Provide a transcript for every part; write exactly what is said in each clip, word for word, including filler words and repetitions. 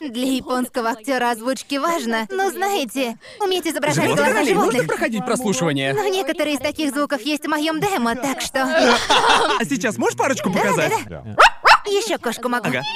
Для японского актера озвучки важно. Но знаете, уметь изображать Животных? голоса Можно животных. проходить прослушивание? Но некоторые из таких звуков есть в моем демо, так что... А сейчас можешь парочку показать? Еще кошку могу. Ага.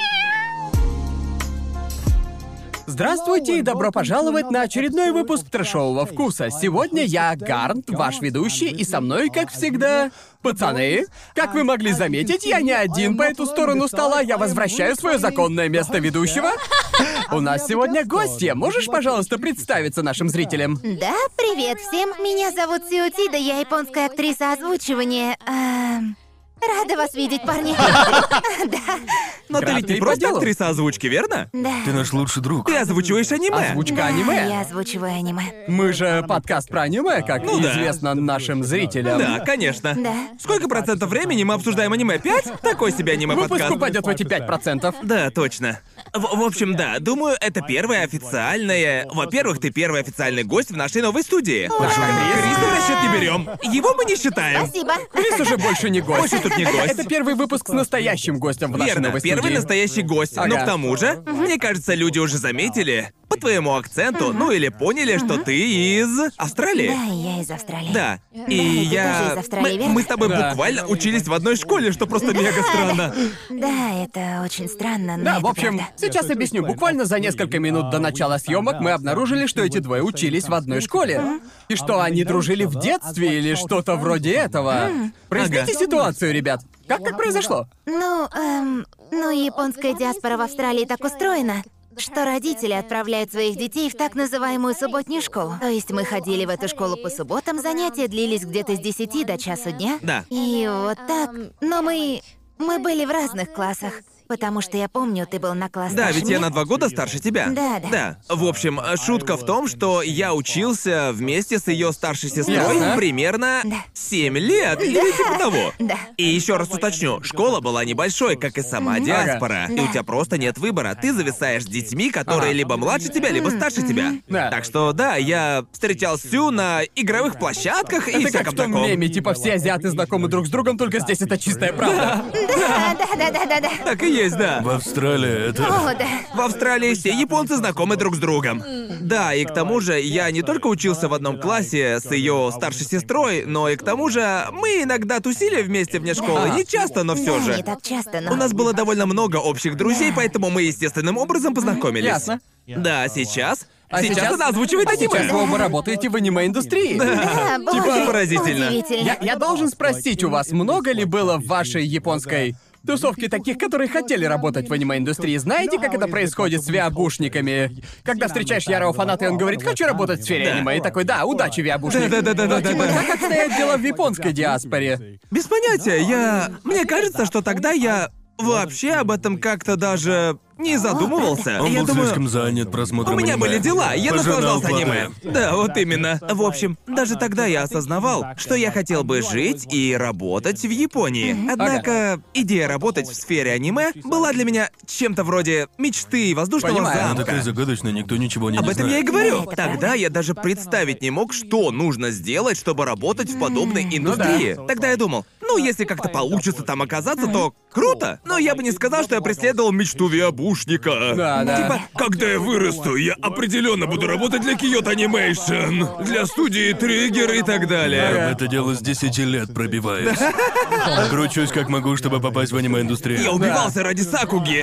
Здравствуйте и добро пожаловать на очередной выпуск трэшового вкуса. Сегодня я Гарнт, ваш ведущий, и со мной, как всегда, пацаны. Как вы могли заметить, я не один по эту сторону стола, я возвращаю свое законное место ведущего. У нас сегодня гостья. Можешь, пожалуйста, представиться нашим зрителям? Да, привет всем. Меня зовут Сиутида, я японская актриса озвучивания. Эм, Рада вас видеть, парни. Да, Но ты Рад ведь не и по просто делу. актриса озвучки, верно? да. Ты наш лучший друг. Ты озвучиваешь аниме. Озвучка Да, аниме. я озвучиваю аниме. Мы же подкаст про аниме, как Ну да. известно нашим зрителям. Да, конечно. Да. Сколько процентов времени мы обсуждаем аниме? Пять? Такой себе аниме-подкаст. Выпуск упадет в эти пять процентов. Да, точно. В, в общем, да, думаю, это первое официальное... Во-первых, ты первый официальный гость в нашей новой студии. Криса в расчет не берем. Его мы не считаем. Спасибо. Крис уже больше не гость. Больше тут не гость. Это первый выпуск с настоящим гостем в нашей Верно, новой первый студии. настоящий гость. Но Ага. к тому же, мне кажется, люди уже заметили по твоему акценту, ну или поняли, что ты из Австралии. Да, я из Австралии. Да. И Да, ты я... тоже из Австралии, мы, верно? мы с тобой Да. буквально учились в одной школе, что просто мега странно. Да, это очень странно, но Да, это в общем, правда. сейчас объясню. Буквально за несколько минут до начала съемок мы обнаружили, что эти двое учились в одной школе. И что они дружили в детстве или что-то вроде этого. Проясните Ага. ситуацию, ребят. Как так произошло? Ну, эм, ну, японская диаспора в Австралии так устроена, что родители отправляют своих детей в так называемую субботнюю школу. То есть мы ходили в эту школу по субботам, занятия длились где-то с десяти до часу дня. Да. И вот так. Но мы... мы были в разных классах. Потому что я помню, ты был на класс Да, старше ведь я меня. на два года старше тебя. Да, да. Да. В общем, шутка в том, что я учился вместе с ее старшей сестрой Ясно. примерно Да. семь лет или типа того. Да. И еще раз уточню, школа была небольшой, как и сама диаспора. И у тебя просто нет выбора. Ты зависаешь с детьми, которые Ага. либо младше тебя, либо старше тебя. Да. Так что да, я встречал Сю на игровых площадках и Это как всяком в том таком. меме, типа все азиаты знакомы друг с другом, только здесь это чистая правда. Да, да, да, да, да, да. Так и есть, да. В Австралии это... О, да. В Австралии все японцы знакомы друг с другом. Да, и к тому же я не только учился в одном классе с ее старшей сестрой, но и к тому же мы иногда тусили вместе вне школы. Не часто, но все Да, же. не так часто, но... У нас было довольно много общих друзей, поэтому мы естественным образом познакомились. Ясно. Да, сейчас. А сейчас, она озвучивает а сейчас аниме. вы оба работаете в аниме-индустрии. Да, боже, Типа поразительно. удивительно. Я, я должен спросить у вас, много ли было в вашей японской тусовке таких, которые хотели работать в аниме-индустрии? Знаете, как это происходит с виабушниками? Когда встречаешь ярого фаната, и он говорит, хочу работать в сфере Да. аниме, и такой, да, удачи, виабушник. Да-да-да-да-да-да. Но, типа, как обстоят дела в японской диаспоре? Без понятия, я... Мне кажется, что тогда я вообще об этом как-то даже не задумывался. Он я был думаю... слишком занят просмотром У меня аниме. были дела, я Пожинал наслаждался аниме. плоды. Да, вот именно. В общем, даже тогда я осознавал, что я хотел бы жить и работать в Японии. Однако идея работать в сфере аниме была для меня чем-то вроде мечты воздушного Понимаю. Она замка. такая загадочная, никто ничего не Об не этом я и знает. говорю. Да, это Тогда правда. я даже представить не мог, что нужно сделать, чтобы работать в подобной индустрии. Тогда я думал, ну, если как-то получится там оказаться, то круто. Но я бы не сказал, что я преследовал мечту виабушника. Да, да. Типа, когда я вырасту, я определенно буду работать для Kyoto Animation, для студии Триггер и так далее. Это дело с десяти лет пробиваюсь. Кручусь как могу, чтобы попасть в аниме-индустрию. Я убивался ради Сакуги.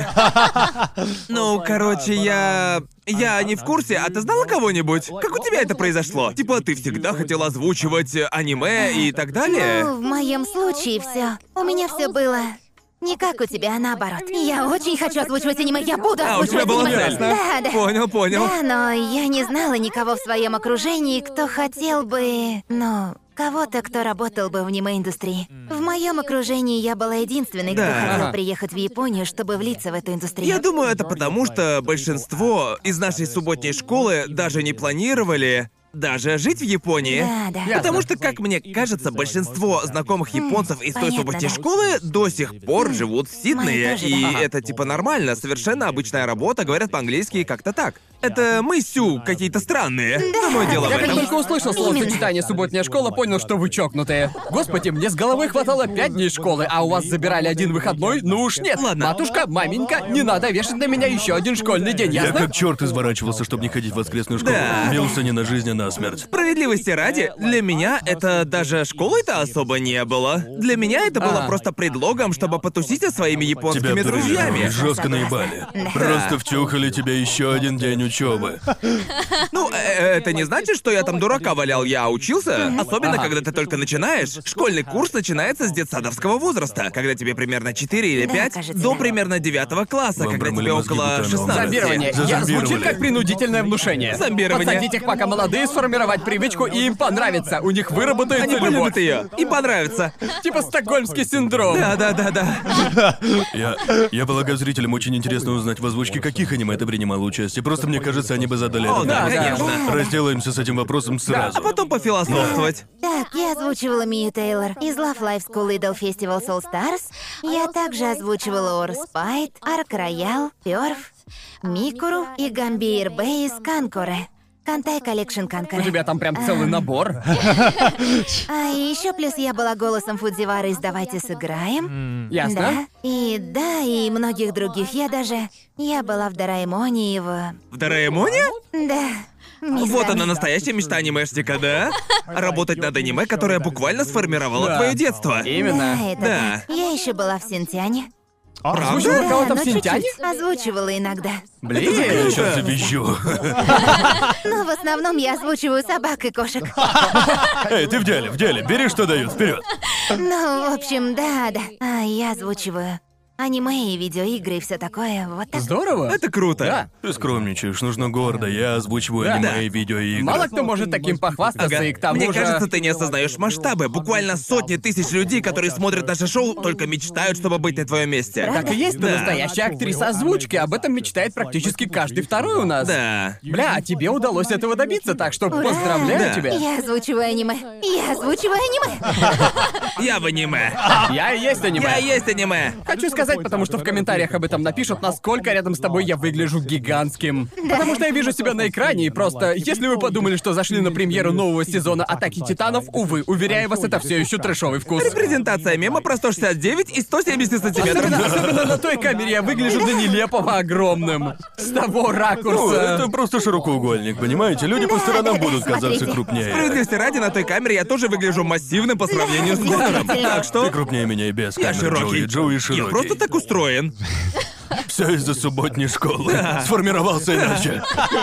Ну, короче, я... Я не в курсе, а ты знала кого-нибудь? Как у тебя это произошло? Типа, ты всегда хотел озвучивать аниме и так далее? Ну, в моем случае все. У меня все было не как у тебя, а наоборот. Я очень хочу озвучивать аниме, я буду А, у озвучивать тебя была аниме. цель? Да, да. Понял, понял. Да, но я не знала никого в своем окружении, кто хотел бы, ну, кого-то, кто работал бы в аниме-индустрии. В моем окружении я была единственной, кто Да. хотел Ага. приехать в Японию, чтобы влиться в эту индустрию. Я думаю, это потому, что большинство из нашей субботней школы даже не планировали даже жить в Японии. Да, да. Ясно. Потому что, как мне кажется, большинство знакомых японцев из той понятно, субботней да. школы до сих пор живут в Сиднее. Мои тоже, И да. это типа нормально, совершенно обычная работа, говорят по-английски и как-то так. Это мы, Сю, какие-то странные. Но мое дело в Я как этом. только услышал словосочетание «субботняя школа», понял, что вы чокнутые. Господи, мне с головы хватало пять дней школы, а у вас забирали один выходной? Ну уж нет. Ладно. Матушка, маменька, не надо вешать на меня еще один школьный день, Я ясно? как черт изворачивался, чтобы не ходить в воскресную школу. Да. Бился не на жизнь, а на смерть. Справедливости ради, для меня это даже школой-то особо не было. Для меня это было А. просто предлогом, чтобы потусить со своими Тебя японскими друзьями. жестко наебали. Просто втюхали тебе еще один день учебы. Ну, э, это не значит, что я там дурака валял, я учился. Особенно, Ага. когда ты только начинаешь. Школьный курс начинается с детсадовского возраста, когда тебе примерно четыре или Да, пять, кажется, до да. примерно девятого класса, Вам когда промыли тебе мозги около бутаном. шестнадцати. Зомбирование. Я Зазомбировали. звучит как принудительное внушение. Зомбирование. Подсадить их пока молодые, сформировать привычку, и им понравится. У них выработается Они любовь. полюбят ее. Им понравится. Типа стокгольмский синдром. Да, да, да, да. Я, я полагаю, зрителям очень интересно узнать, в озвучке каких аниме ты принимала участие. Просто мне кажется, они бы задали О, этот да, вопрос. конечно. Разделаемся с этим вопросом сразу. А потом пофилософствовать. Так, я озвучивала Мию Тейлор из Love Live School Idol Festival Soul Stars. Я также озвучивала Ор Спайт, Арк Роял, Пёрф, Микуру и Гамбир Бэй из Канкоре. Кантай Коллекшн У Канкоре. тебя там прям целый набор. А еще плюс я была голосом Фудзивара из «Давайте сыграем». Ясно? Да. И да, и многих других. Я даже... Я была в Дораэмоне его... В Дораэмоне? Да. Вот местами. она, настоящая мечта анимешника, да? Работать над аниме, которое буквально сформировало Да. твое детство. Именно. Да, это Да. так. Я еще была в Синтяне. Озвучивала Да, кого-то в но Синтяне? чуть-чуть. Озвучивала иногда. Блин. Я сейчас завизжу. Но в основном я озвучиваю собак и кошек. Эй, ты в деле, в деле. Бери, что дают, вперед. Ну, в общем, да, да. А я озвучиваю аниме и видеоигры и все такое. Вот так. Здорово. Это круто. Да. Ты скромничаешь, нужно гордо. Я озвучиваю Да. аниме Да. и видеоигры. Мало кто может таким похвастаться, Ага. и к тому Мне же... кажется, ты не осознаешь масштабы. Буквально сотни тысяч людей, которые смотрят наше шоу, только мечтают, чтобы быть на твоем месте. Так и есть, ты Да. настоящая актриса озвучки. Об этом мечтает практически каждый второй у нас. Да. Бля, а тебе удалось этого добиться, так что Ура! поздравляю Да. тебя. Я озвучиваю аниме. Я озвучиваю аниме. Я в аниме. Я и есть аниме. Я и есть аниме. Хочу сказать, потому что в комментариях об этом напишут, насколько рядом с тобой я выгляжу гигантским. Потому что я вижу себя на экране, и просто, если вы подумали, что зашли на премьеру нового сезона «Атаки Титанов», увы, уверяю вас, это все еще трэшовый вкус. Презентация мема про сто шестьдесят девять и сто семьдесят сантиметров. Особенно, особенно на той камере я выгляжу до нелепого огромным. С того Ну, ракурса. это просто широкоугольник, понимаете? Люди по сторонам да, да, будут казаться смотрите. крупнее. Справедливости ради, на той камере я тоже выгляжу массивным по сравнению с Конором. действительно. Так Ты что крупнее меня и без я камеры, широкий. Джоуи. Джоуи широкий. Я просто так устроен. Все из-за субботней школы. Сформировался иначе.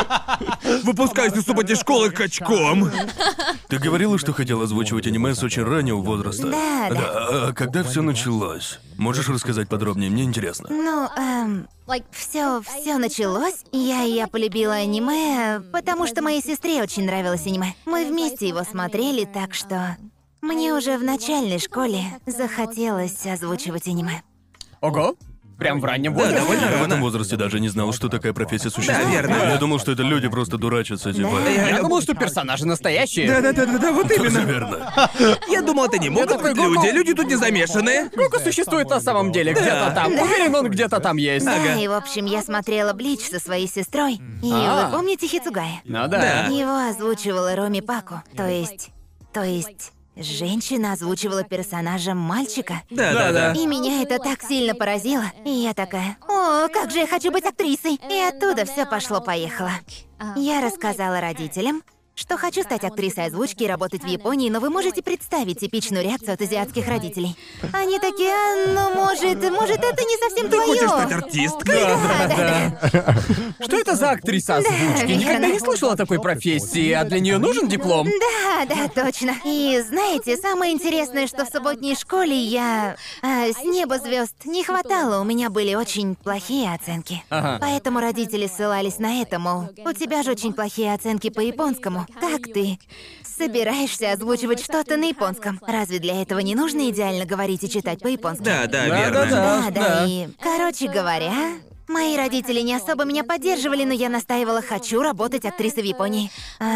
Выпускаюсь из субботней школы качком. Ты говорила, что хотела озвучивать аниме с очень раннего возраста. Да, да. А когда все началось? Можешь рассказать подробнее? Мне интересно. Ну, эм, все, все началось. Я я полюбила аниме, потому что моей сестре очень нравилось аниме. Мы вместе его смотрели, так что мне уже в начальной школе захотелось озвучивать аниме. Ого. Прям в раннем Да, возрасте. довольно Я в рано. этом возрасте даже не знал, что такая профессия существует. Да, верно. Я думал, что это люди просто дурачатся, типа. Я думал, что персонажи настоящие. Да-да-да-да, вот Тоже именно. верно. Я думал, это не могут такой, быть люди. Гоку. Люди тут не замешаны. Гоку существует на самом деле, где-то там. Уверен, он где-то там есть. Да, и в общем, я смотрела Блич со своей сестрой. И А. вы помните Хицугая? Ну да. Его озвучивала Роми Паку. То есть... То есть... Женщина озвучивала персонажа мальчика. Да-да-да. И меня это так сильно поразило. И я такая, о, как же я хочу быть актрисой. И оттуда все пошло-поехало. Я рассказала родителям, что хочу стать актрисой озвучки и работать в Японии, но вы можете представить типичную реакцию от азиатских родителей. Они такие, а, ну, может, может, это не совсем Ты твое. хочешь стать артисткой? Да, да, да. Что это за актриса озвучки? Да, Никогда верно. не слышала о такой профессии, а для нее нужен диплом? Да, да, точно. И знаете, самое интересное, что в субботней школе я а, с неба звезд не хватало, у меня были очень плохие оценки. Ага. Поэтому родители ссылались на это, мол, у тебя же очень плохие оценки по японскому. Как ты собираешься озвучивать что-то на японском? Разве для этого не нужно идеально говорить и читать по-японски? Да, да, Да, верно. да, да. Да, да, и, короче говоря, мои родители не особо меня поддерживали, но я настаивала, хочу работать актрисой в Японии.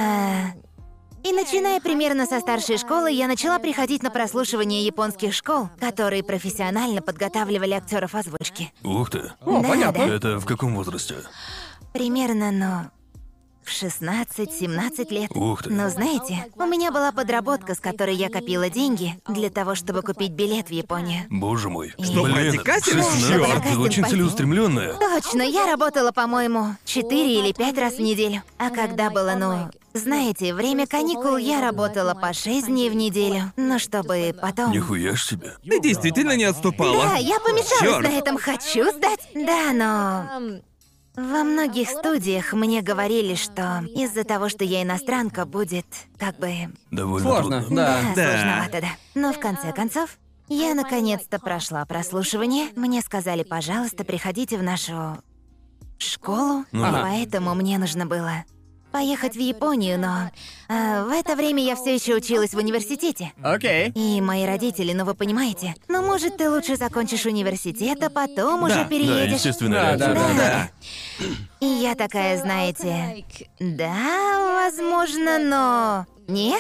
А, И начиная примерно со старшей школы, я начала приходить на прослушивание японских школ, которые профессионально подготавливали актеров озвучки. Ух ты. О, Да, понятно. да. Это в каком возрасте? Примерно, ну, в шестнадцать-семнадцать лет. Ух ты. Но знаете, у меня была подработка, с которой я копила деньги для того, чтобы купить билет в Японию. Боже мой. Что, Блин, пойти кастинг? шестнадцать, Чёрт. ты очень Пойти. целеустремленная. Точно, я работала, по-моему, четыре или пять раз в неделю. А когда было, ну, знаете, время каникул, я работала по шесть дней в неделю. Но чтобы потом... Нихуя ж себе. Ты действительно не отступала. Да, я помешалась Чёрт. на этом, хочу сдать. Да, но... Во многих студиях мне говорили, что из-за того, что я иностранка, будет как бы... Довольно Сложно, трудно. да. Да, Да. сложновато, да. Но в конце концов, я наконец-то прошла прослушивание. Мне сказали, пожалуйста, приходите в нашу школу. Ага. Поэтому мне нужно было поехать в Японию, но а, в это время я все еще училась в университете. Окей. И мои родители, ну вы понимаете, ну может ты лучше закончишь университет, а потом Да, уже да, Да, переедешь. естественная Да, реакция. да, Да. И я такая, знаете, да, возможно, но нет.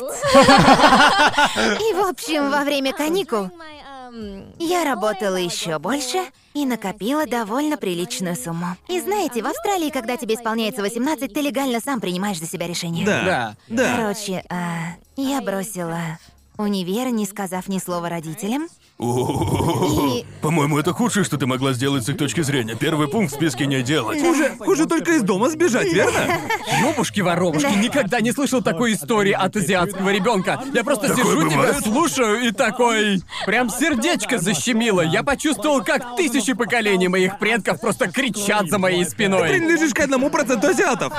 И в общем, во время каникул я работала еще больше и накопила довольно приличную сумму. И знаете, в Австралии, когда тебе исполняется восемнадцать, ты легально сам принимаешь за себя решение. Да. Да. Да. Короче, а, я бросила универ, не сказав ни слова родителям. О, И- По-моему, это худшее, что ты могла сделать с их точки зрения. Первый пункт в списке не делать. Хуже, хуже только из дома сбежать, верно? Ёбушки-воробушки, никогда не слышал такой истории от азиатского ребенка. Я просто Такое сижу тебя, бывает? слушаю и такой... Прям сердечко защемило. Я почувствовал, как тысячи поколений моих предков просто кричат за моей спиной. Принадлежишь к одному проценту азиатов.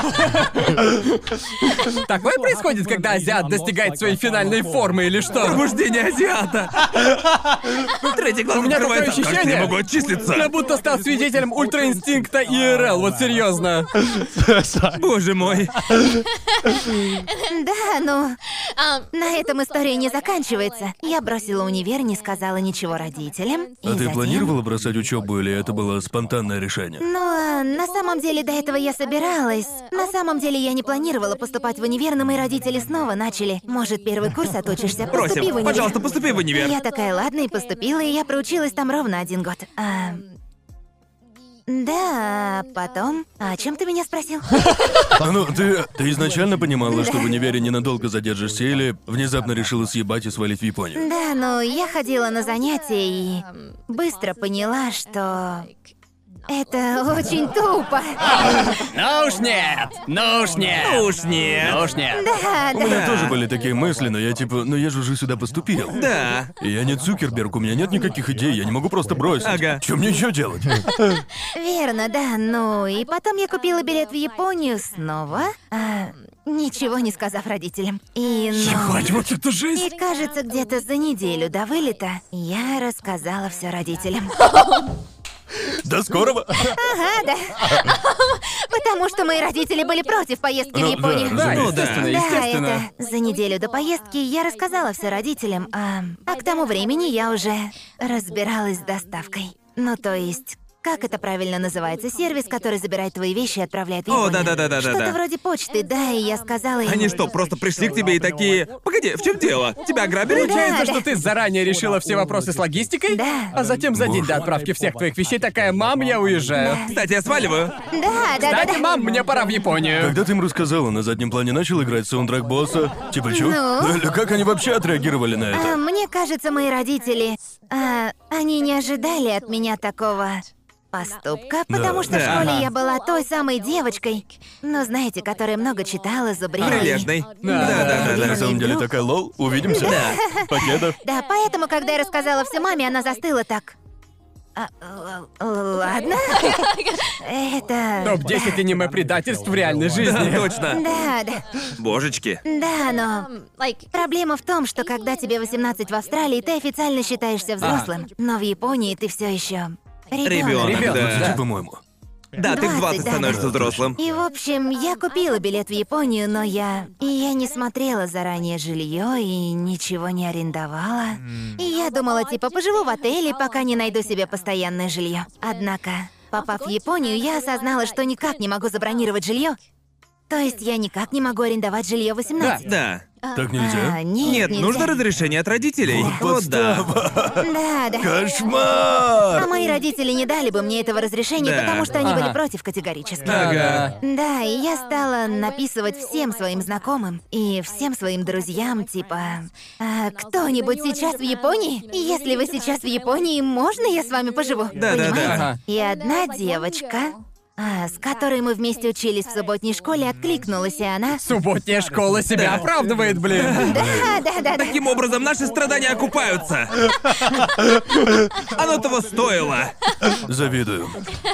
Такое происходит, когда азиат достигает своей финальной формы или что? Пробуждение азиата. Третий глаз У меня такое открывается. Как я ощущение, могу отчислиться? я будто стал свидетелем ультраинстинкта И Р Л, вот серьезно. Боже мой. Да, ну, на этом история не заканчивается. Я бросила универ, не сказала ничего родителям. и А ты затем- планировала бросать учебу или это было спонтанное решение? Ну, а на самом деле до этого я собиралась. На самом деле я не планировала поступать в универ, но мои родители снова начали. Может, первый курс отучишься, поступи в Просим, универ. пожалуйста, поступи в универ. Я такая, ладно, и поступила, и я проучилась там ровно один год. А, Да, а потом... А о чем ты меня спросил? Ну, ты, ты изначально понимала, что в универе ненадолго задержишься или внезапно решила съебать и свалить в Японию? Да, ну, я ходила на занятия и быстро поняла, что... Это очень тупо. Ну уж нет, ну уж нет. Ну уж нет. Ну уж нет. Да, У да. меня тоже были такие мысли, но я типа, ну я же уже сюда поступил. Да. И я не Цукерберг, у меня нет никаких идей, я не могу просто бросить. Ага. Что мне еще делать? Верно, да. Ну, и потом я купила билет в Японию снова, а, ничего не сказав родителям. И, ну... Ебать, вот это жизнь. И кажется, где-то за неделю до вылета я рассказала все родителям. До скорого. Ага, да. Потому что мои родители были против поездки в Ну, Японию. да, Да, Ну да. естественно, Да, естественно. это за неделю до поездки я рассказала все родителям, а, а к тому времени я уже разбиралась с доставкой. Ну, то есть, как это правильно называется? Сервис, который забирает твои вещи и отправляет в О, Японию. да-да-да-да-да-да. Что-то вроде почты, да, и я сказала им... Они что, просто пришли к тебе и такие... Погоди, в чем дело? Тебя ограбили? Получается, Да, что ты заранее решила все вопросы с логистикой? Да. А затем за день Боже. до отправки всех твоих вещей такая: «Мам, я уезжаю». Кстати, я сваливаю. Да, да, да, Кстати, да. мам, мне пора в Японию. Когда ты им рассказала, на заднем плане начал играть саундтрек босса? Типа, чё? Ну? Или как они вообще отреагировали на А, это? мне кажется, мои родители... а, они не ожидали от меня такого... поступка, потому что в Да. школе Ага. я была той самой девочкой, ну, знаете, которая много читала, зубрила. и- Прилежный. Да. Да-да-да. На самом деле такая лол, увидимся. Да. Покедов. Да, поэтому, когда я рассказала все маме, она застыла так. А, э, ладно. Это... Топ десять аниме-предательств в реальной Да, жизни. точно. Да, да. Божечки. Да, но... Проблема в том, что когда тебе восемнадцать в Австралии, ты официально считаешься взрослым. Но в Японии ты все еще Ребёнок, ребенок. Ребёнок, да. двадцать, по-моему. Да, ты в двадцать, двадцать да, становишься да. взрослым. И, в общем, я купила билет в Японию, но я... И я не смотрела заранее жилье и ничего не арендовала. И я думала, типа, поживу в отеле, пока не найду себе постоянное жилье. Однако, попав в Японию, я осознала, что никак не могу забронировать жилье. То есть я никак не могу арендовать жилье восемнадцать. Да. Так нельзя? А, нет, Нет, нельзя. нужно разрешение от родителей. Вот да. Да, да. Кошмар! А мои родители не дали бы мне этого разрешения, Да. потому что они Ага. были против категорически. Ага. Да, и я стала написывать всем своим знакомым и всем своим друзьям, типа... «А кто-нибудь сейчас в Японии? Если вы сейчас в Японии, можно я с вами поживу?» Да, да, да. Понимаете? Ага. И одна девочка, а, с которой мы вместе учились в субботней школе, откликнулась, и она... Субботняя школа себя оправдывает, блин. Да, да, да, да. Таким образом, наши страдания окупаются. Оно того стоило. Завидую.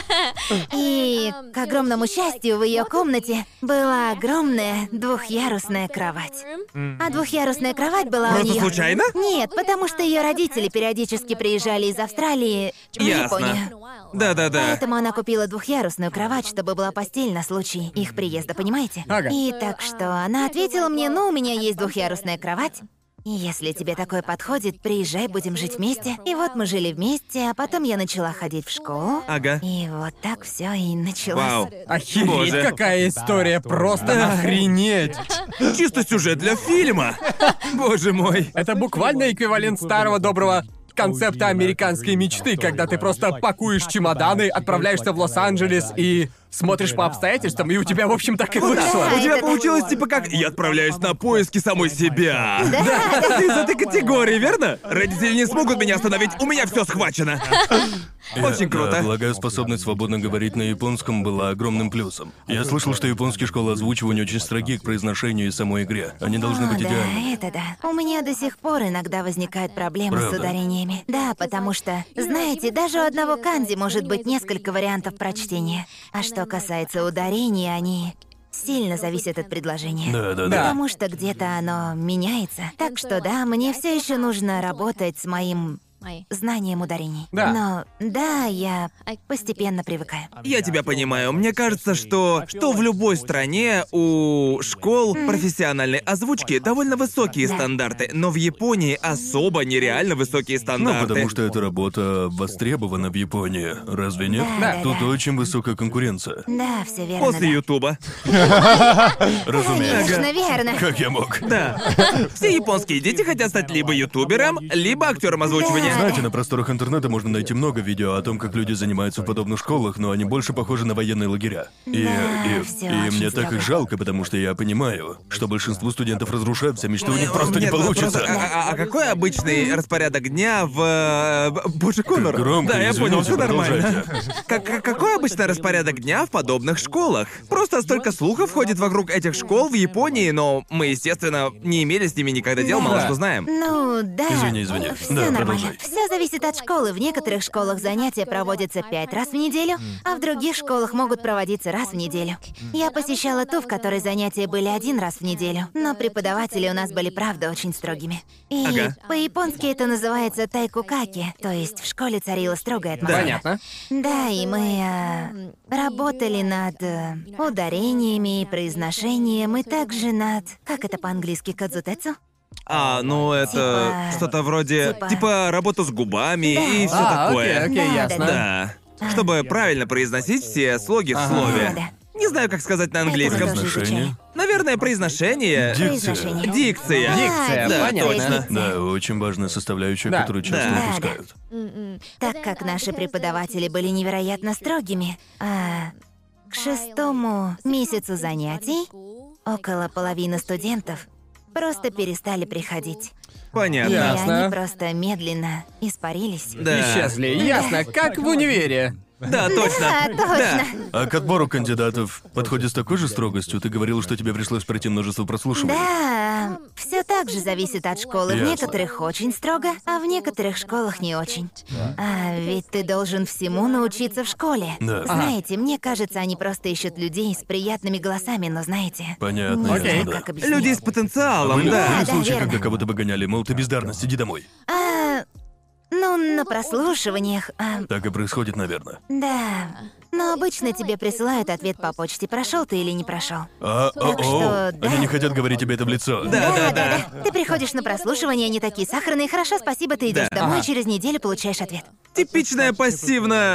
И, к огромному счастью, в ее комнате была огромная двухъярусная кровать. А двухъярусная кровать была Просто у нее. случайно? Нет, потому что ее родители периодически приезжали из Австралии в Японию. Ясно. Да-да-да. Поэтому она купила двухъярусную кровать, чтобы была постель на случай их приезда, понимаете? Ага. И так что она ответила мне: ну, у меня есть двухъярусная кровать. И если тебе такое подходит, приезжай, будем жить вместе. И вот мы жили вместе, а потом я начала ходить в школу. Ага. И вот так все и началось. Вау. Охереть, Боже. какая история, просто охренеть. Чисто сюжет для фильма. Боже мой. Это буквально эквивалент старого доброго концепта американской мечты, когда ты просто пакуешь чемоданы, отправляешься в Лос-Анджелес и смотришь по обстоятельствам, и у тебя, в общем, так и вышло. У тебя это получилось так. типа как «я отправляюсь на поиски самой себя». Ты из этой категории, верно? Родители не смогут меня остановить, у меня все схвачено. Очень Я, круто. да, полагаю, способность свободно говорить на японском была огромным плюсом. Я слышал, что японские школы озвучивания очень строги к произношению и самой игре. Они должны О, быть да, идеальными. это да. У меня до сих пор иногда возникают проблемы Правда? с ударениями. Да, потому что, знаете, даже у одного канзи может быть несколько вариантов прочтения. А что касается ударений, они сильно зависят от предложения. Да, да, Да. да. Потому что где-то оно меняется. Так что да, мне все еще нужно работать с моим знанием ударений. Да. Но да, я постепенно привыкаю. Я тебя понимаю. Мне кажется, что, что в любой стране у школ профессиональной озвучки довольно высокие Да. стандарты, но в Японии особо нереально высокие Ну, стандарты. потому что эта работа востребована в Японии, разве нет? Да, да, Тут да. очень высокая конкуренция. Да, все верно. После да. Ютуба. Разумеется. Конечно, верно. Как я мог? Да. Все японские дети хотят стать либо ютубером, либо актером озвучивания. Да. Знаете, на просторах интернета можно найти много видео о том, как люди занимаются в подобных школах, но они больше похожи на военные лагеря. И, Да, и, всё и очень мне так строго. их жалко, потому что я понимаю, что большинству студентов разрушаются мечты, у них просто не Нет, ну, получится. просто, а, а- а какой обычный распорядок дня в... э, б- Боже, Конор. громко, Да, я понял, извините, все нормально. продолжайте. Как, как- какой обычный распорядок дня в подобных школах? Просто столько слухов ходит вокруг этих школ в Японии, но мы, естественно, не имели с ними никогда дел, мало Да. что знаем. Ну, да. Извини, извини. Все Да, нормально. продолжай. Все зависит от школы. В некоторых школах занятия проводятся пять раз в неделю, а в других школах могут проводиться раз в неделю. Я посещала ту, в которой занятия были один раз в неделю, но преподаватели у нас были, правда, очень строгими. И Ага. по-японски это называется тайкукаки, то есть в школе царила строгая атмосфера. Понятно. Да, и мы а, работали над э, ударениями и произношением, и также над... Как это по-английски, кадзутэцу? А, ну это Типа- что-то вроде... типа- Типа работа с губами и все А, такое. окей, окей, Да, ясно. да, Да. Чтобы правильно произносить все слоги в Ага. слове. Да, Не знаю, как сказать на английском. Это мы тоже Произношение. изучали. Наверное, произношение. Произношение. Дикция. Дикция, Да, понятно. точно. Да, очень важная составляющая, Да. которую часто Да. упускают. Так как наши преподаватели были невероятно строгими, а к шестому месяцу занятий около половины студентов просто перестали приходить. Понятно. И Ясно. они просто медленно испарились. Да. Исчезли, ясно, как в универе. Да, точно. Да, точно. А к отбору кандидатов подходит с такой же строгостью? Ты говорил, что тебе пришлось пройти множество прослушиваний. Да, все так же зависит от школы. В Ясно. некоторых очень строго, а в некоторых школах не очень. А ведь ты должен всему научиться в школе. Да. Знаете, мне кажется, они просто ищут людей с приятными голосами, но знаете... Понятно, Не Окей. знаю, да. как объяснить. Люди с потенциалом, Были, да. были да, случаи, верно. когда кого-то выгоняли, мол, ты бездарность, иди домой. А, ну, на прослушиваниях... а, Так и происходит, наверное. да. Но обычно тебе присылают ответ по почте, прошел ты или не прошел. А, Так о, что, о, да. они не хотят говорить тебе это в лицо. Да, да, да. Ты приходишь на прослушивание, они такие сахарные, хорошо, спасибо, ты идешь Да. домой, Ага. через неделю получаешь ответ. Типичная пассивно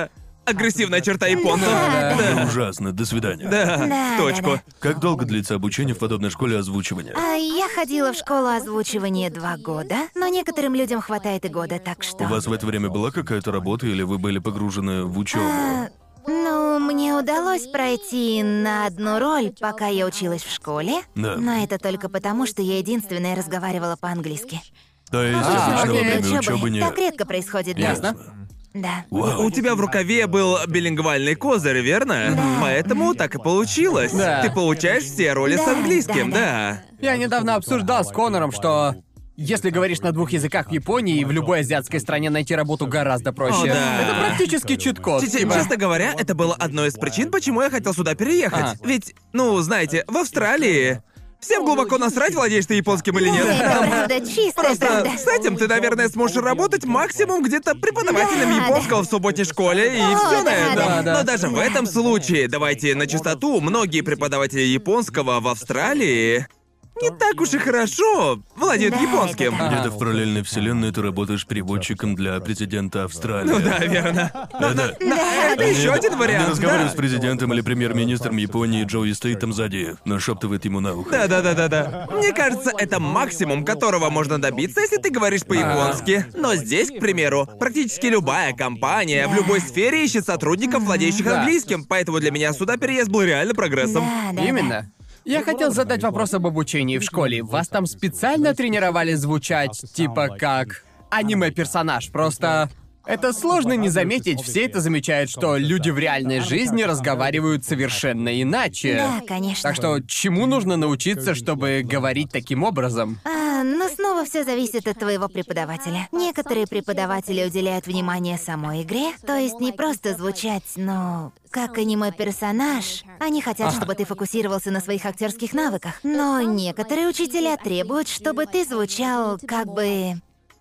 агрессивная черта японцев. Да, да. Это ужасно. До свидания. Да, Да, в точку. да, да. Как долго длится обучение в подобной школе озвучивания? А я ходила в школу озвучивания два года, но некоторым людям хватает и года, так что... У вас в это время была какая-то работа, или вы были погружены в учебу? А, ну, мне удалось пройти на одну роль, пока я училась в школе. Да. Но это только потому, что я единственная разговаривала по-английски. То есть А, обычно во окей. время Учёбы учебы не. так редко происходит, да. Ясно. Да. Вау. У тебя в рукаве был билингвальный козырь, верно? Поэтому так и получилось. Да. Ты получаешь все роли с Да, английским, да, да. Я недавно обсуждал с Конором, что если говоришь на двух языках в Японии, в любой азиатской стране найти работу гораздо проще. О, да. Это практически чит-код. Честно типа. честно говоря, это было одной из причин, почему я хотел сюда переехать. Ага. Ведь, ну, знаете, в Австралии всем глубоко насрать, владеешь ты японским или нет. Это правда, чистая Просто правда. с этим ты, наверное, сможешь работать максимум где-то преподавателем Да, японского в субботней школе, и О, все на да, этом. да, да. Но даже в этом случае, давайте на чистоту, многие преподаватели японского в Австралии не так уж и хорошо владеют Да, японским. это да. Где-то в параллельной вселенной ты работаешь переводчиком для президента Австралии. Ну да, верно. Да-да. Это еще один Они вариант. разговаривают да. с президентом или премьер-министром Японии Джои Стейтом сзади, нашептывает ему на ухо. Да-да-да-да-да. Мне кажется, это максимум, которого можно добиться, если ты говоришь по-японски. Но здесь, к примеру, практически любая компания в любой сфере ищет сотрудников, владеющих Да. английским, поэтому для меня сюда переезд был реально прогрессом. Да, да, Именно. Я хотел задать вопрос об обучении в школе. Вас там специально тренировали звучать, типа как аниме-персонаж? Просто это сложно не заметить. Все это замечают, что люди в реальной жизни разговаривают совершенно иначе. Да, конечно. Так что чему нужно научиться, чтобы говорить таким образом? А, но снова все зависит от твоего преподавателя. Некоторые преподаватели уделяют внимание самой игре, то есть не просто звучать, но как аниме-персонаж. Они хотят, чтобы ты фокусировался на своих актерских навыках. Но некоторые учителя требуют, чтобы ты звучал как бы...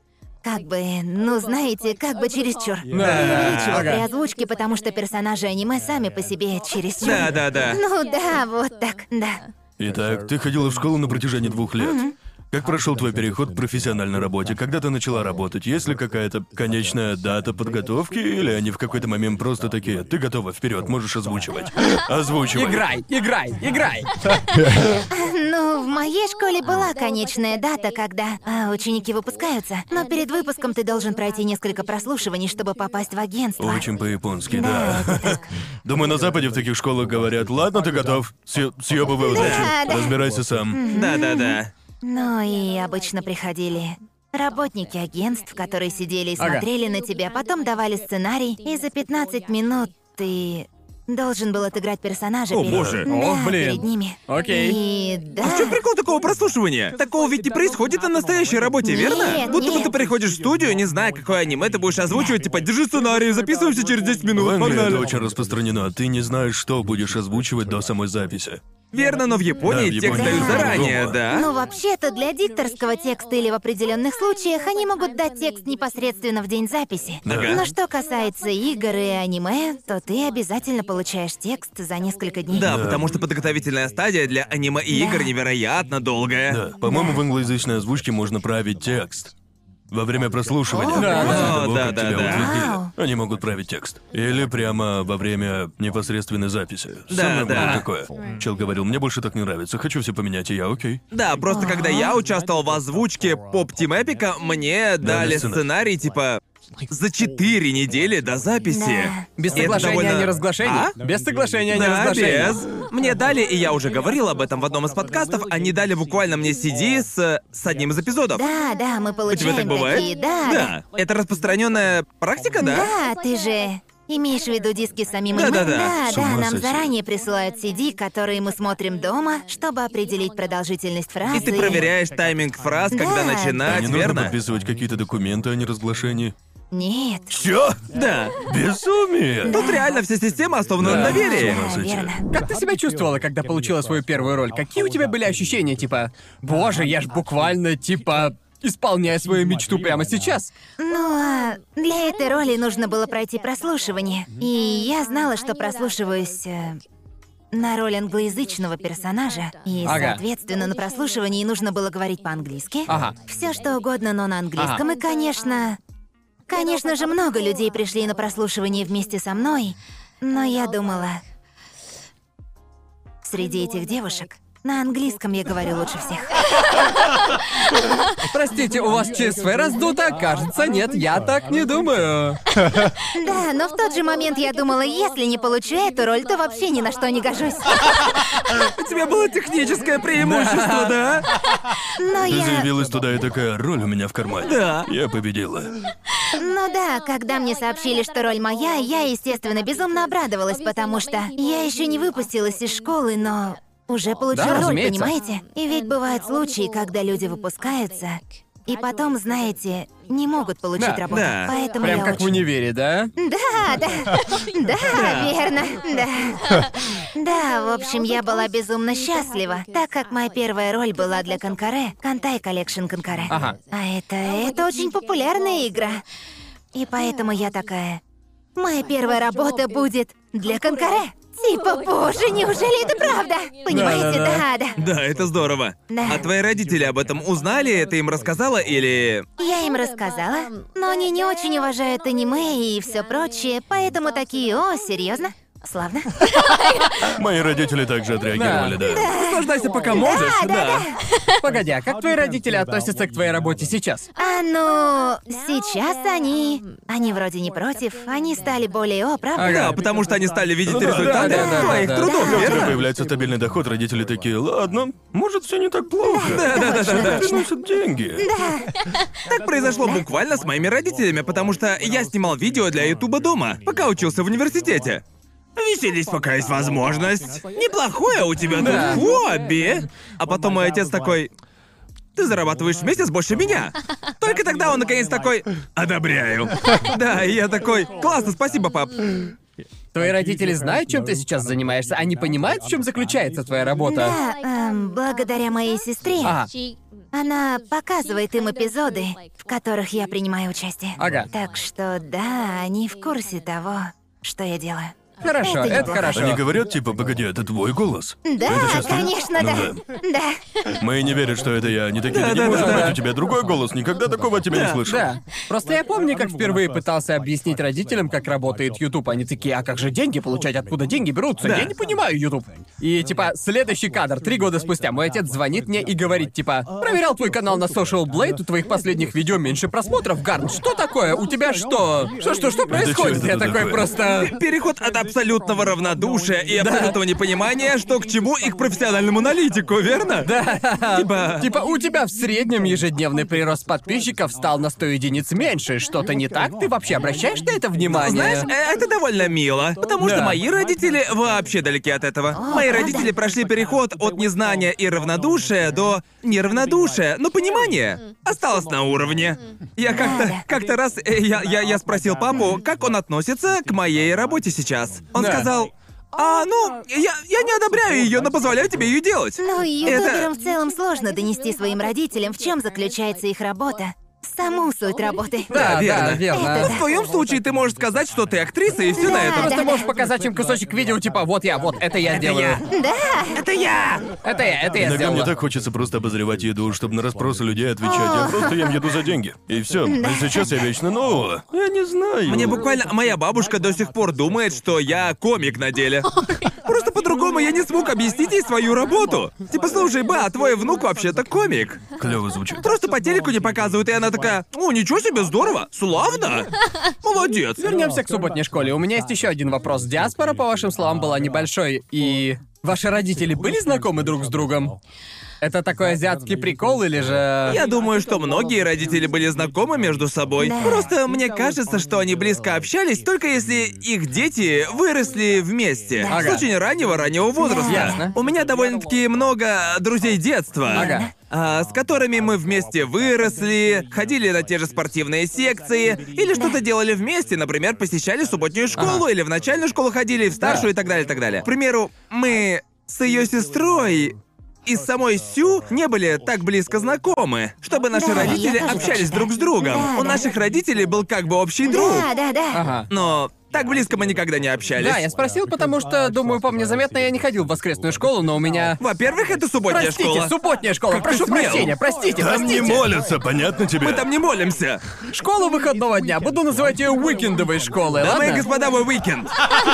Как бы, ну знаете, как бы чересчур. Преувеличивал ага. при озвучке, потому что персонажи аниме сами по себе чересчур. Да-да-да. Ну да, вот так, да. Итак, ты ходила в школу на протяжении двух лет. Как прошел твой переход к профессиональной работе? Когда ты начала работать? Есть ли какая-то конечная дата подготовки? Или они в какой-то момент просто такие: ты готова, вперед, можешь озвучивать? Озвучивай. Играй, играй, играй! Ну, в моей школе была конечная дата, когда а, ученики выпускаются. Но перед выпуском ты должен пройти несколько прослушиваний, чтобы попасть в агентство. Очень по-японски, Да, да. это так. Думаю, на Западе в таких школах говорят: ладно, ты готов. Съё- Съёбывай удачи. да. Разбирайся сам. Да-да-да. Ну и обычно приходили работники агентств, которые сидели и Ага. смотрели на тебя, потом давали сценарий, и за пятнадцать минут ты должен был отыграть персонажа О, перед... боже. Да, О, блин. перед ними. Окей. И да. В чем прикол такого прослушивания? Такого ведь не происходит на настоящей работе, верно? Нет, Будто бы нет. ты приходишь в студию, не зная, какое аниме ты будешь озвучивать, типа, держи сценарий, записываемся через десять В минут, Англии это погнали. очень распространено. Ты не знаешь, что будешь озвучивать до самой записи. Верно, но в Японии Да, в текст Японии дают это заранее, по-другому. да? Ну, вообще-то, для дикторского текста или в определенных случаях они могут дать текст непосредственно в день записи. Ага. Но что касается игр и аниме, то ты обязательно получаешь текст за несколько дней. Да, потому что подготовительная стадия для аниме и игр Да. невероятно долгая. Да, по-моему, в англоязычной озвучке можно править текст. Во время прослушивания, О, да, после да. того, Да, как да, тебя да. утвердили, Вау. они могут править текст. Или прямо во время непосредственной записи. Со Да, мной было да. такое. Чел говорил: мне больше так не нравится, хочу все поменять, и я окей. Да, просто когда я участвовал в озвучке Pop Team Epic, мне дали сценарий. сценарий, типа, за четыре недели до записи. Да. Без И это соглашения, довольно- а не разглашений. А? Без соглашения, а не Да, разглашений. без. Мне дали, и я уже говорил об этом в одном из подкастов, они дали буквально мне си ди с, с одним из эпизодов. Да, да, мы У тебя получаем так бывает? такие, да. Да. Это распространенная практика, да? Да, ты же имеешь в виду диски с самим Да-да-да. аниме? Да, С да, ума нам сойти. заранее присылают си ди, которые мы смотрим дома, чтобы определить продолжительность фразы. И ты проверяешь тайминг фраз, когда Да. А начинать, не нужно верно? подписывать какие-то документы о неразглашении. Нет. Чё? Да. Безумие! Тут реально вся система основана на Да. доверии. С ума Да, сойти. верно. Как ты себя чувствовала, когда получила свою первую роль? Какие у тебя были ощущения, типа, боже, я ж буквально, типа, исполняю свою мечту прямо сейчас? Ну, а для этой роли нужно было пройти прослушивание. И я знала, что прослушиваюсь э, на роль англоязычного персонажа. И, Ага. соответственно, на прослушивании нужно было говорить по-английски. Ага. Все что угодно, но на английском. И, конечно, Конечно же, много людей пришли на прослушивание вместе со мной, но я думала, среди этих девушек на английском я говорю лучше всех. Простите, у вас ЧСВ раздуто? Кажется, нет, я так не думаю. Да, но в тот же момент я думала, если не получу эту роль, то вообще ни на что не гожусь. У тебя было техническое преимущество, да? Но Ты я... заявилась туда и такая, роль у меня в кармане. Да. Я победила. Ну да, когда мне сообщили, что роль моя, я, естественно, безумно обрадовалась, потому что я еще не выпустилась из школы, но уже получила Да, роль, разумеется. понимаете? И ведь бывают случаи, когда люди выпускаются, и потом, знаете, не могут получить Да, работу. да. Поэтому Прям я как в очень... универе, да? Да, да, да, верно, да. Да, в общем, я была безумно счастлива, так как моя первая роль была для Конкаре, Кантай Коллекшн Конкаре. Ага. А это, это очень популярная игра. И поэтому я такая, моя первая работа будет для Конкаре. Типа, боже, неужели это правда? Понимаете, да, да. Да, это здорово. Да. А твои родители об этом узнали? Ты им рассказала или... Я им рассказала, но они не очень уважают аниме и все прочее, поэтому такие, о, серьезно? Славно. Мои родители также отреагировали, да. Наслаждайся, пока можешь. Да, да, Погоди, а как твои родители относятся к твоей работе сейчас? А ну, сейчас они... Они вроде не против, они стали более, о, правда? Да, потому что они стали видеть Ну да, результаты да, да, твоих да, да. трудов, Да. У тебя верно? появляется стабильный доход, родители такие, ладно, может, все не так плохо. Да, да, да, да, да. Приносят деньги. Так произошло буквально с моими родителями, потому что я снимал видео для Ютуба дома, пока учился в университете. Веселись, пока есть возможность. Неплохое у тебя Да. тут хобби. А потом мой отец такой... Ты зарабатываешь в месяц больше меня. Только тогда он наконец такой... Одобряю. Да, и я такой... Классно, спасибо, пап. Твои родители знают, чем ты сейчас занимаешься? Они понимают, в чем заключается твоя работа? Да, эм, благодаря моей сестре. Ага. Она показывает им эпизоды, в которых я принимаю участие. Ага. Так что да, они в курсе того, что я делаю. Хорошо, это неплохо. хорошо. Они говорят, типа, погоди, это твой голос? Да, Это сейчас ты? конечно, Ну да. Да. Мои не верят, что это я. Они такие, да, Да, не да, может да, быть, да. у тебя другой голос, никогда такого от тебя не слышал. Да. Просто я помню, как впервые пытался объяснить родителям, как работает YouTube. Они такие, а как же деньги получать? Откуда деньги берутся? Да. Я не понимаю YouTube. И типа, следующий кадр, три года спустя, мой отец звонит мне и говорит, типа, проверял твой канал на Social Blade, у твоих последних видео меньше просмотров. Гарн, что такое? У тебя что? Что, что, что происходит? чё это Я тут такой такое? просто... Переход от абсолютного равнодушия и абсолютного непонимания, что к чему, и к профессиональному аналитику, верно? Да. Типа... Типа, у тебя в среднем ежедневный прирост подписчиков стал на сто единиц меньше. Что-то не так? Ты вообще обращаешь на это внимание? Знаешь, э, это довольно мило, потому что Да. мои родители вообще далеки от этого. Мои правда? родители прошли переход от незнания и равнодушия до неравнодушия, но понимание осталось на уровне. Я как-то Да. как-то раз э, я, я, я спросил папу, как он относится к моей работе сейчас. Он Да. сказал, а, ну, я, я не одобряю ее, но позволяю тебе ее делать. Ну, и Это- ютуберам в целом сложно донести своим родителям, в чем заключается их работа. Саму суть работы. Да, да, верно. верно. Но в твоем случае ты можешь сказать, что ты актриса, и все на Да, этом. Просто да. можешь показать им кусочек видео, типа, вот я, вот, это я делаю. Да, Это я! Это я, это я Иногда мне сделала. так хочется просто обозревать еду, чтобы на расспросы людей отвечать. Я просто ем еду за деньги. И все. И сейчас я вечно нового. Я не знаю. Мне буквально моя бабушка до сих пор думает, что я комик на деле. Просто по-другому я не смог объяснить ей свою работу. Типа, слушай, ба, а твой внук вообще-то комик. Клево звучит. Просто по телеку не показывают, и она такая, о, ничего себе, здорово, славно. Молодец. Вернемся к субботней школе. У меня есть еще один вопрос. Диаспора, по вашим словам, была небольшой, и ваши родители были знакомы друг с другом? Это такой азиатский прикол или же... Я думаю, что многие родители были знакомы между собой. Да. Просто мне кажется, что они близко общались, только если их дети выросли вместе. Да. С Ага. очень раннего-раннего возраста. Ясно. У меня довольно-таки много друзей детства. Ага. а, с которыми мы вместе выросли, ходили на те же спортивные секции, или что-то делали вместе, например, посещали субботнюю школу, или в начальную школу ходили, и в старшую, и так далее, и так далее. К примеру, мы с ее сестрой и с самой Сю не были так близко знакомы, чтобы наши Да, родители я тоже так общались считаю. друг с другом. Да, У да. наших родителей был как бы общий друг. да, да, да. Ага. Но Так близко мы никогда не общались. Да, я спросил, потому что, думаю, по мне заметно, я не ходил в воскресную школу, но у меня... Во-первых, это субботняя Простите, школа. субботняя школа, Как ты прошу смел? прощения, простите, Там простите. не молятся, понятно тебе? Мы там не молимся. Школа выходного дня, буду называть ее уикендовой школой, Дамы и ладно? господа, мой уикенд.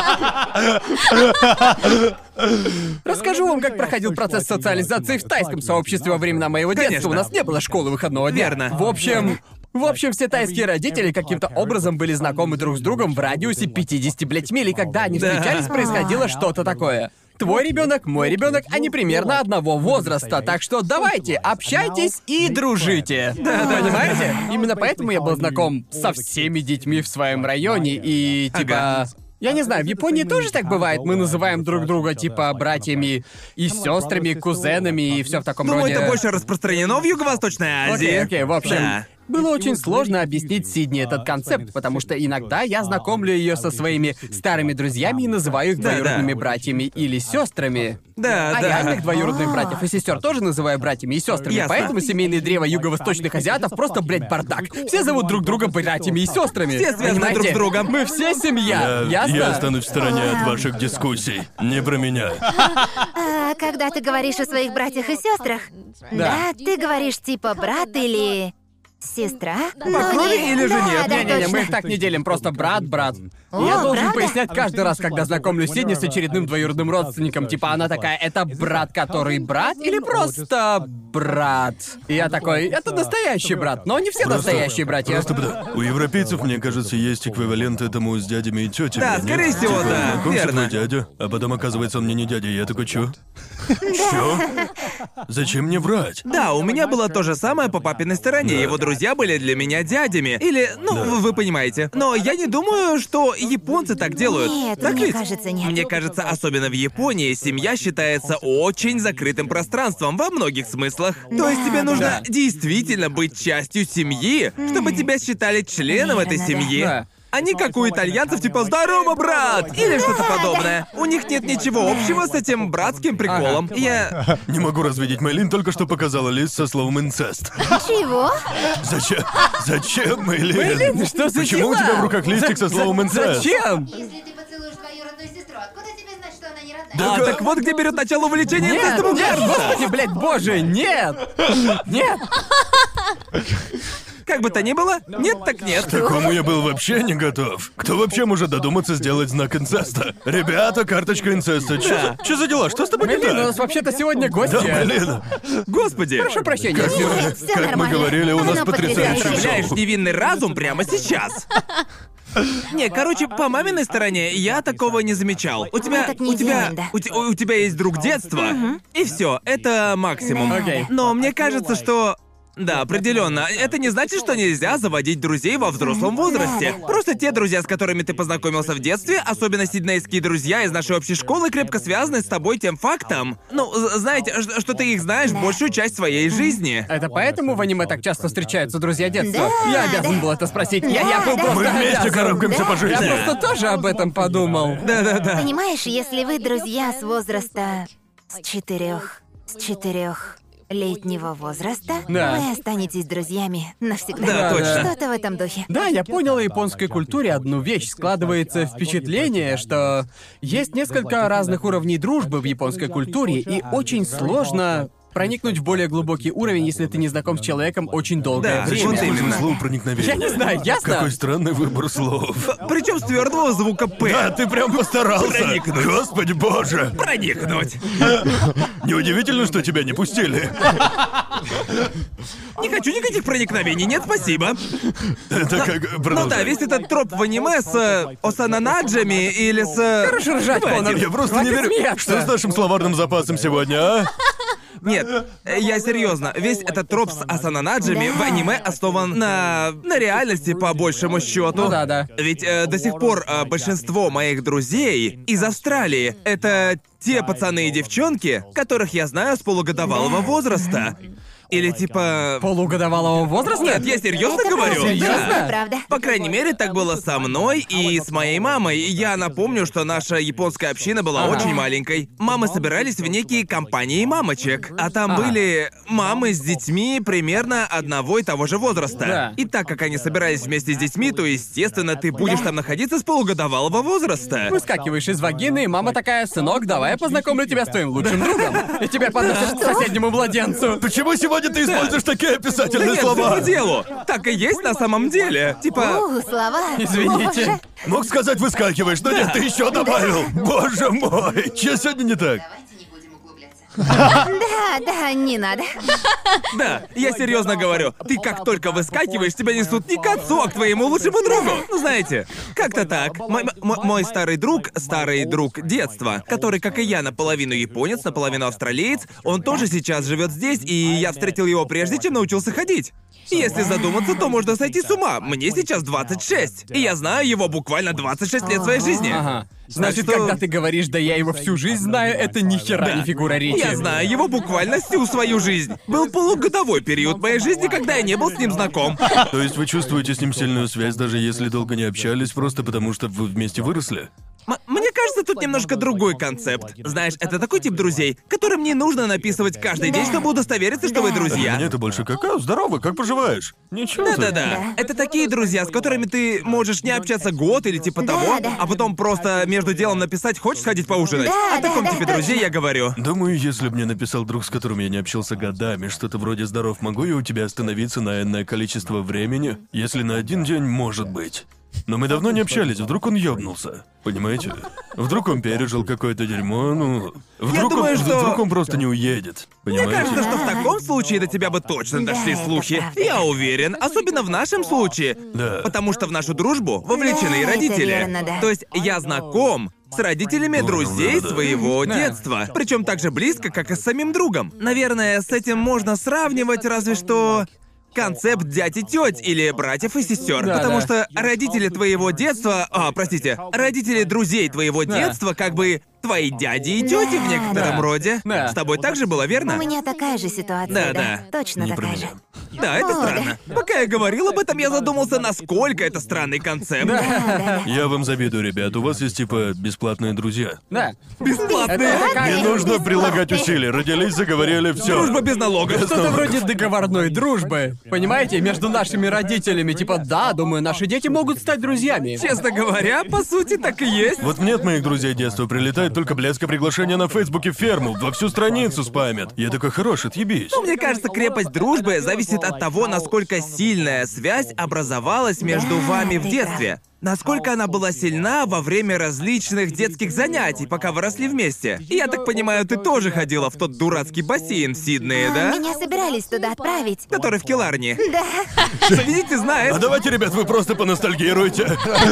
Расскажу вам, как проходил процесс социализации в тайском сообществе во времена моего детства. Конечно. У нас не было школы выходного дня. Верно. В общем... В общем, все тайские родители каким-то образом были знакомы друг с другом в радиусе пятидесяти, блядь, миль, и когда они Да. встречались, происходило что-то такое. Твой ребенок, мой ребенок, они примерно одного возраста, так что давайте, общайтесь и дружите. Да, понимаете? Именно поэтому я был знаком со всеми детьми в своем районе и типа. Ага. Я не знаю, в Японии тоже так бывает. Мы называем друг друга типа братьями и сестрами, кузенами и все в таком Думаю, роде. это больше распространено в Юго-Восточной Азии. Окей, окей, в общем. Да. Было очень сложно объяснить Сидни этот концепт, потому что иногда я знакомлю ее со своими старыми друзьями и называю их Да, двоюродными да. братьями или сестрами. Да, А да. реальных двоюродных братьев и сестер тоже называю братьями и сестрами. Ясно. Поэтому семейное древо юго-восточных азиатов просто, блядь, бардак. Все зовут друг друга братьями и сестрами. Все связаны Понимаете? друг с другом. Мы все семья. Я, Ясно? я останусь в стороне от ваших дискуссий. Не про меня. А когда ты говоришь о своих братьях и сестрах, да, ты говоришь типа брат или сестра? По крови или же да, нет? Да, Не-не-не, мы точно. их так не делим, просто брат, брат. О, Я должен правда? пояснять каждый раз, когда знакомлю Сидни с очередным двоюродным родственником. Типа, она такая, это брат, который брат, или просто брат? И я такой, это настоящий брат, но не все Просто- настоящие братья. Просто бля, у европейцев, мне кажется, есть эквивалент этому с дядями и тетями. Да, нет? скорее всего, Типа, да, знакомься, верно. твой дядя, а потом оказывается, он мне не дядя, и я такой, чё? Чё? Зачем мне врать? Да, у меня было то же самое по папиной стороне. Да. Его друзья были для меня дядями. Или, ну, Да. вы понимаете. Но я не думаю, что японцы так делают. Нет, Так мне ведь? кажется, нет. Мне кажется, особенно в Японии, семья считается очень закрытым пространством во многих смыслах. То есть тебе нужно Да. действительно быть частью семьи, чтобы тебя считали членом этой Верно, да. семьи. Да. А не как у итальянцев, типа «Здорово, брат!» или что-то подобное. У них нет ничего общего с этим братским приколом. Я... Не могу развидеть, Мэйлин только что показала лист со словом инцест. Чего? Зачем? Зачем, Мэйлин? Блин, что за Почему у дела? тебя в руках листик со словом За- инцест? Зачем? Если ты поцелуешь двоюродную сестру, откуда тебе знать, что она не родная? А, Да. так вот где берет начало увлечение Нет, инцестом у нет, Гарнта. господи, блядь, боже, нет! Нет! Как бы то ни было, нет так нет. К такому я был вообще не готов. Кто вообще может додуматься сделать знак инцеста? Ребята, карточка инцеста. Чё, за, чё за дела? Что с тобой не Блин, у так? нас вообще-то сегодня гости. Да, блин. Господи. Прошу прощения. Как, мы- Нет, всё как мы нормально. говорили, у нас Оно потрясающее потрясающе. Отравляешь шоу. невинный разум прямо сейчас. Не, короче, по маминой стороне я такого не замечал. У тебя, так не у тебя, делаем, да. у, те- у тебя есть друг детства, и все, это максимум. Да. Окей. Но мне кажется, что да, определенно. Это не значит, что нельзя заводить друзей во взрослом возрасте. Да. Просто те друзья, с которыми ты познакомился в детстве, особенно сиднейские друзья из нашей общей школы, крепко связаны с тобой тем фактом. Ну, з- знаете, ш- что ты их знаешь большую часть своей жизни. Это поэтому в аниме так часто встречаются друзья детства? Да, Я обязан да. был это спросить. Я, я был Да, просто Мы вместе обязан. карабкаемся Да. по Я жизни. просто тоже об этом подумал. Да-да-да. Понимаешь, если вы друзья с возраста с четырех, с четырех летнего возраста, Да. вы останетесь друзьями навсегда. Да, точно. Что-то в этом духе. Да, я понял о японской культуре одну вещь. Складывается впечатление, что есть несколько разных уровней дружбы в японской культуре, и очень сложно проникнуть в более глубокий уровень, если ты не знаком с человеком очень долгое Да, Зачем время. вот именно. используешь слово проникновение? Я не знаю, ясно? Какой странный выбор слов. Причем с твердого звука П. Да, ты прям постарался. Проникнуть. Господи боже. Проникнуть. Неудивительно, что тебя не пустили. Не хочу никаких проникновений, нет, спасибо. Это как... Ну да, Продолжай. весь этот троп в аниме с э, Осананаджами или с... э, Хорош ржать, Давай, Конор. Я просто не Хватит верю. смеяться. Что с нашим словарным запасом сегодня, а? Нет, э, я серьезно. Весь этот троп с Асананаджами Да. в аниме основан на... на реальности, по большему счету. Ну да, да. Ведь э, до сих пор э, большинство моих друзей из Австралии — это те пацаны и девчонки, которых я знаю с полугодовалого возраста. Или типа... Полугодовалого возраста? Нет, я серьезно Это говорю. правда, Серьезно? это правда. По крайней мере, так было со мной и с моей мамой. И я напомню, что наша японская община была Ага. очень маленькой. Мамы собирались в некие компании мамочек. А там Ага. были мамы с детьми примерно одного и того же возраста. Да. И так как они собирались вместе с детьми, то, естественно, ты будешь там находиться с полугодовалого возраста. Выскакиваешь из вагины, и мама такая: сынок, давай я познакомлю тебя с твоим лучшим другом. И тебя подносят к соседнему младенцу. Почему сегодня ты используешь такие Да описательные нет, слова? по делу. Так и есть на самом деле. Типа... У, слова. Извините. Боже. Мог сказать выскакиваешь, но нет, ты еще добавил. Боже мой, че сегодня не так? Да, да, не надо. Да, я серьезно говорю. Ты как только выскакиваешь, тебя несут не к отцу, а к твоему лучшему другу. Ну, знаете, как-то так. Мой, м- мой старый друг, старый друг детства, который, как и я, наполовину японец, наполовину австралиец, он тоже сейчас живет здесь, и я встретил его прежде, чем научился ходить. И если задуматься, то можно сойти с ума. Мне сейчас двадцать шесть, и я знаю его буквально двадцать шесть лет своей жизни. Ага. Значит, что- когда ты говоришь, да я его всю жизнь знаю, это ни хера Да. не фигура речи. Я знаю его буквально всю свою жизнь. Был полугодовой период моей жизни, когда я не был с ним знаком. То есть вы чувствуете с ним сильную связь, даже если долго не общались, просто потому что вы вместе выросли? М- мне кажется, тут немножко другой концепт. Знаешь, это такой тип друзей, которым не нужно написывать каждый день, чтобы удостовериться, что вы друзья. Мне это больше как, а, здорово, как поживаешь? Ничего ты. Да-да-да. Это такие друзья, с которыми ты можешь не общаться год или типа Да, того, да. а потом просто между делом написать «Хочешь сходить поужинать?». Да, О таком да, типе да, друзей точно. я говорю. Думаю, если бы мне написал друг, с которым я не общался годами, что-то вроде «Здоров, могу я у тебя остановиться на энное количество времени?» Если на один день, может быть. Но мы давно не общались, вдруг он ёбнулся. Понимаете? Вдруг он пережил какое-то дерьмо, ну... Вдруг, думаю, он, что- вдруг он просто не уедет. Мне Понимаете? кажется, что в таком случае до тебя бы точно Да, дошли это слухи. правда. Я уверен, особенно в нашем случае. Да. Потому что в нашу дружбу вовлечены Да, и это родители. верно, да. То есть я знаком с родителями Понял, друзей да-да. своего Да. детства. Причем так же близко, как и с самим другом. Наверное, с этим можно сравнивать разве что концепт дядь и тёть или братьев и сестер. Да, Потому да. что родители твоего детства, а, простите, родители друзей твоего Да. детства как бы твои дяди и тети в некотором Да. роде. Да. С тобой так же было, верно? У меня такая же ситуация, Да, да. да. Точно Не про такая же. меня. Да, это О, странно. Пока я говорил об этом, я задумался, насколько это странный концепт. Да, да, да. Я вам завидую, ребят. У вас есть типа бесплатные друзья. Да. Бесплатные. Это такая- Не нужно прилагать усилий. Родились, заговорили, все. Дружба без налогов. Что-то вроде договорной дружбы. Понимаете, между нашими родителями, типа, да, думаю, наши дети могут стать друзьями. Честно говоря, по сути, так и есть. Вот мне от моих друзей детства прилетает только блеска приглашения на Фейсбуке в ферму, во всю страницу спамят. Я такой, хорош, отъебись. Мне кажется, крепость дружбы зависит от того, насколько сильная связь образовалась между Да, вами в ты детстве. Насколько она была сильна во время различных детских занятий, пока вы росли вместе. И я так понимаю, ты тоже ходила в тот дурацкий бассейн в Сиднее, А, да? Меня собирались туда отправить. Который в Келарне. Да. Видите, А знает. давайте, ребят, вы просто поностальгируйте.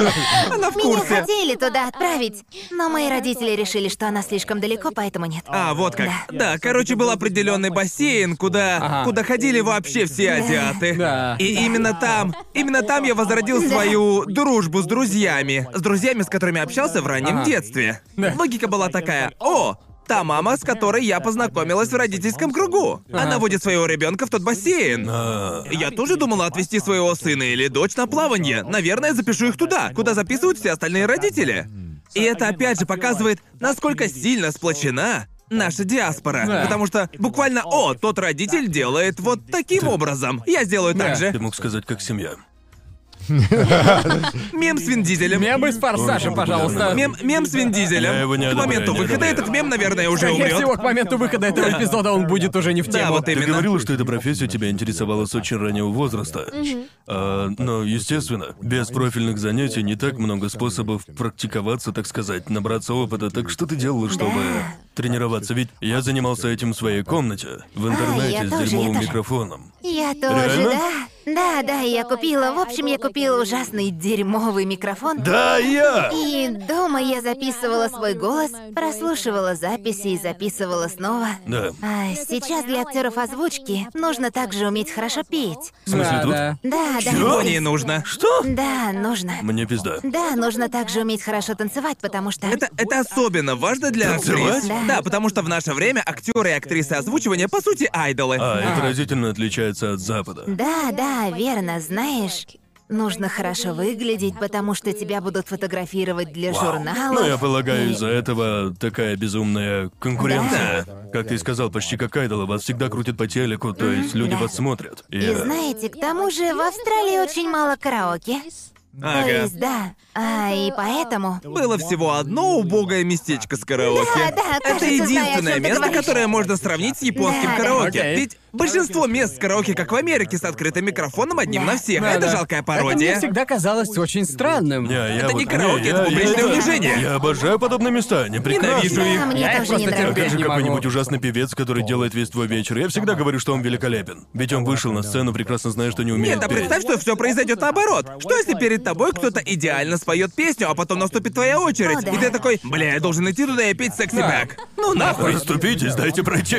Она в Меня курсе. хотели туда отправить, но мои родители решили, что она слишком далеко, поэтому нет. А, вот как. Да. Да, короче, был определенный бассейн, куда, Ага. куда ходили вообще все азиаты. Да. И именно там, именно там я возродил свою дружбу с друзьями. С друзьями, с которыми общался в раннем Ага. детстве. Да. Логика была такая: о, та мама, с которой я познакомилась в родительском кругу. Она водит своего ребенка в тот бассейн. А, Я тоже думала отвезти своего сына или дочь на плавание. Наверное, запишу их туда, куда записывают все остальные родители. И это опять же показывает, насколько сильно сплочена наша диаспора. Да. Потому что буквально, о, тот родитель делает вот таким образом. Я сделаю так Да. ты же. мог сказать, как семья. Мем с Вин Дизелем. Мемы с форсажем, Очень пожалуйста. популярный. Мем, мем с Вин Дизелем. Я его не К одобряю, моменту не выхода одобряю. этот мем, наверное, уже Скорее умрет. всего, к моменту выхода этого эпизода он будет уже не в Да, тему. вот Ты именно. говорила, что эта профессия тебя интересовала с очень раннего возраста. А, но, естественно, без профильных занятий не так много способов практиковаться, так сказать, набраться опыта. Так что ты делала, чтобы Да. тренироваться? Ведь я занимался этим в своей комнате, в я интернете, с тоже, дерьмовым я тоже. микрофоном. Я тоже, Реально? да. Да, да, я купила. В общем, я купила ужасный дерьмовый микрофон. Да, я! И дома я записывала свой голос, прослушивала записи и записывала снова. Да. А сейчас для актеров озвучки нужно также уметь хорошо петь. В смысле, Да, тут? да. Да, да. В Японии нужно. Что? Да, нужно. Мне пизда. Да, нужно также уметь хорошо танцевать, потому что... Это, это особенно важно для Танцевать? актрис. Да. Да, потому что в наше время актеры и актрисы озвучивания по сути айдолы. А, это разительно отличается от Запада. Да, да, верно, знаешь... Нужно хорошо выглядеть, потому что тебя будут фотографировать для журналов. Ну, я полагаю, И- из-за этого такая безумная конкуренция. Как ты сказал, почти как айдолы, вас всегда крутят по телеку, то есть люди да. вас смотрят. И, И знаете, к тому же в Австралии очень мало караоке. То Ага. есть, да. А, и поэтому... Было всего одно убогое местечко с караоке. Да, да, Это кажется, знаю, о единственное чем ты место, говоришь. которое можно сравнить с японским Да, да. караоке. Окей. Ведь большинство мест с караоке, как в Америке, с открытым микрофоном одним Да. на всех. Да, Это да. жалкая Это мне пародия. всегда казалось очень странным. Не, я Это вот- не караоке, не, это я- публичное я- унижение. Я обожаю подобные места, они прекрасны. Ненавижу их. Да, мне Я их тоже не просто А нравится. как же не могу. какой-нибудь ужасный певец, который делает весь твой вечер? Я всегда говорю, что он великолепен. Ведь он вышел на сцену, прекрасно зная, что не умеет Нет, а петь. представь, что все произойдет наоборот. Что если перед тобой кто-то идеально споет песню, а потом наступит твоя очередь, О, да. и ты такой, бля, я должен идти туда и петь секси бэк. Ну нахуй. Расступитесь, дайте пройти.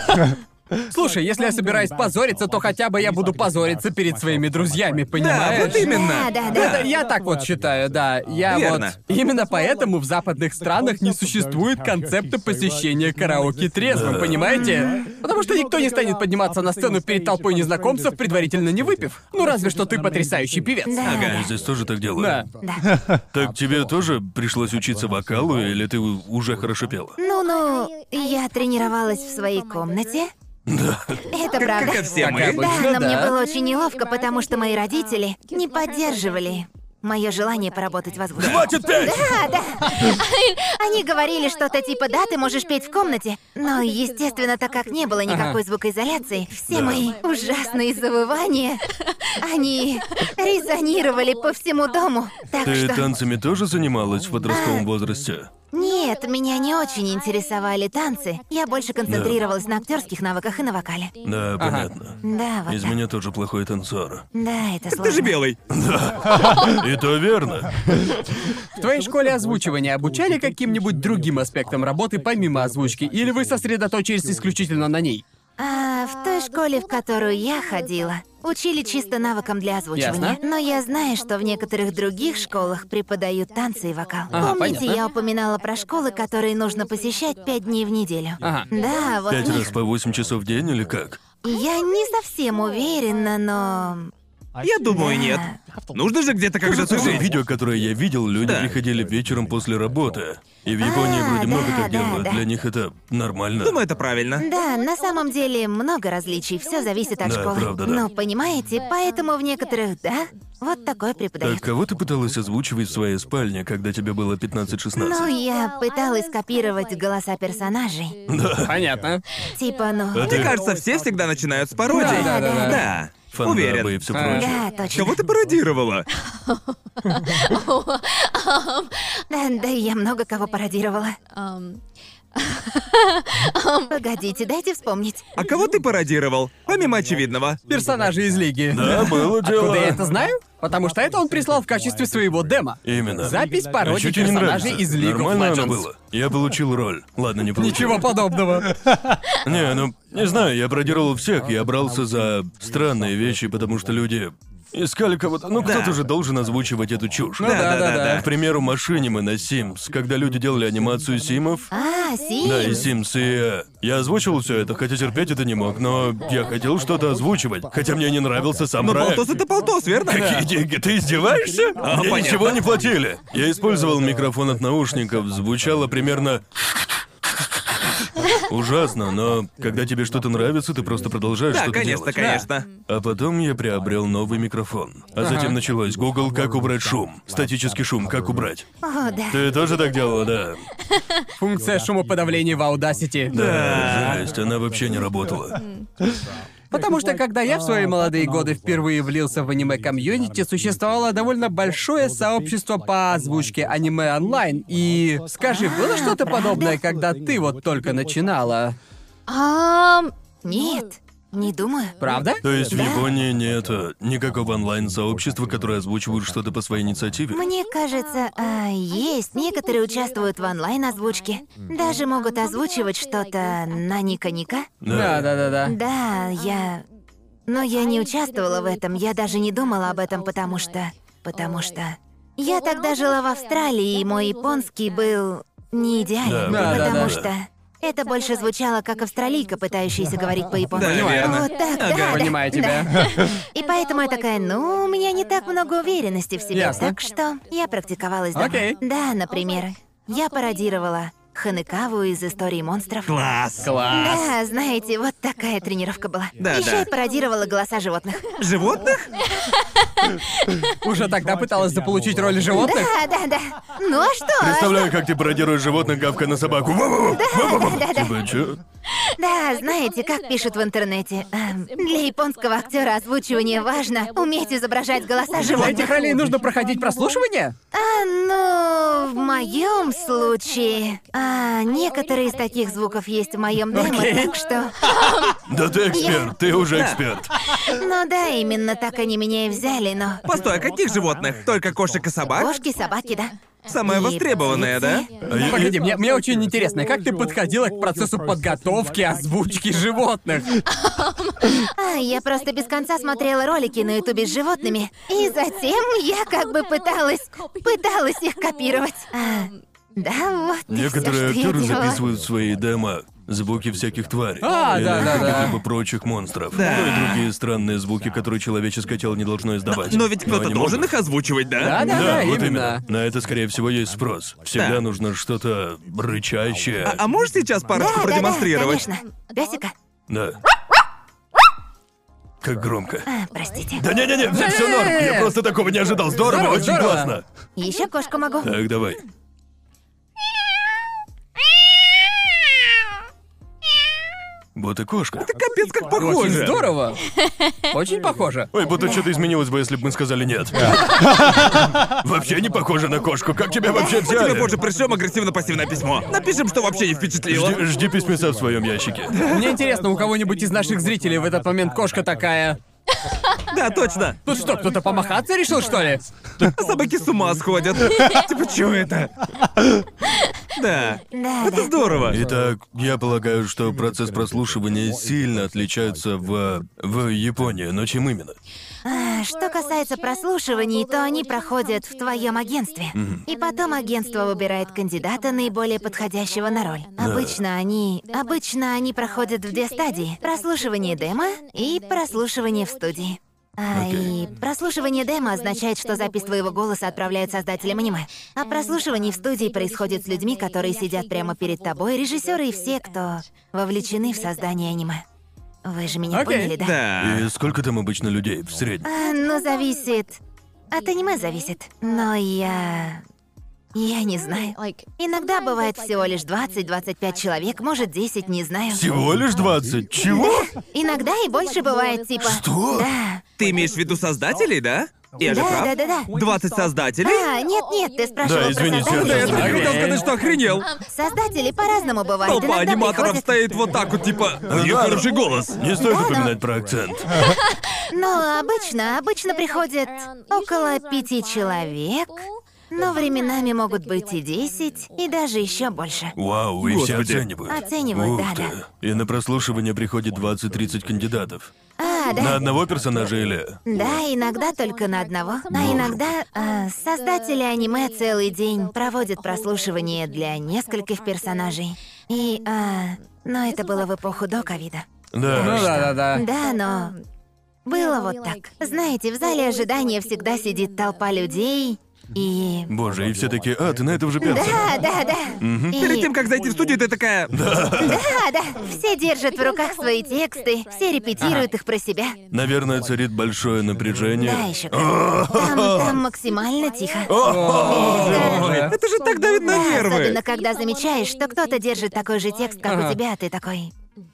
Слушай, если я собираюсь позориться, то хотя бы я буду позориться перед своими друзьями, Да, понимаешь? вот именно. Да, да, да. Это я так вот считаю, да. Я Верно. вот... Именно поэтому в западных странах не существует концепта посещения караоке трезвым, понимаете? Потому что никто не станет подниматься на сцену перед толпой незнакомцев, предварительно не выпив. Ну разве что ты потрясающий певец. Да, Ага. Здесь тоже так делают. Да. да. Так тебе тоже пришлось учиться вокалу, или ты уже хорошо пела? Ну-ну, я тренировалась в своей комнате. Да. Это правда. Как и все Как мы. обычно. Да, но мне да. было очень неловко, потому что мои родители не поддерживали мое желание поработать в озвучке. Хватит петь! Да, да. Они говорили что-то типа «да, ты можешь петь в комнате». Но, естественно, так как не было никакой звукоизоляции, все Да. мои ужасные завывания, они резонировали по всему дому. Так Ты что... танцами тоже занималась в подростковом возрасте? Нет, меня не очень интересовали танцы. Я больше концентрировалась на актерских навыках и на вокале. Да, понятно. Да, вот Из так. меня тоже плохой танцор. Да, это сложно. Ты же белый. И то верно. В твоей школе озвучивания обучали каким-нибудь другим аспектам работы помимо озвучки, или вы сосредоточились исключительно на ней? А в той школе, в которую я ходила, учили чисто навыкам для озвучивания. Ясно. Но я знаю, что в некоторых других школах преподают танцы и вокал. Ага, Помните, понятно. я упоминала про школы, которые нужно посещать пять дней в неделю? Ага. Да, вот Пять в них. раз по восемь часов в день или как? Я не совсем уверена, но... Я думаю, нет. Нужно же где-то как-то В жить. видео, которое я видел, люди Да. приходили вечером после работы. И в Японии А, вроде много да, так да, делают. да. Для них это нормально. Думаю, это правильно. Да, на самом деле много различий, все зависит от Да, школы. правда, да. Ну, понимаете, поэтому в некоторых, да, вот такое преподают. Так кого ты пыталась озвучивать в своей спальне, когда тебе было Ну, пятнадцать-шестнадцать? я пыталась копировать голоса персонажей. Понятно. Типа, ну... А ты- Мне кажется, все всегда начинают с пародий. Да, да, да, да. Да. Фандабы и Уверен. все А. прочее. Да, точно. Кого ты пародировала? Да, да, я много кого пародировала. Погодите, дайте вспомнить. А кого ты пародировал? Помимо очевидного. Персонажи из Лиги. Да, было дело. Откуда я это знаю? Потому что это он прислал в качестве своего демо. Именно. Запись А пародий чё тебе не персонажей нравится? из League of Нормально оно Legends. было. Я получил роль. Ладно, не получил. Ничего подобного. Не, ну, не знаю, я пародировал всех, я брался за странные вещи, потому что люди искали кого-то. Ну, кто-то же должен озвучивать эту чушь. Ну да, да, да. К примеру, машинимы на Sims, когда люди делали анимацию Симов. А, Сим. Да, и Sims, и э, я озвучивал все это, хотя терпеть это не мог, но я хотел что-то озвучивать, хотя мне не нравился сам Но проект. полтос это полтос, верно? Какие деньги? Ты издеваешься? А, Мне понятно. ничего не платили. Я использовал микрофон от наушников, звучало примерно... Ужасно, но когда тебе что-то нравится, ты просто продолжаешь Да, что-то конечно, делать. конечно. А потом я приобрел новый микрофон. А затем началось Google, как убрать шум. Статический шум, как убрать. О, да. Ты тоже так делала, да? Функция шумоподавления в Audacity. Да. Жесть, она вообще не работала. Потому что когда я в свои молодые годы впервые влился в аниме-комьюнити, существовало довольно большое сообщество по озвучке аниме онлайн. И скажи, было что-то подобное, когда ты вот только начинала? Ам, Нет. Не думаю. Правда? То есть в Да. Японии нет э, никакого онлайн-сообщества, которое озвучивает что-то по своей инициативе? Мне кажется, а, есть. Некоторые участвуют в онлайн-озвучке. Даже могут озвучивать что-то на Ника-Ника. Да, да, да, да. Да, я... Но я не участвовала в этом, я даже не думала об этом, потому что... Потому что... Я тогда жила в Австралии, и мой японский был не идеален, Да, да, потому да. что... Это больше звучало как австралийка, пытающаяся говорить по-японски. Да, верно. Вот так, да, Ага. да, Понимаю да. тебя. И поэтому я такая, ну, у меня не так много уверенности в себе, Ясно. так что я практиковалась дома. Окей. Да, например, я пародировала Ханекаву из «Истории монстров». Класс. Класс. Да, знаете, вот такая тренировка была. Да, Еще да. я пародировала голоса животных. Животных? Уже тогда пыталась заполучить роль животных? Да, да, да. Ну а что? Представляю, как ты пародируешь животных, гавкая на собаку. Во-во-во! Во-во-во! да, да. Типа, чё? Да, знаете, как пишут в интернете. эм, для японского актера озвучивание важно уметь изображать голоса Для животных. этих ролей нужно проходить прослушивание? А, ну, в моем случае, а, некоторые из таких звуков есть в моем демо, Окей. так что... Да ты эксперт, ты уже эксперт. Ну да, именно так они меня и взяли, но... Постой, а каких животных? Только кошек и собак? Кошки, собаки, да. Самое И востребованное, да? птицы. А я- Погоди, мне, мне очень интересно, как ты подходила к процессу подготовки озвучки животных? А, я просто без конца смотрела ролики на ютубе с животными, и затем я как бы пыталась, пыталась их копировать. А, да, вот и всё, Некоторые что я актеры делала. записывают в свои демо звуки всяких тварей. А, или да, да, да. каких-либо прочих монстров. Да. Ну и другие странные звуки, которые человеческое тело не должно издавать. Но ведь кто-то они должен могут. их озвучивать, да? Да, да, Да, да, вот именно. именно. На это, скорее всего, есть спрос. Всегда Да. нужно что-то рычащее. А, а можешь сейчас Да, парочку да, да, продемонстрировать? конечно. Песика. Да. Как громко. А, простите. Да не-не-не, все норм. Я просто такого не ожидал. Здорово, Здорово, очень здорово. классно. Еще кошку могу. Так, давай. Вот и кошка. Капец, как Очень похоже. здорово. Очень похоже. Ой, будто что-то изменилось бы, если бы мы сказали нет. Вообще не похоже на кошку. Как тебя вообще Тебе взяли? позже пришлем агрессивно-пассивное письмо. Напишем, что вообще не впечатлило. Жди, жди письмеца в своем ящике. Мне интересно, у кого-нибудь из наших зрителей в этот момент кошка такая... Да, точно. Тут что, кто-то помахаться решил, что ли? Собаки с ума сходят. Типа, чё это? Да. Да, Это да. здорово. Итак, я полагаю, что процесс прослушивания сильно отличается в... в Японии, но чем именно? А, что касается прослушиваний, то они проходят в твоем агентстве. И потом агентство выбирает кандидата, наиболее подходящего на роль. Обычно они... Обычно они проходят в две стадии. Прослушивание демо и прослушивание в студии. А, и прослушивание демо означает, что запись твоего голоса отправляют создателям аниме. А прослушивание в студии происходит с людьми, которые сидят прямо перед тобой, режиссеры и все, кто вовлечены в создание аниме. Вы же меня Окей. поняли, да? Да. И сколько там обычно людей в среднем? А, ну, зависит. От аниме зависит. Но я... Я не знаю. Иногда бывает всего лишь двадцать-двадцать пять человек, может десять, не знаю. Всего лишь двадцать? Чего? Иногда и больше бывает, типа... Что? Да. Ты имеешь в виду создателей, да? Я же Да, прав? да, да, да. двадцать создателей? А, нет-нет, ты спрашивал Да, про извините, создателей. Да, я только Окей. хотел сказать, что охренел. Создатели по-разному бывают. Толпа Иногда аниматоров приходят- стоит вот так вот, типа, у нее Да. хороший голос. Не стоит Да, да. упоминать про акцент. Но обычно, обычно приходят около пяти человек. Но временами могут быть и десять, и даже еще больше. Вау, и все Господи. оценивают. Оценивают, Ух да, ты. да. И на прослушивание приходит двадцать-тридцать кандидатов. А, да. На одного персонажа или... Да, иногда только на одного. А иногда а, создатели аниме целый день проводят прослушивание для нескольких персонажей. И, а, но это было в эпоху до ковида. Ну Да. да, да, да. Да, но было вот так. Знаете, в зале ожидания всегда сидит толпа людей, и... Боже, и все такие, а, ты на этого же перца. Да, да, да. И- Перед тем, как зайти в студию, ты такая... Да, да. Все держат в руках свои тексты, все репетируют их про себя. Наверное, царит большое напряжение. Да, еще как. Там, там максимально тихо. Боже. Это же так давит на Да, нервы. особенно когда замечаешь, что кто-то держит такой же текст, как Ага. у тебя, а ты такой...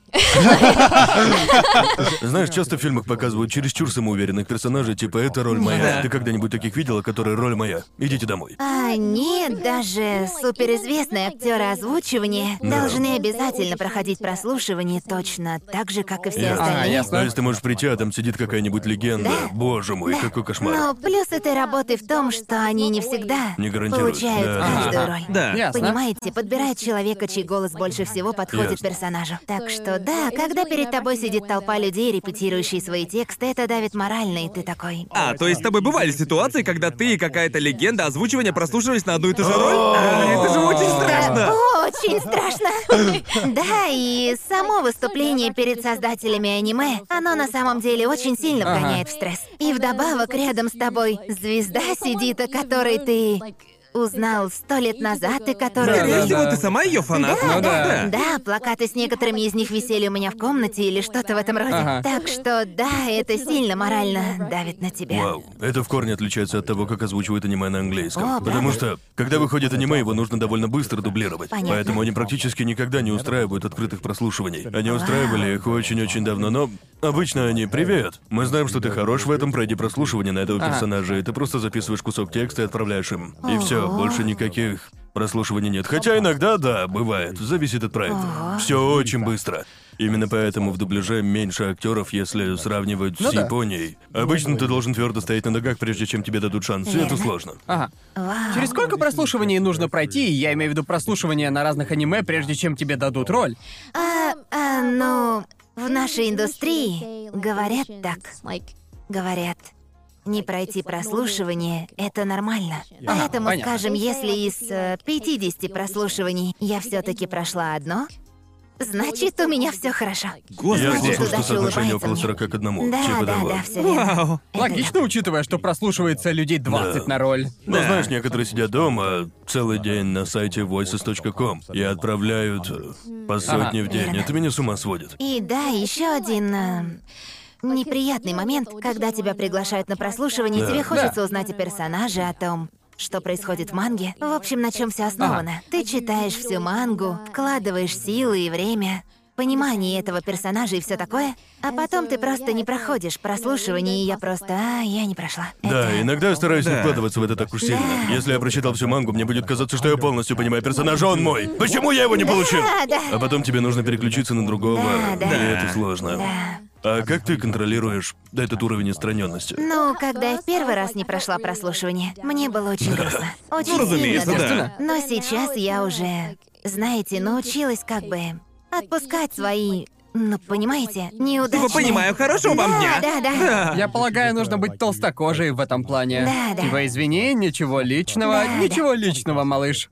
Знаешь, часто в фильмах показывают чересчур самоуверенных персонажей, типа «это роль моя». Да. Ты когда-нибудь таких видела, которые «роль моя»? Идите домой. А, нет, даже суперизвестные актеры озвучивания Да. должны обязательно проходить прослушивание точно так же, как и все Ясно. А, остальные. ясно. Но если ты можешь прийти, а там сидит какая-нибудь легенда, Да. боже мой, Да. какой кошмар. Но плюс этой работы в том, что они не всегда Не гарантируют. получают Да. каждую Ага. роль. Да. Ясно. Понимаете, подбирает человека, чей голос больше всего подходит Ясно. персонажу. Так что да, когда перед тобой сидит толпа людей, репетирующие свои тексты, это давит морально, и ты такой... А, то есть с тобой бывали ситуации, когда ты и какая-то легенда озвучивания прослушивались на одну и ту же роль? А, это же очень страшно! Очень страшно. Да, и само выступление перед создателями аниме, оно на самом деле очень сильно Ага. вгоняет в стресс. И вдобавок рядом с тобой звезда сидит, о которой ты узнал сто лет назад, и которую... Да, Скорее да, всего, да. ты сама ее фанат. Ну да. Да, плакаты с некоторыми из них висели у меня в комнате или что-то в этом роде. Ага. Так что да, это сильно морально давит на тебя. Вау, это в корне отличается от того, как озвучивают аниме на английском. О, Потому правда? что, когда выходит аниме, его нужно довольно быстро дублировать. Понятно. Поэтому они практически никогда не устраивают открытых прослушиваний. Они устраивали их очень-очень давно, но обычно они «Привет, мы знаем, что ты хорош в этом, пройди прослушивание на этого Ага. персонажа», и ты просто записываешь кусок текста и отправляешь им. И все, Ого. больше никаких прослушиваний нет. Хотя иногда, да, бывает, зависит от проекта. Ого. Все очень быстро. Именно поэтому в дубляже меньше актеров, если сравнивать Ну с да. Японией. Обычно ты должен твердо стоять на ногах, прежде чем тебе дадут шанс, и это Верно. сложно. Ага. Вау. Через сколько прослушиваний нужно пройти? Я имею в виду прослушивание на разных аниме, прежде чем тебе дадут роль. А, а, ну, в нашей индустрии говорят так. Говорят, не пройти прослушивание — это нормально. Поэтому, понятно. скажем, если из э, пятидесяти прослушиваний я все-таки прошла одно, значит, у меня все хорошо. Я Господи. слышал, что удача соотношение улыбается около мне. сорока к одному. Да, типа да, того. да, все верно. Вау. Это Логично, учитывая, что прослушивается людей двадцать Да. на роль. Но знаешь, некоторые сидят дома целый день на сайте voices точка com и отправляют э, по сотне в день. Верно. Это меня с ума сводит. И да, еще один э, неприятный момент, когда тебя приглашают на прослушивание, Да. тебе хочется Да. узнать о персонаже, о том, что происходит в манге. В общем, на чем все основано. Ты читаешь всю мангу, вкладываешь силы и время, понимание этого персонажа и все такое, а потом ты просто не проходишь прослушивание, и я просто, а, я не прошла. Да, Это- иногда я стараюсь не Да. вкладываться в это так уж сильно. Да. Если я прочитал всю мангу, мне будет казаться, что я полностью понимаю персонажа, он мой. Почему я его не получил? Да, да. А потом тебе нужно переключиться на другого, Да, да. и это сложно. Да. А как ты контролируешь этот уровень отстраненности? Ну, когда я в первый раз не прошла прослушивание, мне было очень грустно. Очень Ну, разумеется, сильно да. грустно. Но сейчас я уже, знаете, научилась как бы отпускать свои, ну, понимаете, неудачные... Типа, понимаю, хорошего вам Да, дня. да, да. Я полагаю, нужно быть толстокожей в этом плане. Да, да. Типа, извини, ничего личного, Да, ничего личного, малыш.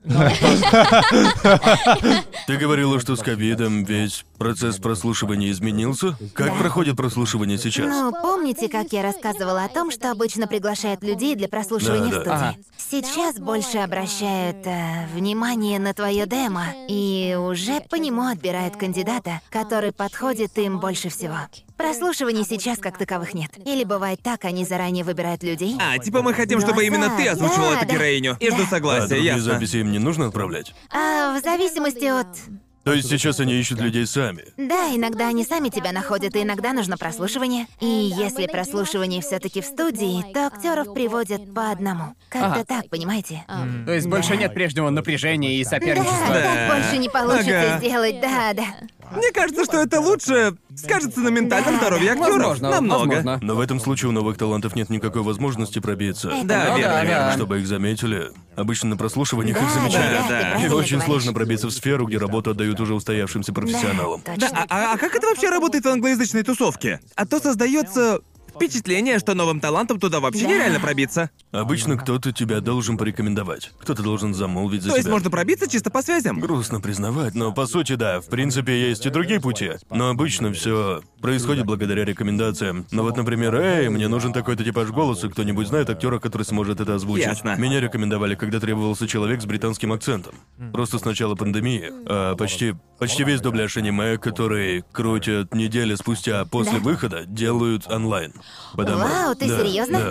Ты говорила, что с ковидом весь процесс прослушивания изменился? Как Да. проходит прослушивание сейчас? Ну, помните, как я рассказывала о том, что обычно приглашают людей для прослушивания Да, в да. студии? Ага. Сейчас больше обращают э, внимание на твое демо и уже по нему отбирают кандидата, который подходит им больше всего. Прослушиваний сейчас как таковых нет. Или бывает так, они заранее выбирают людей. А, типа мы хотим, чтобы именно ты озвучивала Да, эту да. героиню. И жду Да. А согласия, другие ясно. записи им не нужно отправлять? А в зависимости от... То есть сейчас они ищут людей сами? Да, иногда они сами тебя находят, и иногда нужно прослушивание. И если прослушивание все-таки в студии, то актеров приводят по одному. Как-то Ага. так, понимаете? То есть больше нет прежнего напряжения и Да, соперничества. так больше не получится Ага. сделать, да, да. Мне кажется, что это лучше скажется на ментальном Да, здоровье да. актеров. Возможно, Намного. возможно. Но в этом случае у новых талантов нет никакой возможности пробиться. Это Да, Ну верно, да, верно. да. Чтобы их заметили. Обычно на прослушиваниях Да, их замечают. да, ты да. правильно И очень говоришь. сложно пробиться в сферу, где работу отдают уже устоявшимся профессионалам. Да, Да, точно. а, а как это вообще работает в англоязычной тусовке? А то создается впечатление, что новым талантам туда вообще Да. нереально пробиться. Обычно кто-то тебя должен порекомендовать. Кто-то должен замолвить за То есть тебя. можно пробиться чисто по связям. Грустно признавать, но по сути да, в принципе есть и другие пути. Но обычно все происходит благодаря рекомендациям. Ну вот, например, эй, мне нужен такой-то типаж голоса, кто-нибудь знает актера, который сможет это озвучить. Ясно. Меня рекомендовали, когда требовался человек с британским акцентом. Просто с начала пандемии. А почти почти весь дубляж аниме, который крутят недели спустя после Да. выхода, делают онлайн. По домам. Вау, ты Да, серьезно? Да.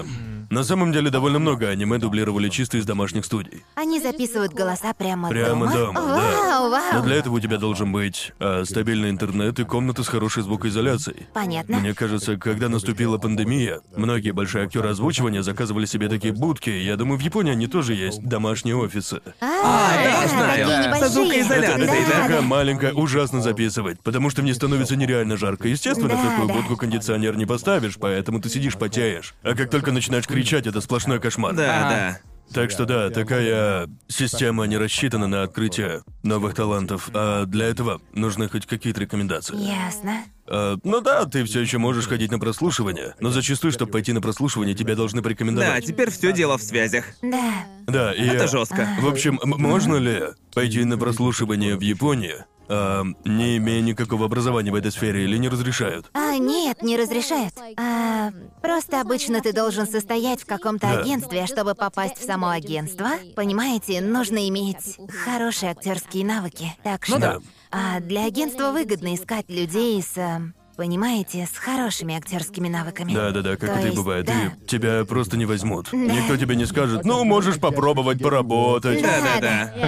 На самом деле довольно много аниме дублировали чисто из домашних студий. Они записывают голоса прямо, Прямо дома? дома, да. Вау, вау. Но для этого у тебя должен быть а, стабильный интернет и комната с хорошей звукоизоляцией. Понятно. Мне кажется, когда наступила пандемия, многие большие актеры озвучивания заказывали себе такие будки. Я думаю, в Японии они тоже есть домашние офисы. А, да, да, знаю. такие Со небольшие. звукоизоляцией, Да, да. да. Такая маленькая, ужасно записывать, потому что мне становится нереально жарко. Естественно, Да, в такую да. будку кондиционер не поставишь, поэтому ты сидишь, потеешь. А как только начинаешь кричать, это сплошной кошмар. Да, Ага. да. Так что да, такая система не рассчитана на открытие новых талантов, а для этого нужны хоть какие-то рекомендации. Ясно. А, ну да, ты все еще можешь ходить на прослушивание, но зачастую, чтобы пойти на прослушивание, тебя должны Да, порекомендовать. теперь все дело в связях. Да. Да, и Это я- жестко. В общем, м- можно ли пойти на прослушивание в Японии, а, не имея никакого образования в этой сфере, или не разрешают? А, нет, не разрешают. А, просто обычно ты должен состоять в каком-то Да. агентстве, а чтобы попасть в само агентство, понимаете, нужно иметь хорошие актерские навыки. Так что Ну да. а, для агентства выгодно искать людей с, а, понимаете, с хорошими актерскими навыками. Да-да-да, как То это и есть, бывает. да. И тебя просто не возьмут. Никто тебе не скажет, ну, можешь попробовать поработать. Да. Да-да-да.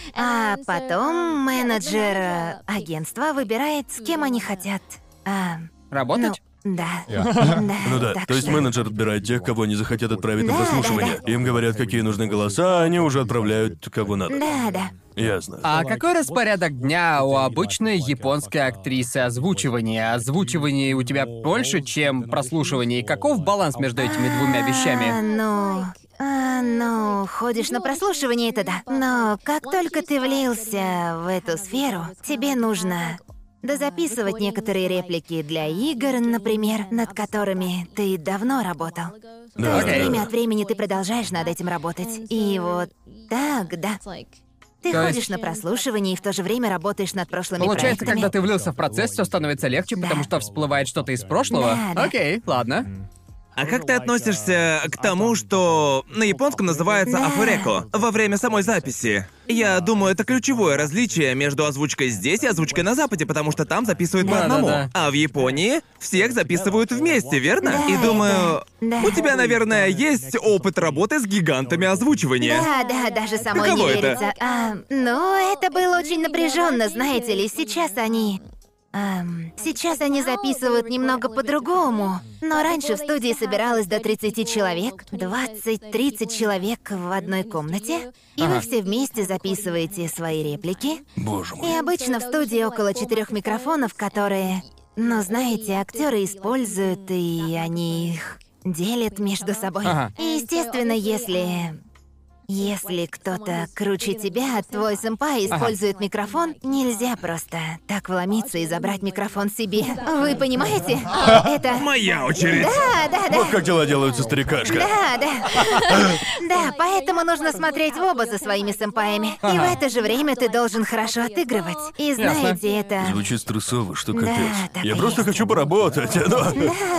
А потом менеджер э, агентства выбирает, с кем они хотят. А, Работать? ну, да. Да. Ну да, так то есть что- менеджер отбирает тех, кого они захотят отправить на Да, прослушивание. да, Им говорят, какие нужны голоса, а они уже отправляют кого надо. Да, да. Ясно. А какой распорядок дня у обычной японской актрисы озвучивания? Озвучивание у тебя больше, чем прослушивание. И каков баланс между этими двумя А, вещами? ну, а, ну, ходишь на прослушивание, это да. Но как только ты влился в эту сферу, тебе нужно дозаписывать некоторые реплики для игр, например, над которыми ты давно работал. Да, То есть Окей. время от времени ты продолжаешь над этим работать. И вот так, да. Ты То ходишь есть- на прослушивание и в то же время работаешь над прошлыми Получается, проектами. когда ты влился в процесс, все становится легче, потому что всплывает что-то из прошлого? Да, да. Окей, ладно. А как ты относишься к тому, что на японском называется Да. афуреко во время самой записи? Я думаю, это ключевое различие между озвучкой здесь и озвучкой на Западе, потому что там записывают по Да, да, одному. да. А в Японии всех записывают вместе, верно? Да, И думаю, да. у тебя, наверное, есть опыт работы с гигантами озвучивания. Да, да, даже самой Каково не это? верится. А, ну, это было очень напряженно, знаете ли. Сейчас они. ам, сейчас они записывают немного по-другому. Но раньше в студии собиралось до тридцати человек, двадцать-тридцать человек в одной комнате. И вы Ага. все вместе записываете свои реплики. Боже мой. И обычно в студии около четырех микрофонов, которые, ну, знаете, актеры используют, и они их делят между собой. Ага. И, естественно, если... Если кто-то круче тебя, твой сэмпай использует микрофон, нельзя просто так вломиться и забрать микрофон себе. Вы понимаете? Это... Моя очередь. Да, да, да. Вот как дела делаются, старикашка. Да, да. Да, поэтому нужно смотреть в оба за своми сэмпаями. И в это же время ты должен хорошо отыгрывать. И знаете, это... Звучит стрессово, что Да, капец. так Я и просто есть. хочу поработать. но-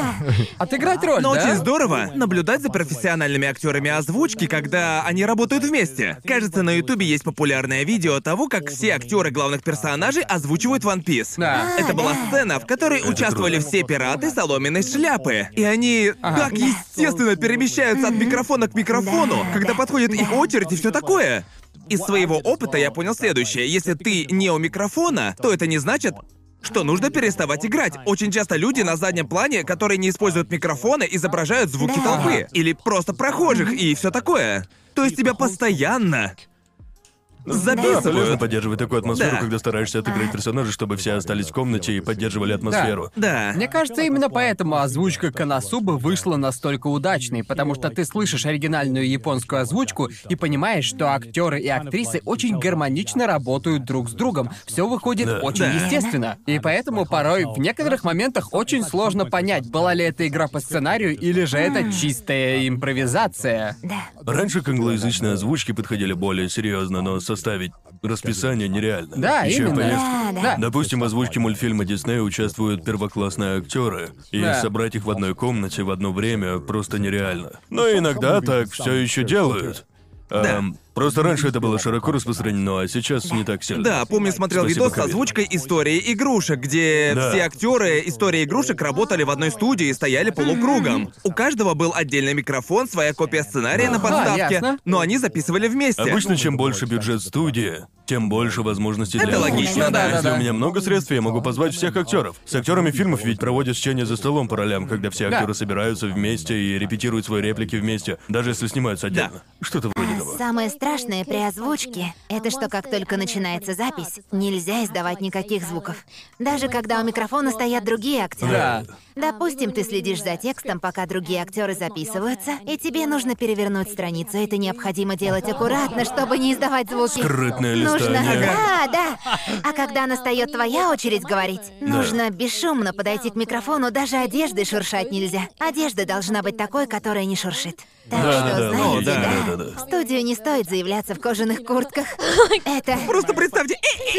Отыграть роль, Но да? очень здорово наблюдать за профессиональными актерами озвучки, когда они работают вместе. Кажется, на Ютубе есть популярное видео того, как все актеры главных персонажей озвучивают One Piece. Да. Это была да. сцена, в которой участвовали круто. все пираты соломенной шляпы. И они Ага. так естественно перемещаются от микрофона к микрофону, Да, когда да, подходит их да. очередь и все такое. Из своего опыта я понял следующее. Если ты не у микрофона, то это не значит, что нужно переставать играть. Очень часто люди на заднем плане, которые не используют микрофоны, изображают звуки Да. толпы. Или просто прохожих и все такое. То есть тебя постоянно Да, полезно записывают. поддерживать такую атмосферу, Да. когда стараешься отыграть персонажей, чтобы все остались в комнате и поддерживали атмосферу. Да. Мне кажется, именно поэтому озвучка Коносубы вышла настолько удачной, потому что ты слышишь оригинальную японскую озвучку и понимаешь, что актеры и актрисы очень гармонично работают друг с другом. Все выходит Да. очень Да. естественно. И поэтому порой в некоторых моментах очень сложно понять, была ли это игра по сценарию или же это чистая импровизация. Да. Раньше к англоязычной озвучке подходили более серьезно, но составить расписание нереально. Да, Ещё и именно. поездки. Да, да. Да. Допустим, в озвучке мультфильма Диснея участвуют первоклассные актеры, и Да. собрать их в одной комнате в одно время просто нереально. Но иногда так все еще делают. Да. Эм, Просто раньше это было широко распространено, а сейчас не так сильно. Да, помню, смотрел Спасибо, видос с Кавин. озвучкой истории игрушек, где Да. все актеры истории игрушек работали в одной студии и стояли полукругом. У каждого был отдельный микрофон, своя копия сценария на подставке, ясно. но они записывали вместе. Обычно, чем больше бюджет студии, тем больше возможностей для Это озвучки. логично, да, Если да, да. у меня много средств, я могу позвать всех актеров. С актерами фильмов ведь проводят чтение за столом по ролям, когда все Да. актеры собираются вместе и репетируют свои реплики вместе, даже если снимаются отдельно. Что-то вроде того. Самое страшное при озвучке — это что как только начинается запись, нельзя издавать никаких звуков. Даже когда у микрофона стоят другие актеры. Да. Допустим, ты следишь за текстом, пока другие актеры записываются, и тебе нужно перевернуть страницу. Это необходимо делать аккуратно, чтобы не издавать звуки. Скрытное Нужно, листание. да, да. А когда настает твоя очередь говорить, нужно бесшумно подойти к микрофону, даже одеждой шуршать нельзя. Одежда должна быть такой, которая не шуршит. Так Да, что, да, да, знаете, ну, да, да, да, да, да. в студию не стоит заявляться в кожаных куртках. Это... Просто представьте...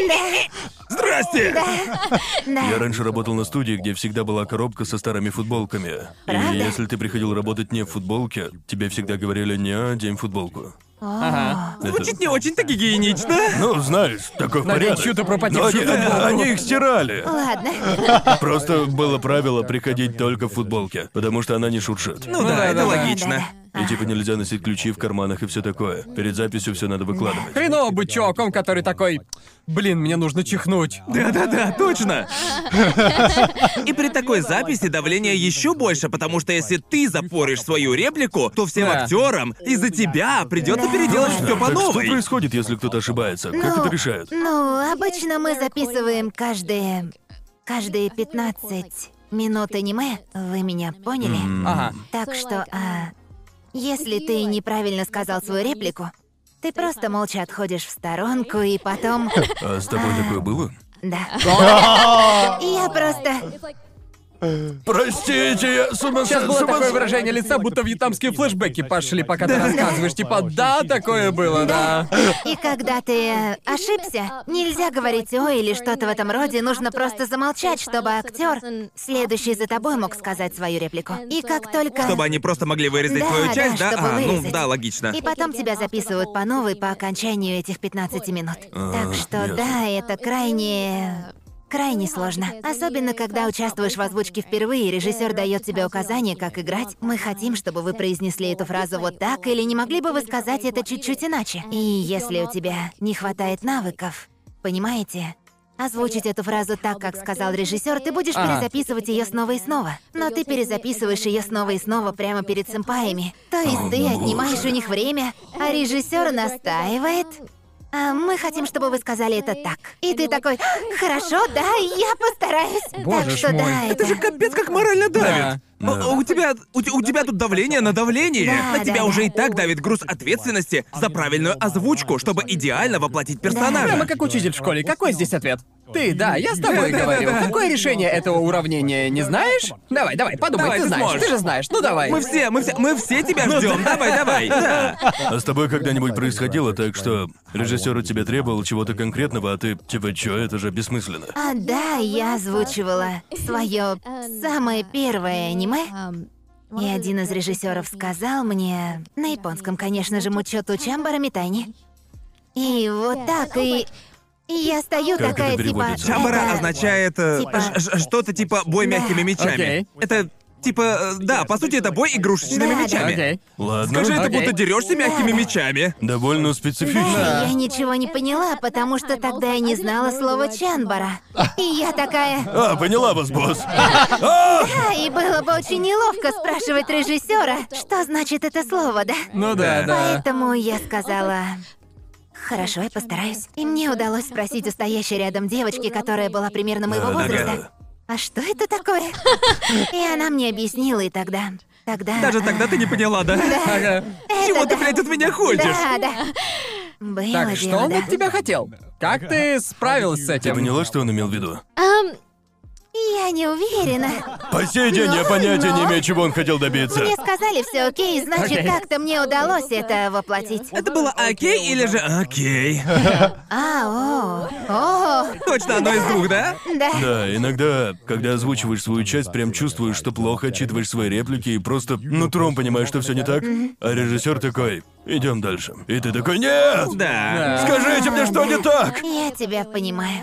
Здрасте! Да. Я раньше работал на студии, где всегда была коробка со старыми футболками. Правда? И если ты приходил работать не в футболке, тебе всегда говорили «не одень футболку». Ага. Звучит не очень-то гигиенично. Ну, знаешь, такой Надень порядок. чью-то Но пропотевшую они, футболку. они их стирали. Ладно. Просто было правило приходить только в футболке, потому что она не шуршит. Ну да, да, это да, да. логично. Да-да. И типа нельзя носить ключи в карманах и все такое. Перед записью все надо выкладывать. Хреново быть чуваком, который такой... Блин, мне нужно чихнуть. Да-да-да, точно. И при такой записи давление еще больше, потому что если ты запоришь свою реплику, то всем Да. актерам из-за тебя придется переделать все по Так что новой. происходит, если кто-то ошибается? Как это решают? Ну, обычно мы записываем каждые... каждые пятнадцать минут аниме. Вы меня поняли? Ага. Так что, а, если ты неправильно сказал свою реплику, ты просто молча отходишь в сторонку и потом... А с тобой такое было? Да. Я просто... Простите, я сумасшедший. Сейчас было такое выражение лица, будто вьетнамские флешбеки пошли, пока ты рассказываешь. Типа, да, такое было, да. И когда ты э, ошибся, нельзя говорить «ой» или что-то в этом роде, нужно просто замолчать, чтобы актер, следующий за тобой, мог сказать свою реплику. И как только... Чтобы они просто могли вырезать Да, твою да, часть, да? чтобы А, ну вырезать. да, логично. И потом тебя записывают по новой по окончанию этих пятнадцати минут. Так что ясно. да, это крайне... Крайне сложно. Особенно, когда участвуешь в озвучке впервые, и режиссер дает тебе указания, как играть. Мы хотим, чтобы вы произнесли эту фразу вот так, или не могли бы вы сказать это чуть-чуть иначе. И если у тебя не хватает навыков, понимаете? Озвучить эту фразу так, как сказал режиссер, ты будешь Ага. перезаписывать ее снова и снова. Но ты перезаписываешь ее снова и снова прямо перед сэмпаями. То есть ты отнимаешь у них время, а режиссер настаивает. А мы хотим, чтобы вы сказали это так. И ты такой, хорошо, да, я постараюсь. Боже так что ж мой. да, это... Это же капец как морально давит. Да. А- а У тебя, у, те- у тебя тут давление на давление. Да, на тебя да, уже да. и так давит груз ответственности за правильную озвучку, чтобы идеально воплотить персонажа. Прямо как учитель в школе. Какой здесь ответ? Ты, да, я с тобой Да, да, говорю. да, да. Какое решение этого уравнения, не знаешь? Давай, давай, подумай, Давай, ты ты знаешь, сможешь. ты же знаешь, ну давай. Мы все, мы все, мы все тебя ждем. Давай, давай. Да. А с тобой когда-нибудь происходило так, что режиссер от тебя требовал чего-то конкретного, а ты типа чё, это же бессмысленно? А да, я озвучивала свое самое первое аниме. И один из режиссеров сказал мне, на японском, конечно же, Мучото Чамбара Митайни. И вот так, и... И я стою Как такая, это типа... переводится? Чамбара это- означает э, типа- ж- ж- что-то типа бой Да. мягкими мечами. Окей. Это типа, э, да, по сути, это бой игрушечными Да, да. мечами. Окей. Ладно. Скажи, это Окей. будто дерешься мягкими мечами. Довольно специфично. Да, я ничего не поняла, потому что тогда я не знала слова «чанбара». И я такая... А, поняла вас, босс. Да, и было бы очень неловко спрашивать режиссера, что значит это слово, да? Ну да, да. Поэтому я сказала... Хорошо, я постараюсь. И мне удалось спросить у стоящей рядом девочки, которая была примерно моего Да-да-да. возраста, а что это такое? И она мне объяснила, и тогда... Тогда... Даже тогда ты не поняла, да? Ага. Это Чего ты, да. блядь, от меня хочешь? Да, да. Было Так, что дело, он да. от тебя хотел? Как ты справилась с Ты этим? поняла, что он имел в виду? Um, Я не уверена. По сей день я Но- понятия не но- имею, чего он хотел добиться. Мне сказали, все окей, значит, Окей. как-то мне удалось это воплотить. Это было окей или же окей? А, о, о, Точно одно из двух, да? да. Да, иногда, когда озвучиваешь свою часть, прям чувствуешь, что плохо отчитываешь свои реплики и просто нутром понимаешь, что все не так. А режиссер такой: идем дальше. И ты такой: нет! Да. Скажите мне, что не так! Я тебя понимаю.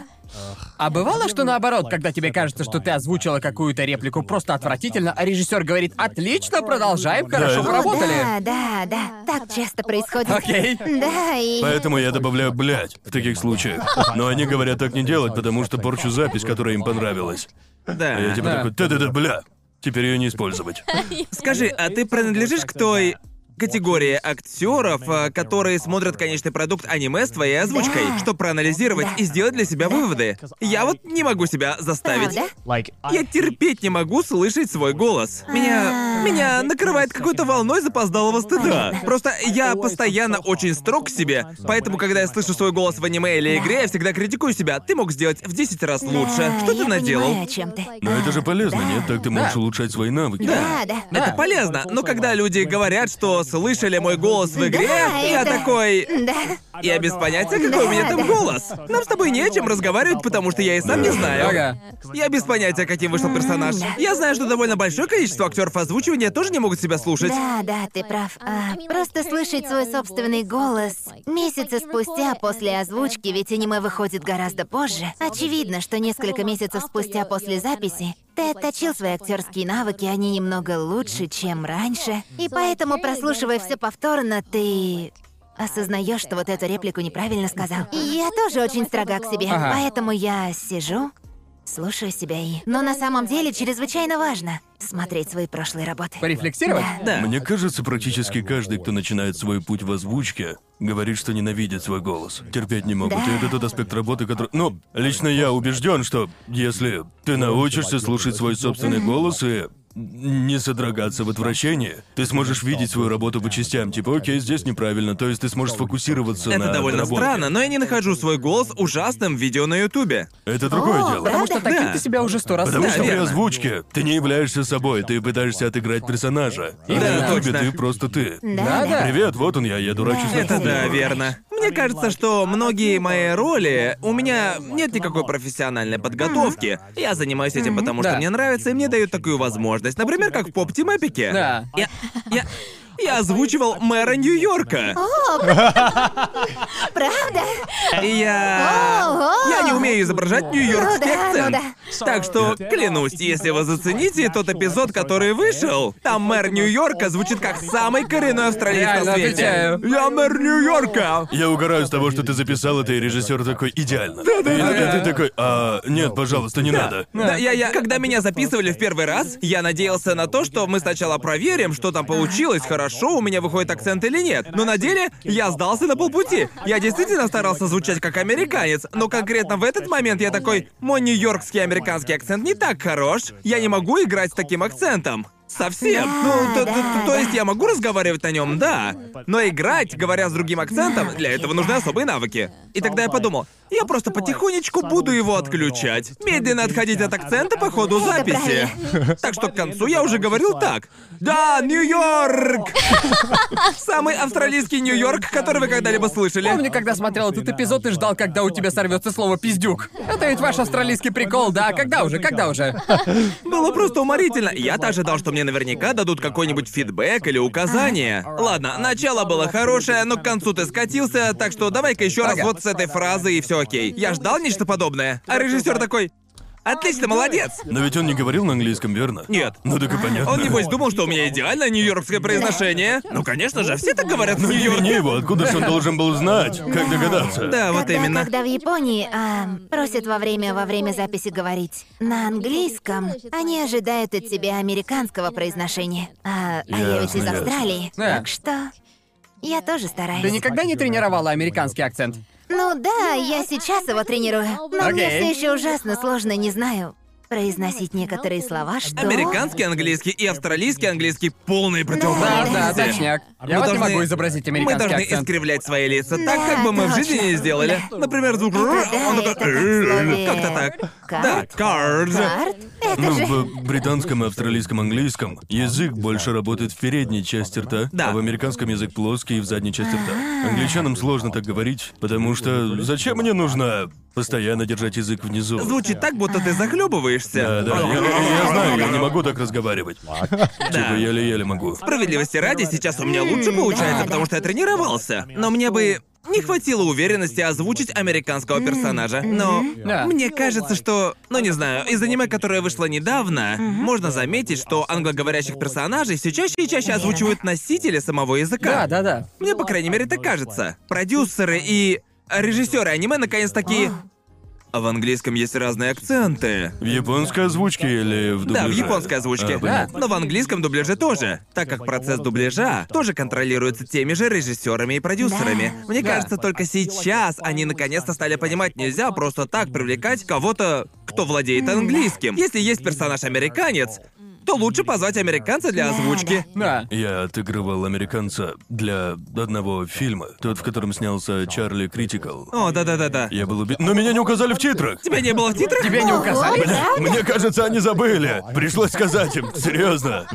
А бывало, что наоборот, когда тебе кажется, что ты озвучила какую-то реплику просто отвратительно, а режиссер говорит: отлично, продолжаем, хорошо Да. поработали. Да, да, да. Так часто происходит. Окей. Да, и... Поэтому я добавляю «блядь» в таких случаях. Но они говорят так не делать, потому что порчу запись, которая им понравилась. Да. А я типа Да. такой: да-да-да, бля. Теперь ее не использовать. Скажи, а ты принадлежишь к той категории актеров, а, которые смотрят конечный продукт аниме с твоей озвучкой, Да. чтобы проанализировать Да. и сделать для себя выводы? Я вот не могу себя заставить. Правда? Я терпеть не могу слышать свой голос. Меня... меня накрывает какой-то волной запоздалого стыда. Просто я постоянно очень строг к себе, поэтому, когда я слышу свой голос в аниме или игре, я всегда критикую себя. Ты мог сделать в десять раз лучше. Да, Что ты я наделал? понимаю, о чем ты. Но это же полезно, нет? Так ты можешь улучшать свои навыки. Да, да. Это полезно, но когда люди говорят, что слышали мой голос в игре, Да, я это- такой... Да. Я без понятия, какой у меня там Да, да. голос. Нам с тобой не о чем разговаривать, потому что я и сам не знаю. Ага. Я без понятия, каким вышел персонаж. Я знаю, что довольно большое количество актеров озвучивания тоже не могут себя слушать. Да, да, ты прав. А, просто слышать свой собственный голос месяцы спустя после озвучки, ведь аниме выходит гораздо позже. Очевидно, что несколько месяцев спустя после записи ты отточил свои актерские навыки, они немного лучше, чем раньше. И поэтому, прослушивая все повторно, ты осознаешь, что вот эту реплику неправильно сказал. И я тоже очень строга к себе, Ага. поэтому я сижу, слушаю себя и... Но на самом деле чрезвычайно важно смотреть свои прошлые работы. Порефлексировать? Да. Мне кажется, практически каждый, кто начинает свой путь в озвучке, говорит, что ненавидит свой голос. Терпеть не могут. Да. И это тот аспект работы, который... Ну, лично я убежден, что если ты научишься слушать свой собственный голос и не содрогаться в отвращении, ты сможешь видеть свою работу по частям. Типа, окей, здесь неправильно. То есть ты сможешь сфокусироваться на Это довольно доработке. странно, но я не нахожу свой голос ужасным в видео на Ютубе. Это другое О, дело. Потому что таким Да. ты себя уже сто раз Потому Да, что при верно. озвучке ты не являешься собой, ты пытаешься отыграть персонажа. И Да, на ютубе точно. ты просто ты. Да, Да. Привет, вот он я, я дурачусь Да, над Это тобой. да, верно. Мне кажется, что многие мои роли... У меня нет никакой профессиональной подготовки. Я занимаюсь этим, потому что Да. мне нравится, и мне дают такую возможность. Например, как в Поп Тим Эпике. Да. Я... Я... Я озвучивал мэра Нью-Йорка. Правда? И я... Ого! Я не умею изображать нью-йоркский Ну да, акцент. ну Так что, клянусь, если вы зацените тот эпизод, который вышел, там мэр Нью-Йорка звучит как самый коренной австралиец Реально, на свете. отвечаю. Я мэр Нью-Йорка! Я угораю с того, что ты записал это, и режиссер такой: идеально. Да, да, и ты такой: а, нет, пожалуйста, не надо. Да, я, я, когда меня записывали в первый раз, я надеялся на то, что мы сначала проверим, что там получилось, хорошо у меня выходит акцент или нет. Но на деле я сдался на полпути. Я действительно старался звучать как американец, но конкретно в этот момент я такой: мой нью-йоркский американский акцент не так хорош, я не могу играть с таким акцентом. Совсем. Да, ну, то, да, то- то да. есть я могу разговаривать на нем, да. Но играть, говоря с другим акцентом, для этого нужны особые навыки. И тогда я подумал, я просто потихонечку буду его отключать. Медленно отходить от акцента по ходу Это записи. Так что к концу я уже говорил так. Да, Нью-Йорк! Самый австралийский Нью-Йорк, который вы когда-либо слышали. Помню, когда смотрел этот эпизод и ждал, когда у тебя сорвется слово «пиздюк». Это ведь ваш австралийский прикол, да? Когда уже, когда уже? Было просто уморительно. Я-то ожидал, что мне наверняка дадут какой-нибудь фидбэк или указание. Ладно, начало было хорошее, но к концу ты скатился, так что давай-ка еще раз Ага. вот с этой фразы и все окей. Я ждал нечто подобное. А режиссер такой: отлично, молодец. Но ведь он не говорил на английском, верно? Нет. Ну так и понятно. Он, небось, думал, что у меня идеальное нью-йоркское произношение. Ну, конечно же, все так говорят в Ну не Нью-Йорке. вини его, откуда же он должен был знать? Как догадаться? Да, вот когда, именно. Когда в Японии а, просят во время, во время записи говорить на английском, они ожидают от тебя американского произношения. А, а я ведь Ясно, из ясно. Австралии. Да. Так что я тоже стараюсь. Ты никогда не тренировала американский акцент? Ну да, я сейчас его тренирую. Но мне Окей. все еще ужасно сложно, не знаю, произносить некоторые слова, что... Американский английский и австралийский английский — полные Да, противоположности. да, точняк. Я вот не могу изобразить Мы американский должны акцент. искривлять свои лица так, Да, как бы мы в точно. жизни не сделали. Например, звук «р», да, он это как в такой слове как-то так. «карт». Да, card. Карт? Это Ну, же... в британском и австралийском английском язык больше работает в передней части рта, Да. а в американском язык плоский и в задней части рта. Англичанам сложно так говорить, потому что зачем мне нужно постоянно держать язык внизу? Звучит так, будто ты захлебываешься. Да, да, я, я знаю, я не могу так разговаривать. Типа еле-еле могу. Справедливости ради, сейчас у меня лучше получается, потому что я тренировался. Но мне бы не хватило уверенности озвучить американского персонажа. Но Да. мне кажется, что, ну не знаю, из аниме, которое вышло недавно, можно заметить, что англоговорящих персонажей все чаще и чаще озвучивают носители самого языка. Да, да, да. Мне, по крайней мере, так кажется. Продюсеры и режиссеры аниме наконец-таки... А в английском есть разные акценты. В японской озвучке или в дубляже? Да, в японской озвучке. А, понятно. Но в английском дубляже тоже, так как процесс дубляжа тоже контролируется теми же режиссерами и продюсерами. Да. Мне Да. кажется, только сейчас они наконец-то стали понимать, нельзя просто так привлекать кого-то, кто владеет английским. Если есть персонаж-американец, то лучше позвать американца для озвучки. Да. Я отыгрывал американца для одного фильма, тот, в котором снялся Чарли Критикал. О, да-да-да-да. Я был убит, но меня не указали в титрах. Тебя не было в титрах? Тебе не указали? Мне кажется, они забыли. Пришлось сказать им, серьезно.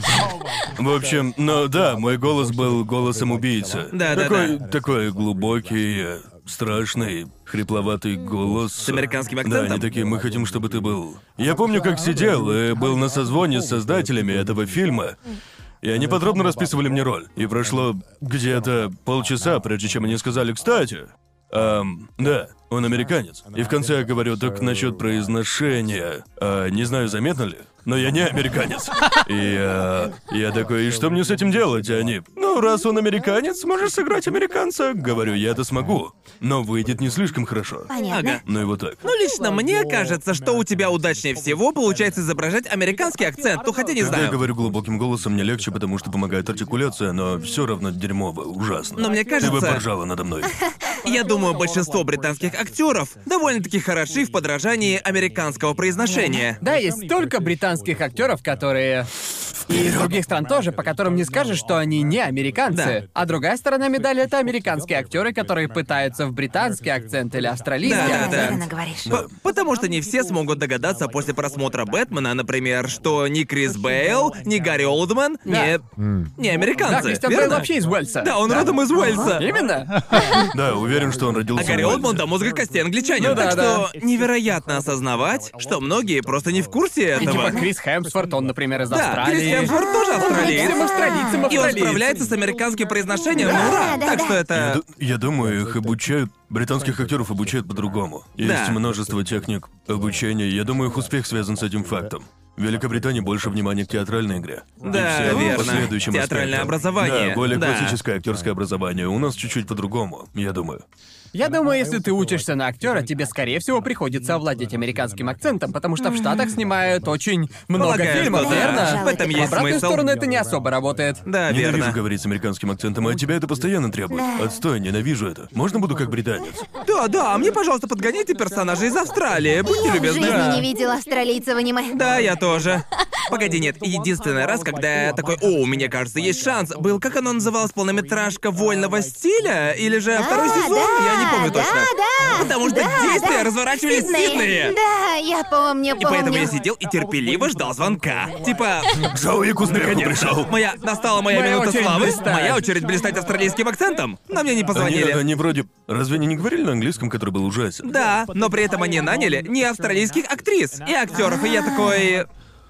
В общем, ну да, мой голос был голосом убийцы. Да-да-да. Такой, такой глубокий, э, страшный, хрипловатый голос. С американским Да, акцентом? они такие, мы хотим, чтобы ты был. Я помню, как сидел и был на созвоне с создателями этого фильма. И они подробно расписывали мне роль. И прошло где-то полчаса, прежде чем они сказали, кстати, эм, да, он американец. И в конце я говорю, так насчет произношения. А, не знаю, заметно ли, но я не американец. И а, я такой, и что мне с этим делать? И они, ну, раз он американец, можешь сыграть американца. Говорю, я это смогу. Но выйдет не слишком хорошо. Понятно. Ага. Ну и вот так. Ну, лично мне кажется, что у тебя удачнее всего получается изображать американский акцент. Ну, хотя не Когда я знаю. говорю глубоким голосом, мне легче, потому что помогает артикуляция, но все равно дерьмово, ужасно. Но мне Ты бы кажется- поржала надо мной. Я думаю, большинство британских актеров довольно-таки хороши в подражании американского произношения. Да, есть столько британских актеров, которые... И из других стран тоже, по которым не скажешь, что они не американцы. Да. А другая сторона медали — это американские актеры, которые пытаются в британский акцент или австралийский Да, да, да. акцент. Верно говоришь. П- Потому что не все смогут догадаться после просмотра Бэтмена, например, что ни Крис Бейл, ни Гарри Олдман не... не Да, американцы, Кристиан Бейл верно? вообще из Уэльса. Да, он родом из Уэльса. Именно. Да, уверен, что он родился А Гарри в Уэльсе. Олдман до мозга костей англичанин. Ну да, так что невероятно осознавать, что многие просто не в курсе И этого. типа Крис Хемсворт, он, например, из Да, Крис Австралии. Хемсворт тоже австралиец. Всем австралийцам И он австралиец. справляется с американским произношением, ну Да, ура! да, Так да. что Я, это... ду- я думаю, их обучают, британских актеров обучают по-другому. Есть Да. множество техник обучения. Я думаю, их успех связан с этим фактом. В Великобритании больше внимания к театральной игре. Да, И всем верно. последующим Театральное аспектам. образование. Да, более Да. классическое актерское образование. У нас чуть-чуть по-другому, я думаю. Я думаю, если ты учишься на актера, тебе, скорее всего, приходится овладеть американским акцентом, потому что в Штатах снимают очень много Полагаю, фильмов, что да. верно? В этом В есть обратную смысл. сторону это не особо работает. Да, Ненавижу верно. говорить с американским акцентом, а от тебя это постоянно требует. Отстой, ненавижу это. Можно буду как британец? Да, да, а мне, пожалуйста, подгоните персонажа из Австралии. Будьте Я в любезны. жизни не видела австралийца в аниме. Да, я тоже. Погоди, нет, единственный раз, когда я такой, о, у меня, кажется, есть шанс, был, как оно называлось, полнометражка вольного стиля? Или же второй А, сезон? да, Я не помню да, точно. да, Потому что да, действия да. разворачивались в Сиднее. Да, я помню, И поэтому помню. я сидел и терпеливо ждал звонка. Типа, Джоуи к успеху пришел. моя, настала моя, Моя минута очередь славы, блистать. моя очередь блистать австралийским акцентом. Но мне не Они, позвонили. они вроде... Разве они не говорили на английском, который был ужасен? Да, но при этом они наняли не австралийских актрис и актеров, и я такой...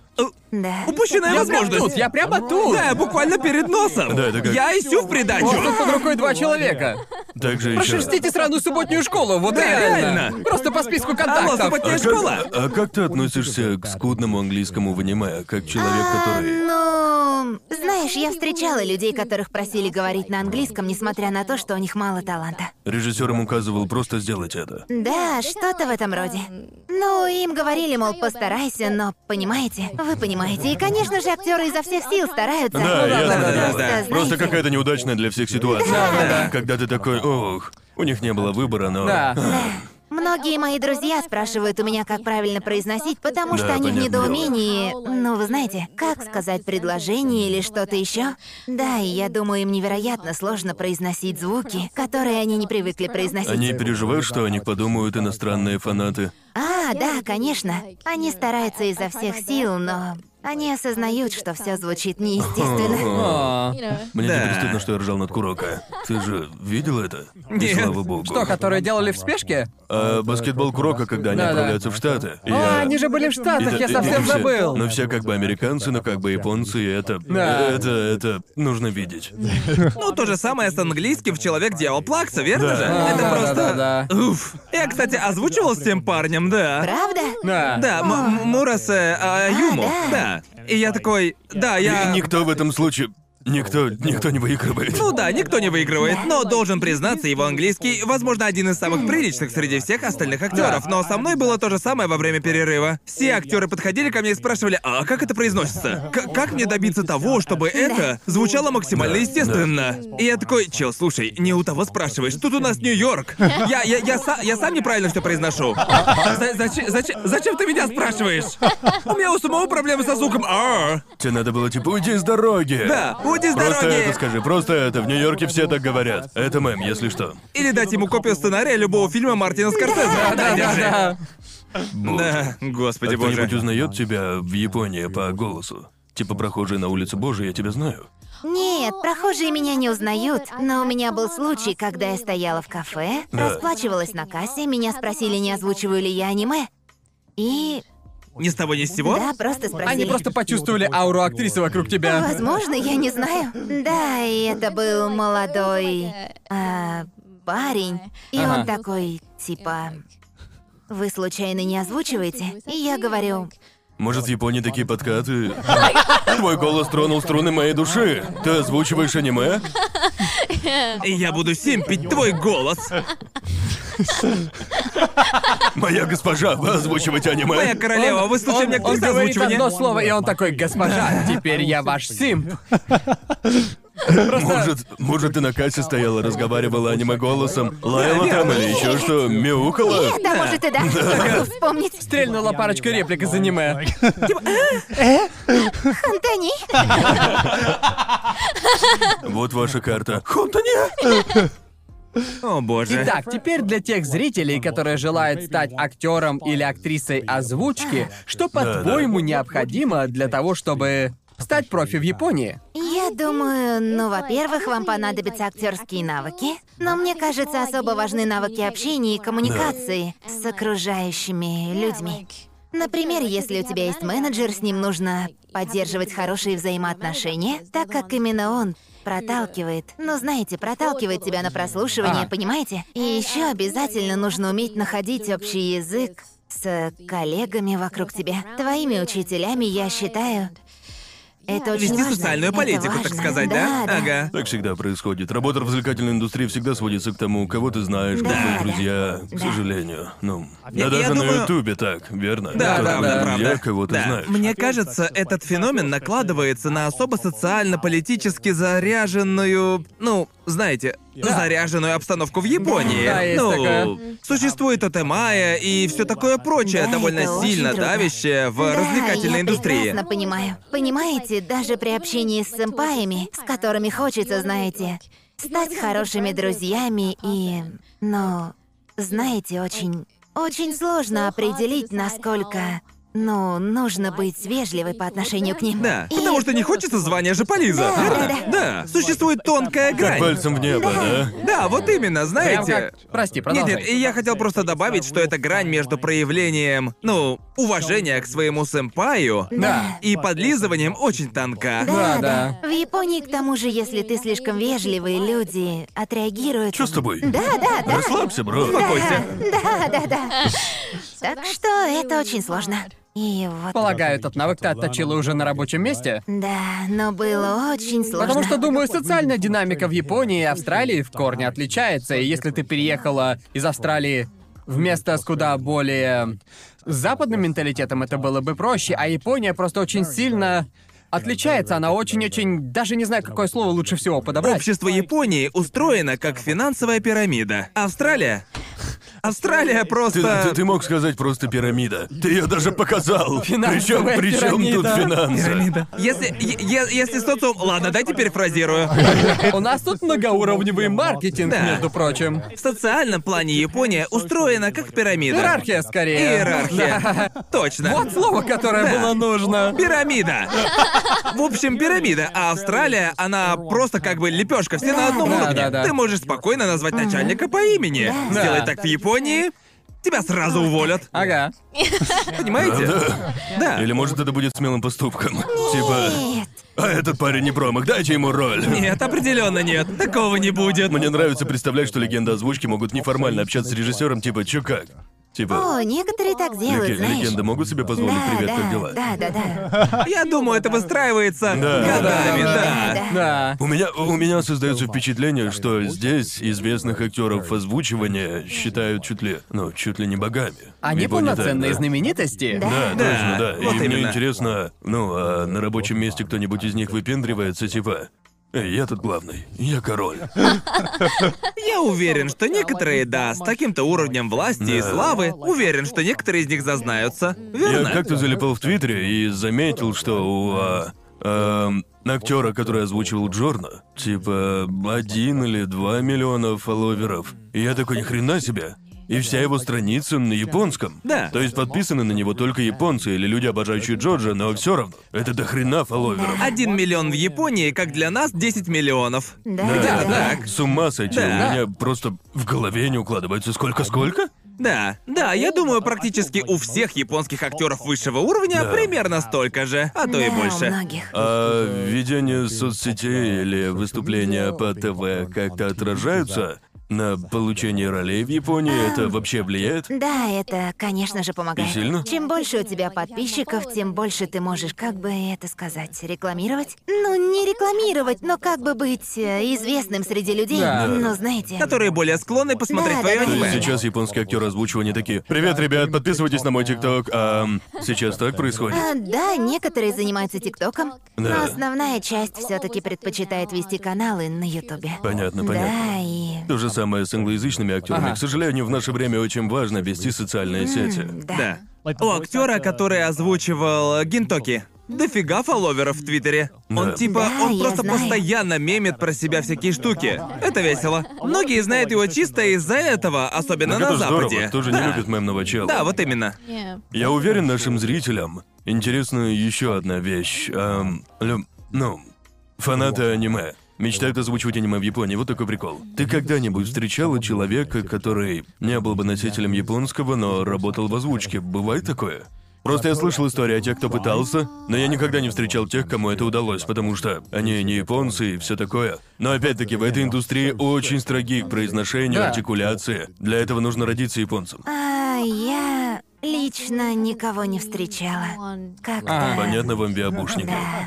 Да. Упущенная Я прям возможность. тут, я прямо тут. Да, буквально перед носом. Да, это как- Я и Сю в придачу. Вот тут под рукой два человека. Также еще... Прошерстите сраную субботнюю школу, вот Да, реально. реально. Просто по списку Алло, контактов. субботняя А школа. как, а как ты относишься к скудному английскому в аниме, как человек, который... Ну, знаешь, я встречала людей, которых просили говорить на английском, несмотря на то, что у них мало таланта. Режиссер им указывал просто сделать это. Да, что-то в этом роде. Ну, им говорили, мол, постарайся, но понимаете? Вы понимаете. И, конечно же, актеры изо всех сил стараются. Да, Ну, ясно, просто, да, да. знаете, Просто какая-то неудачная для всех ситуация. да. Когда ты такой, ох, у них не было выбора, но... Да. Да. Многие мои друзья спрашивают у меня, как правильно произносить, потому что Да, они в понятное дело. недоумении. Ну, вы знаете, как сказать предложение или что-то еще? Да, и я думаю, им невероятно сложно произносить звуки, которые они не привыкли произносить. Они переживают, что о них подумают иностранные фанаты. А, да, конечно. Они стараются изо всех сил, но они осознают, что все звучит неестественно. О, Мне Да. теперь стыдно, что я ржал над Куроко. Ты же видел это? И Нет. слава богу. что, которые делали в спешке? А баскетбол Куроко, когда они Да-да. отправляются в Штаты. и О, я- они же были в и Штатах, да- я и- совсем и все- забыл. Ну все как бы американцы, но как бы японцы, и это... Да. Это, это нужно видеть. Ну, то же самое с английским в «Человек-дьявол Плакса», верно Да. же? А, Это просто... да-да-да. Уф. Я, кстати, озвучивал с тем парнем, да. Правда? Да. Да, М- М- Мурасе а, Юму, да. да. И я такой, да, я... И никто в этом случае... Никто, никто не выигрывает. Ну да, никто не выигрывает, но должен признаться, его английский, возможно, один из самых приличных среди всех остальных актеров. Но со мной было то же самое во время перерыва. Все актеры подходили ко мне и спрашивали, а как это произносится? К- как мне добиться того, чтобы это звучало максимально естественно? И я такой, чел, слушай, не у того спрашиваешь, тут у нас Нью-Йорк. Я, я, я, са- я сам неправильно все произношу. За- зачем, зачем, зачем ты меня спрашиваешь? У меня у самого проблемы со звуком «ар». Тебе надо было типа уйди с дороги. Да, уйди с Просто дороги. это скажи, просто это. В Нью-Йорке все так говорят. Это мем, если что. Или дать ему копию сценария любого фильма Мартина Скорсезе. Да, держи. Да-да-да. Да, господи А боже. кто-нибудь узнает тебя в Японии по голосу? Типа прохожие на улице Божьей, я тебя знаю. Нет, прохожие меня не узнают. Но у меня был случай, когда я стояла в кафе, Да. расплачивалась на кассе, меня спросили, не озвучиваю ли я аниме. И... Ни с того ни с сего? Да, просто спросили. Они просто почувствовали ауру актрисы вокруг тебя. Возможно, я не знаю. Да, и это был молодой... а, парень. И Ага. он такой, типа... Вы случайно не озвучиваете? И я говорю... Может, в Японии такие подкаты? Твой голос тронул струны моей души. Ты озвучиваешь аниме? И я буду симпить твой голос. Моя госпожа, вы озвучиваете аниме? Моя королева, вы случайно Он, он актриса говорит озвучивания? одно слово, и он такой, госпожа, теперь я ваш симп. Может, может, ты на кассе стояла, разговаривала аниме голосом, лаяла там или еще что, мяукала? Нет, а может и да. Не могу вспомнить. Стрельнула парочка реплик из аниме. Антони. Вот ваша карта. Хонтони! О боже. Итак, теперь для тех зрителей, которые желают стать актером или актрисой озвучки, что, по-твоему, необходимо для того, чтобы стать профи в Японии? Я думаю, ну, во-первых, вам понадобятся актерские навыки, но мне кажется, особо важны навыки общения и коммуникации с окружающими людьми. Например, если у тебя есть менеджер, с ним нужно поддерживать хорошие взаимоотношения, так как именно он проталкивает, ну знаете, проталкивает тебя на прослушивание, А. понимаете? И еще обязательно нужно уметь находить общий язык с коллегами вокруг тебя. Твоими учителями, я считаю, это очень Вести важно. социальную Это политику, так важно. сказать, да? Да, Ага. Так всегда происходит. Работа в развлекательной индустрии всегда сводится к тому, кого ты знаешь, кто Да, твои да. друзья, к Да. сожалению. Ну, Я- да я даже на думаю- Ютубе так, верно? Да, Кто правда, твои правда. друзья, кого ты Да. знаешь. Мне кажется, этот феномен накладывается на особо социально-политически заряженную, ну, знаете, заряженную обстановку в Японии. Да, есть ну, такое. существует отемая и все такое прочее, Да, довольно это очень сильно трудно. давящее в Да, развлекательной я индустрии. прекрасно понимаю. Понимаете, даже при общении с сэмпаями, с которыми хочется, знаете, стать хорошими друзьями и... Ну, знаете, очень... Очень сложно определить, насколько... Ну, нужно быть вежливой по отношению к ним. Да, И- потому что не хочется звания Жополиза. Да, верно? да, Да, существует тонкая Как грань. пальцем в небо, да? Да, вот именно, Прям знаете. как... Прости, Нет, продолжай. нет, и я хотел просто добавить, что это грань между проявлением, ну, уважения к своему сэмпаю Да. и подлизыванием очень тонка. Да, Да, да. да. В Японии, к тому же, если ты слишком вежливый, люди отреагируют... Что с тобой? Да, да, да. Расслабься, бро. Успокойся. Да, да, да. Так что это очень сложно. И вот... Полагаю, этот навык ты отточила уже на рабочем месте? Да, но было очень сложно. Потому что, думаю, социальная динамика в Японии и Австралии в корне отличается. И если ты переехала из Австралии в место с куда более западным менталитетом, это было бы проще. А Япония просто очень сильно отличается. Она очень-очень... Даже не знаю, какое слово лучше всего подобрать. Общество Японии устроено как финансовая пирамида. Австралия Австралия Ты, просто... ты- ты мог сказать просто пирамида. Ты ее даже показал. Причем, Финансовая причем тут пирамида. финансы. Пирамида. Если, е- е- если социум... Ладно, дайте перефразирую. У нас тут многоуровневый маркетинг, Да. между прочим. В социальном плане Япония устроена как пирамида. Иерархия скорее. Иерархия. Точно. Вот слово, которое Да. было нужно. Пирамида. В общем, пирамида. А Австралия, она просто как бы лепешка, все на одном Да, уровне. да, да. Ты можешь спокойно назвать начальника по имени. Да. Сделай так в Японии, тебя сразу уволят. Ага. Понимаете? Да. Или может это будет смелым поступком. Типа, Нет. а этот парень не промах, дайте ему роль. Нет, определенно нет. Такого не будет. Мне нравится представлять, что легенды озвучки могут неформально общаться с режиссером, типа, чё как? Типа, О, некоторые так делают, леге- знаешь. легенды могут себе позволить Да, привет, да, как дела? да, да, да. Я думаю, это выстраивается Да. годами, Да, да. да. Да. У меня, у меня создается впечатление, что здесь известных актеров озвучивания считают чуть ли, ну, чуть ли не богами. Они Япония так, полноценные да. знаменитости. Да. Да, Да, точно, да. вот И мне именно. интересно, ну, а на рабочем месте кто-нибудь из них выпендривается, типа, «Эй, я тут главный, я король». Я уверен, что некоторые, да, с таким-то уровнем власти и Да. славы, уверен, что некоторые из них зазнаются. Я Верно? как-то залипал в Твиттере и заметил, что у а, ам, актера, который озвучивал Джорна, типа один или два миллиона фолловеров. И я такой, ни хрена себе. И вся его страница на японском. Да. То есть подписаны на него только японцы или люди, обожающие Джорджа, но все равно. Это до хрена фолловеров. Один миллион в Японии, как для нас, десять миллионов. Да, Да, да, да. да. С ума сойти, Да. у меня просто в голове не укладывается. Сколько-сколько? Да, да, я думаю, практически у всех японских актеров высшего уровня Да. примерно столько же, а то Да, и у больше. многих. А ведение соцсетей или выступления по ТВ как-то отражаются на получение ролей в Японии? Это вообще влияет? Да, это, конечно же, помогает. И сильно? Чем больше у тебя подписчиков, тем больше ты можешь, как бы это сказать, рекламировать? Ну, не рекламировать, но как бы быть э, известным среди людей. Да. Ну, знаете. Которые более склонны посмотреть Да, твое да, да. То есть аниме. сейчас японские актеры озвучивания такие: «Привет, ребят, подписывайтесь на мой ТикТок». А сейчас так происходит? А, да, некоторые занимаются ТикТоком, но Да. основная часть все-таки предпочитает вести каналы на Ютубе. Понятно, понятно. Да, и... То же самое с англоязычными актерами. Ага. К сожалению, в наше время очень важно вести социальные сети. Да. Да. У актера, который озвучивал Гинтоки, дофига фолловеров в Твиттере. Он Да. типа, Да, он я просто знаю. постоянно мемит про себя всякие штуки. Это весело. Многие знают его чисто из-за этого, особенно Так на это здорово, Западе. кто же да. не любит мемного чела? Да, вот именно. Я уверен, нашим зрителям интересна еще одна вещь. Эм, лю- ну, фанаты аниме. Мечтают озвучивать аниме в Японии. Вот такой прикол. Ты когда-нибудь встречала человека, который не был бы носителем японского, но работал в озвучке? Бывает такое? Просто я слышал истории о тех, кто пытался, но я никогда не встречал тех, кому это удалось, потому что они не японцы и все такое. Но опять-таки в этой индустрии очень строги к произношению, Да. артикуляции. Для этого нужно родиться японцем. А, я лично никого не встречала. Как-то... Ага. Понятно вам, биобушники.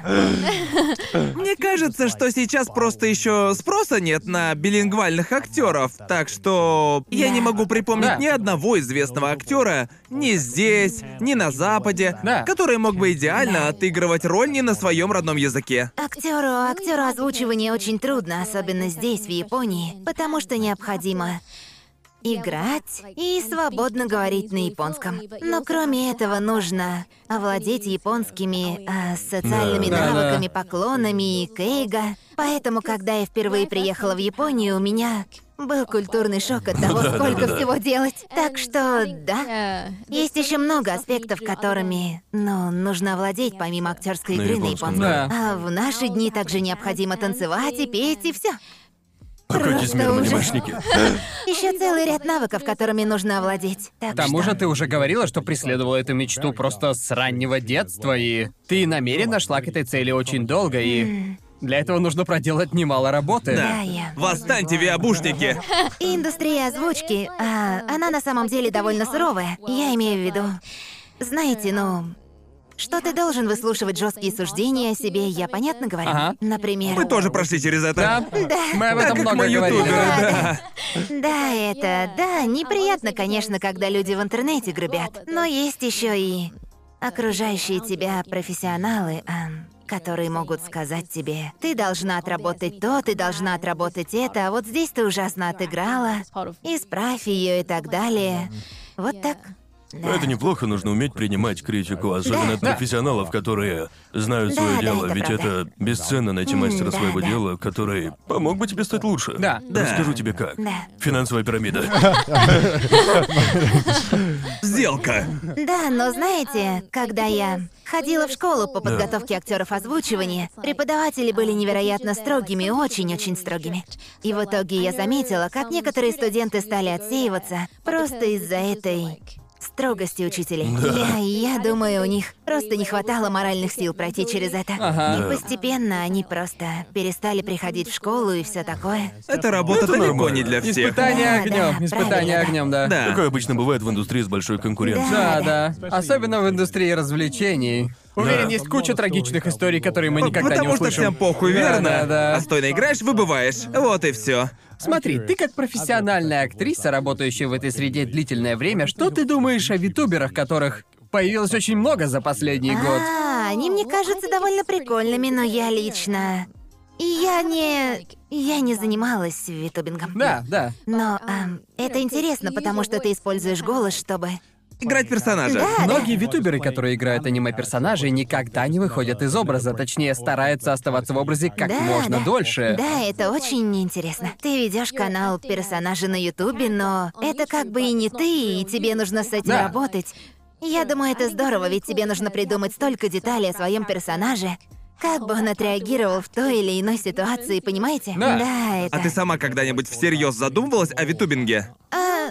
Да. Мне кажется, что сейчас просто еще спроса нет на билингвальных актеров, так что я не могу припомнить Да. ни одного известного актера ни здесь, ни на Западе, Да. который мог бы идеально отыгрывать роль не на своем родном языке. Актеру, актеру озвучивание очень трудно, особенно здесь, в Японии, потому что необходимо играть и свободно говорить на японском. Но кроме этого нужно овладеть японскими а, социальными Да, да. навыками, поклонами и кейга. Поэтому, когда я впервые приехала в Японию, у меня был культурный шок от того, сколько Да-да-да. всего делать. Так что, да. Есть еще много аспектов, которыми, ну, нужно овладеть помимо актерской На игры на японском, японском. да. А в наши дни также необходимо танцевать и петь, и все. Покойте с миром, Просто ужас. анимешники. Еще целый ряд навыков, которыми нужно овладеть. Так К тому что... же ты уже говорила, что преследовала эту мечту просто с раннего детства, и ты намеренно шла к этой цели очень долго, и для этого нужно проделать немало работы. Да, я. Восстаньте, виабушники! И индустрия озвучки, а, она на самом деле довольно суровая. Я имею в виду, знаете, ну, что ты должен выслушивать жесткие суждения о себе, я понятно говорю? Ага. Например... Мы тоже прошли через это. Да, мы об Так этом как много мы говорили. ютуберы, Да, да. Да, это, да, неприятно, конечно, когда люди в интернете грубят. Но есть еще и окружающие тебя профессионалы, а, которые могут сказать тебе: ты должна отработать то, ты должна отработать это, а вот здесь ты ужасно отыграла, исправь ее и так далее. Вот так. Да. Это неплохо, нужно уметь принимать критику, особенно Да. от профессионалов, которые знают Да, свое да, дело, это ведь правда. это бесценно найти М, мастера да, своего да. дела, который помог бы тебе стать лучше. Да. Да. Расскажу тебе как. Да. Финансовая пирамида. Сделка. Да, но знаете, когда я ходила в школу по подготовке актеров озвучивания, преподаватели были невероятно строгими, очень-очень строгими. И в итоге я заметила, как некоторые студенты стали отсеиваться просто из-за этой строгости учителей. Я, я думаю, у них просто не хватало моральных сил пройти через это. Ага. И постепенно они просто перестали приходить в школу и все такое. Это работа Это далеко нормально. не для всех. Испытание Да, огнем, да, испытание правильно, да. огнем, да. Да. Такое обычно бывает в индустрии с большой конкуренцией. Да, да. Особенно в индустрии развлечений. Уверен, есть куча трагичных историй, которые мы никогда не Потому что услышим. всем похуй, Да, верно? да, да. Достойно играешь, выбываешь. Вот и все. Смотри, ты как профессиональная актриса, работающая в этой среде длительное время, что ты думаешь о витуберах, которых появилось очень много за последний год? А, они мне кажутся довольно прикольными, но я лично... Я не... Я не занималась витубингом. Да, да. Но эм, это интересно, потому что ты используешь голос, чтобы... Играть персонажа. Да, Многие витуберы, которые играют аниме-персонажей, никогда не выходят из образа, точнее, стараются оставаться в образе как да, можно да. дольше. Да, это очень интересно. Ты ведешь канал персонажа на Ютубе, но это как бы и не ты, и тебе нужно с этим Да. работать. Я думаю, это здорово, ведь тебе нужно придумать столько деталей о своем персонаже. Как бы он отреагировал в той или иной ситуации, понимаете? Да. Да, это... А ты сама когда-нибудь всерьез задумывалась о витубинге? А,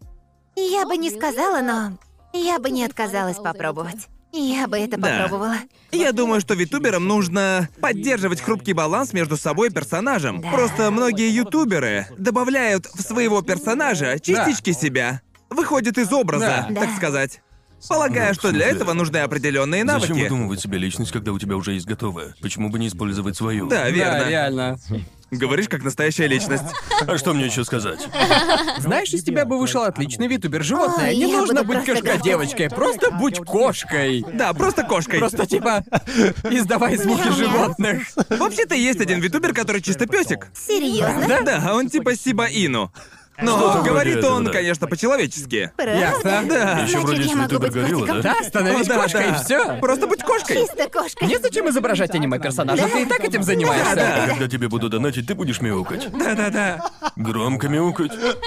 я бы не сказала, но я бы не отказалась попробовать. Я бы это Да. попробовала. Я думаю, что витуберам нужно поддерживать хрупкий баланс между собой и персонажем. Да. Просто многие ютуберы добавляют в своего персонажа частички себя. Выходят из образа, Да. так Да. сказать. Полагаю, что для Слушай, этого нужны определенные навыки. Зачем выдумывать себе личность, когда у тебя уже есть готовая? Почему бы не использовать свою? Да, верно. Да, реально. Говоришь, как настоящая личность. А что мне еще сказать? Знаешь, из тебя бы вышел отличный витубер-животное. Ой, Не я нужно буду быть просто кошка-девочкой, просто будь кошкой. Да, просто кошкой. Просто типа издавай звуки Мяу-мяу. животных. Вообще-то есть один витубер, который чисто песик. Серьезно? Да, да, он типа Сиба Ину. Но Что-то говорит вроде он, этого, да. конечно, по-человечески. Правда? Ясно. Да. Еще Значит, вроде я могу ютубер быть горилла, котиком? да? Да, становись О, да, кошкой, да. и все. Просто будь кошкой. Чисто кошка. Незачем изображать аниме-персонажа, ты и так этим занимаешься. Да. Когда тебе буду донатить, ты будешь мяукать. Да-да-да. Громко мяукать.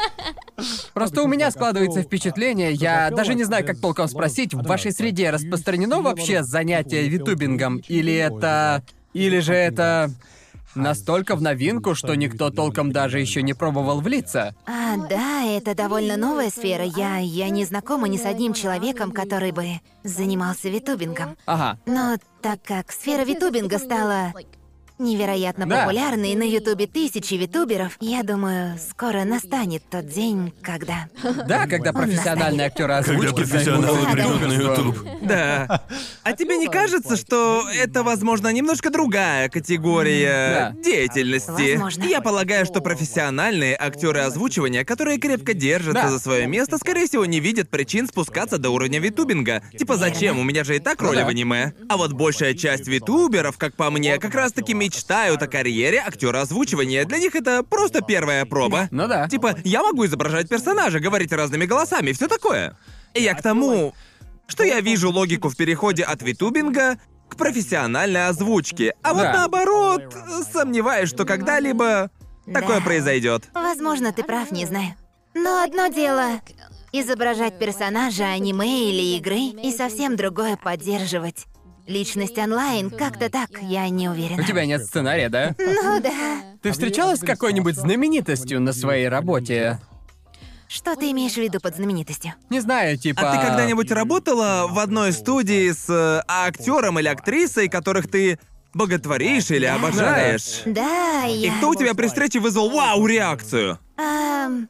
Просто у меня складывается впечатление, я даже не знаю, как толком спросить, в вашей среде распространено вообще занятие витубингом? Или это... Или же это... настолько в новинку, что никто толком даже еще не пробовал влиться? А, да, это довольно новая сфера. Я, я не знакома ни с одним человеком, который бы занимался витубингом. Ага. Но так как сфера витубинга стала невероятно Да. популярной, и на ютубе тысячи витуберов, я думаю, скоро настанет тот день, когда... Да, когда профессиональные актеры Когда озвучки профессионалы займутся придут на витуберством. YouTube. Да. А тебе не кажется, что это, возможно, немножко другая категория Да. деятельности? Возможно. Я полагаю, что профессиональные актеры озвучивания, которые крепко держатся Да. за свое место, скорее всего, не видят причин спускаться до уровня витубинга. Типа, зачем? У меня же и так роли да. в аниме. А вот большая часть витуберов, как по мне, как раз-таки мечтают о карьере актера озвучивания. Для них это просто первая проба. Ну да. Типа, я могу изображать персонажа, говорить разными голосами, все такое. И я к тому, что я вижу логику в переходе от витубинга к профессиональной озвучке. А вот Да. наоборот, сомневаюсь, что когда-либо такое Да. произойдет. Возможно, ты прав, не знаю. Но одно дело изображать персонажа аниме или игры, и совсем другое поддерживать личность онлайн. Как-то так, я не У уверена. тебя нет сценария, да? Ну да. Ты встречалась с какой-нибудь знаменитостью на своей работе? Что ты имеешь в виду под знаменитостью? Не знаю, типа... А ты когда-нибудь работала в одной студии с э, актером или актрисой, которых ты боготворишь или обожаешь? Да, И я... кто у тебя при встрече вызвал вау-реакцию? Ам...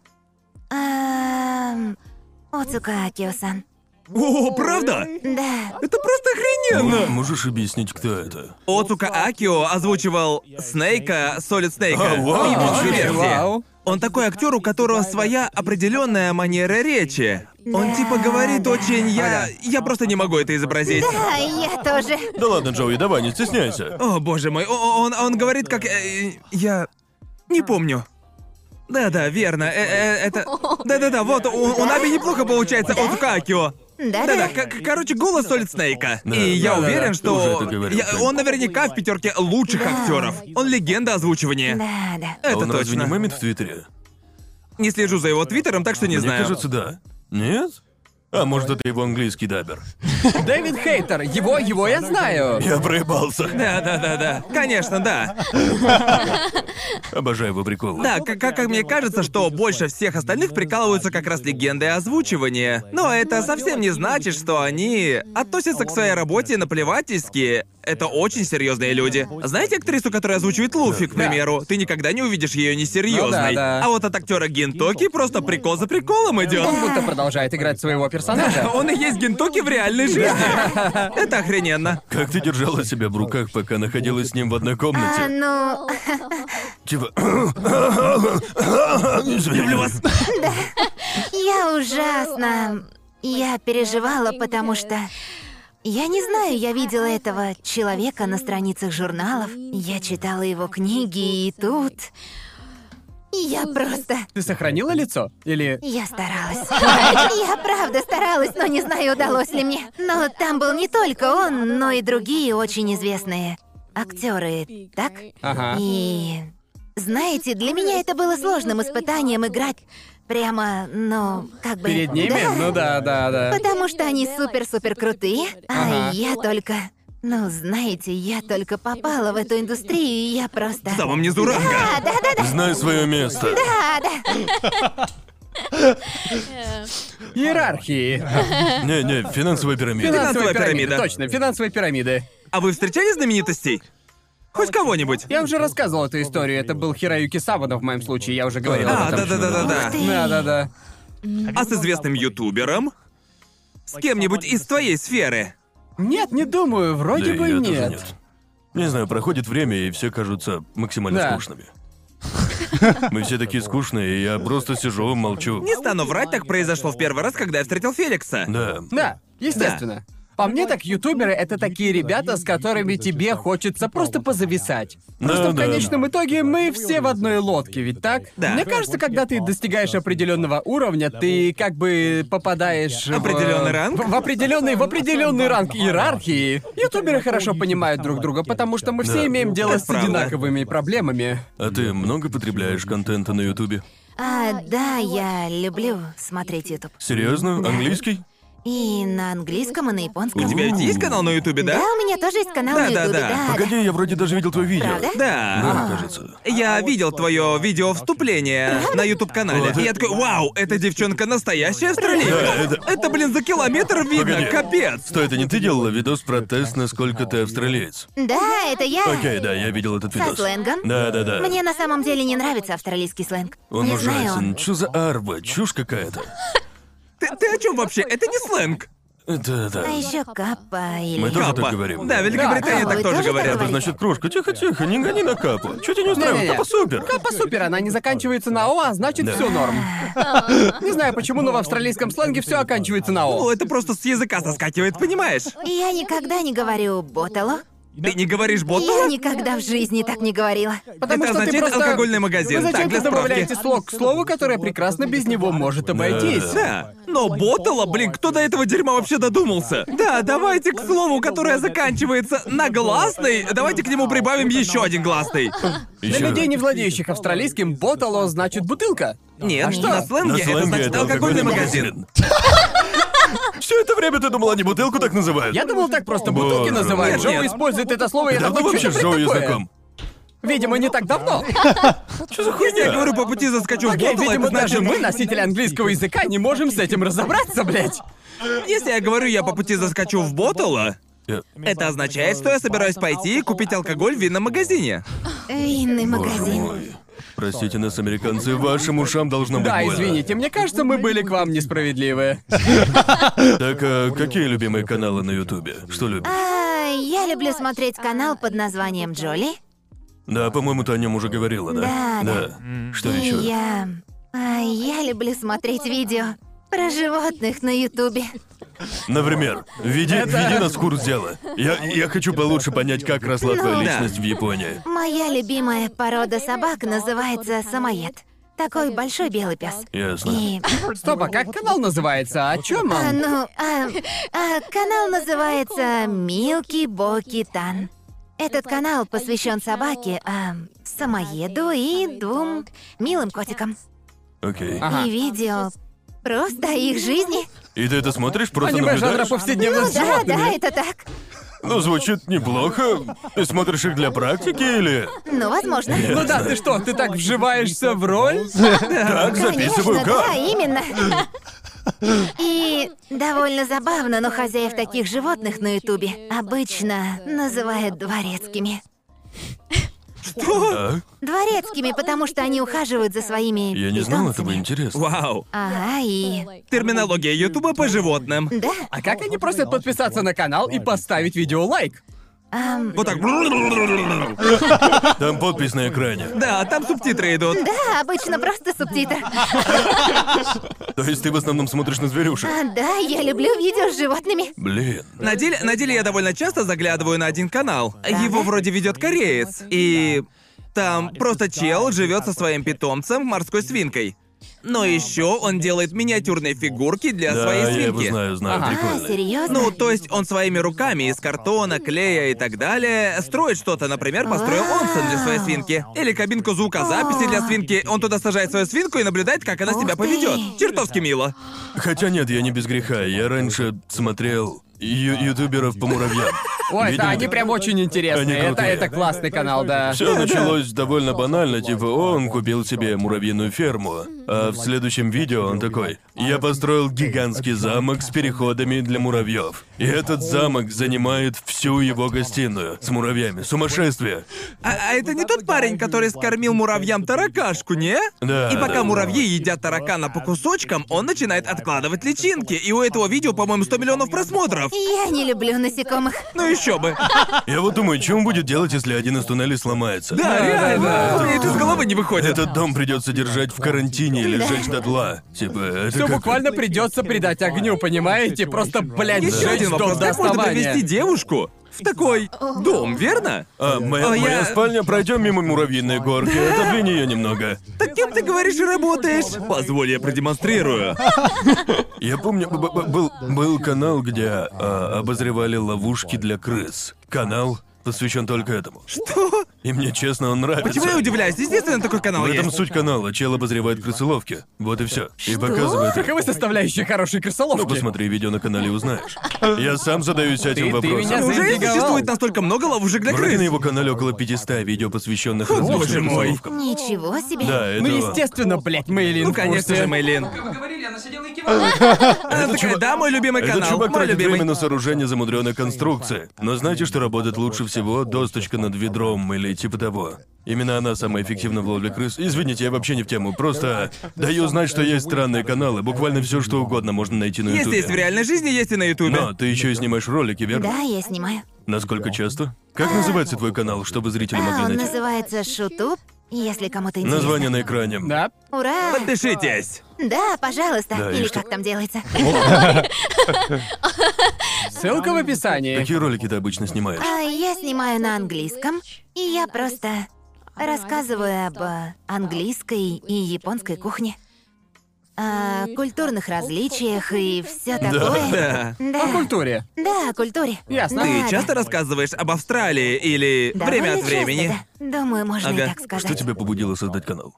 Ам... Оцука Акио-сан. О, правда? Да. Это просто охрененно! Можешь объяснить, кто это? Оцука Акио озвучивал Снейка, Солид Снейка. А, вау, в японской ничего себе. версии. Вау. Он такой актер, у которого своя определенная манера речи. Он Да, типа говорит да. очень... Я... Я просто не могу это изобразить. Да, я тоже. Да ладно, Джоуи, давай, не стесняйся. О, боже мой, о- он, он говорит как... э, я... не помню. Да-да, верно, э, э, это... Да-да-да, вот, у, у Наби неплохо получается от Какио. Да-да, Да-да. к- короче, голос Солид Снейка. Да, И я да-да-да, уверен, ты что... уже это говорил, я- Фрэнк. он наверняка в пятерке лучших Да. актеров. Он легенда озвучивания. Да, да. Это А он разве точно. не мемит в Твиттере? Не слежу за его твиттером, так что не Мне знаю. кажется, да. Нет? А может, это его английский дабер? Дэвид Хейтер, его, его я знаю. Я проебался. Да-да-да-да. Конечно, да. Обожаю его приколы. Да, как, как, как мне кажется, что больше всех остальных прикалываются как раз легенды озвучивания. Но это совсем не значит, что они относятся к своей работе наплевательски. Это очень серьезные люди. Знаете актрису, которая озвучивает Луфи, к Да. примеру? Ты никогда не увидишь ее несерьезной. Ну да, да. А вот от актера Гентоки просто прикол за приколом идет. Он будто продолжает играть своего персонажа. Он и есть Гентоки в реальной жизни. Это охрененно. Как ты держала себя в руках, пока находилась с ним в одной А, комнате? ну, Типа... Люблю вас. я ужасно... Я переживала, потому что... Я не знаю, я видела этого человека на страницах журналов. Я читала его книги, и тут... Я просто... Ты сохранила лицо? Или... Я старалась. Я правда старалась, но не знаю, удалось ли мне. Но там был не только он, но и другие очень известные актеры, так? Ага. И... Знаете, для меня это было сложным испытанием играть прямо, ну, как бы... Перед ними? Да. Ну да, да, да. Потому что они супер-супер крутые, а Ага. я только... Ну, знаете, я только попала в эту индустрию, и я просто... В самом низу ранга. Да, да, да, да, Знай свое место. да, да. Иерархии. Не-не, финансовая пирамида. Финансовая пирамида. Точно, финансовые пирамиды. А вы встречали знаменитостей? Хоть кого-нибудь? Я уже рассказывал эту историю, это был Хироюки Савано в моем случае, я уже говорил А, об этом. да-да-да-да-да. Ух ты. Да-да-да. А с известным ютубером? С кем-нибудь из твоей сферы? Нет, не думаю, Да вроде и бы я тоже нет. нет. Не знаю, проходит время, и все кажутся максимально Да. скучными. Мы все такие скучные, и я просто сижу, молчу. Не стану врать, так произошло в первый раз, когда я встретил Феликса. Да. Да, естественно. По мне так ютуберы — это такие ребята, с которыми тебе хочется просто позависать. Да, Просто в да. конечном итоге мы все в одной лодке, ведь так? Да. Мне кажется, когда ты достигаешь определенного уровня, ты как бы попадаешь в... Определенный ранг? В, в определенный, в определенный ранг иерархии. Ютуберы хорошо понимают друг друга, потому что мы все Да. имеем дело Это с правда. одинаковыми проблемами. А ты много потребляешь контента на Ютубе? А, да, я люблю смотреть YouTube. Серьезно? Английский? И на английском, и на японском. У тебя ведь есть канал на ютубе, Да, да? у меня тоже есть канал на Да, да, ютубе, да. да, да. Погоди, я вроде даже видел твое видео. Правда? Да. Да, кажется. Я видел твое видео вступление на YouTube-канале. Вот. И я такой, вау, эта девчонка настоящая австралийка. Да, это- Это, блин, за километр видно, Погоди. капец. Стой, это не ты делала видос про тест, насколько ты австралиец? Да, это я. Окей, да, я видел этот Со видос. сленгом? Да, да, да. Мне на самом деле не нравится австралийский сленг. Он не знаю, ужасен. он... Чё за арба? Чушь какая-то. Ты, ты о чем вообще? Это не сленг. Это, да. А еще капа или... Мы тоже Капа. так говорим. Да, Великобритания Да, так вы тоже тоже так говорят. Это говорите? значит кружка. Тихо-тихо, не гони на капу. Чё тебя не устраивает? Не-не-не. Капа супер. Капа супер, она не заканчивается на О, а значит Да. все норм. Не знаю почему, но в австралийском сленге все оканчивается на Ну, О. это просто с языка соскакивает, понимаешь? Я никогда не говорю ботало. Ты не говоришь Я боту? никогда в жизни так не говорила. Потому Это что ты означает просто... алкогольный магазин. Вы Так, зачем-то для справки. добавляете слог к слову, которое прекрасно без него может обойтись. Да, но ботала, блин, кто до этого дерьма вообще додумался? Да, давайте к слову, которое заканчивается на гласный, давайте к нему прибавим еще один гласный. Для Ещё. людей, не владеющих австралийским, ботало значит бутылка. Нет, А что? на На сленге это сленге значит это алкогольный магазин. Все это время ты думала, они бутылку так называют? Я думал, так просто бутылки Боже называют. мой. Джоу Нет. использует это слово, и я Давно такой, вообще что с Джоуи такое? знаком? Видимо, не так давно. Что за Если я хуйня? говорю по пути заскочу в Окей, ботала, видимо, это значит... даже мы, носители английского языка, не можем с этим разобраться, блядь. Если я говорю, я по пути заскочу в ботала, Я- это означает, что я собираюсь пойти и купить алкоголь в винном магазине. Винный Боже магазин. мой. Простите нас, американцы, вашим ушам должно быть Да, больно. извините, мне кажется, мы были к вам несправедливы. Так, а какие любимые каналы на Ютубе? Что любишь? А, я люблю смотреть канал под названием Джоли. Да, по-моему, ты о нем уже говорила, да? Да, да. Что И еще? я... а, я люблю смотреть видео Про животных на Ютубе. Например, веди, веди нас в курс дела. Я, я хочу получше понять, как росла твоя Ну, личность в Японии. Моя любимая порода собак называется самоед. Такой большой белый пес. Ясно. И... Стоп, а как канал называется? О чем А, он? ну, а, а, канал называется Милки Боки Тан. Этот канал посвящен собаке, а, самоеду и двум милым котикам. Окей. Ага. И видео просто о их жизни. И ты это смотришь, просто Аниме жанра наблюдаешь? повседневность Ну с да, животными. да, это так. Ну, звучит неплохо. Ты смотришь их для практики или... Ну, возможно. Ну да, ты что, ты так вживаешься в роль? Так, записываю Конечно, да, как? именно. И довольно забавно, но хозяев таких животных на Ютубе обычно называют дворецкими. А? Дворецкими, потому что они ухаживают за своими Я не знал этого, питомцами. интересно. Вау. Ага, и... Терминология Ютуба по животным. Да, А как они просят подписаться на канал и поставить видео лайк? ам, Вот так. Там подпись на экране. Да, там субтитры идут. да, обычно просто субтитр. То есть ты в основном смотришь на зверюшек? А, да, я люблю видео с животными. Блин. На деле, на деле я довольно часто заглядываю на один канал. Его вроде ведет кореец. И там просто чел живет со своим питомцем, морской свинкой. Но еще он делает миниатюрные фигурки для Да, своей я его свинки. знаю, знаю, Ага. А, прикольно. серьезно? Ну, то есть он своими руками из картона, клея и так далее строит что-то. Например, построил онсен для своей свинки. Или кабинку звукозаписи для свинки. Он туда сажает свою свинку и наблюдает, как она Ух себя ты. поведет. Чертовски мило. Хотя нет, я не без греха. Я раньше смотрел ю- ютуберов по муравьям. Ой, Видели? да, они прям очень интересные. Они Это, крутые. это классный канал, да. Все началось довольно банально, типа он купил себе муравьиную ферму, а в следующем видео он такой: я построил гигантский замок с переходами для муравьев. И этот замок занимает всю его гостиную с муравьями. Сумасшествие. А, а это не тот парень, который скормил муравьям таракашку, не? Да, И пока да. муравьи едят таракана по кусочкам, он начинает откладывать личинки. И у этого видео, по-моему, сто миллионов просмотров. Я не люблю насекомых. Ну еще бы. Я вот думаю, что он будет делать, если один из туннелей сломается? Да, реально. Мне это из головы не выходит. Этот дом придется держать в карантине или Да. сжечь дотла. Типа, это Все как... буквально придется придать огню, понимаете? Просто, блядь, Еще сжечь один вопрос. дом до Как можно основания. провести девушку в такой дом, верно? А, моя, А, моя я- спальня, пройдем мимо муравьиной горки, отодвинь ее немного. Так кем ты говоришь и работаешь? Позволь, я продемонстрирую. Я помню, б- б- был, был канал, где а, обозревали ловушки для крыс. Канал посвящен только этому. Что? И мне, честно, он нравится. Почему я удивляюсь? Естественно, такой канал В этом есть. суть канала. Чел обозревает крысоловки. Вот и все. И показывает их. Каковы составляющие хорошей крысоловки? Ну, посмотри видео на канале и узнаешь. Я сам задаюсь этим Ты- ты вопросом. меня Неужели заинтриговал. существует настолько много ловушек для Вроде на крыс? его канале около пятисот видео, посвященных Боже различным мой. крысоловкам. Ничего себе. Да, это Ну, он. естественно, блядь, Мейлин Ну, в конечно курсе. же, Мэйлин. Вы говорили, она сидела и кивала. Она такая, да, мой любимый Этот канал, чувак мой тратит время любимый. на сооружение замудренной конструкции. Но знаете, что работает лучше всего? Досточка над ведром или типа того. Именно она самая эффективна в ловле крыс. Извините, я вообще не в тему. Просто даю знать, что есть странные каналы. Буквально все, что угодно можно найти на Есть, ютубе. есть в реальной жизни, есть и на ютубе. Но ты еще и снимаешь ролики, верно? Да, я снимаю. Насколько часто? Как называется твой канал, чтобы зрители А, могли он найти? называется Шутуб, если кому-то интересно. Название на экране. Да? Ура! Подпишитесь. Да, пожалуйста. Да, и Или что- как там делается. Ссылка в описании. Какие ролики ты обычно снимаешь? А я снимаю на английском, и я просто рассказываю об э, английской и японской кухне. О культурных различиях и все такое. Да. О Да, культуре. да, о культуре. Ясно. Да, Ты да. часто рассказываешь об Австралии или Довольно время от часто, времени? да. Думаю, можно Ага. и так сказать. Что тебя побудило создать канал?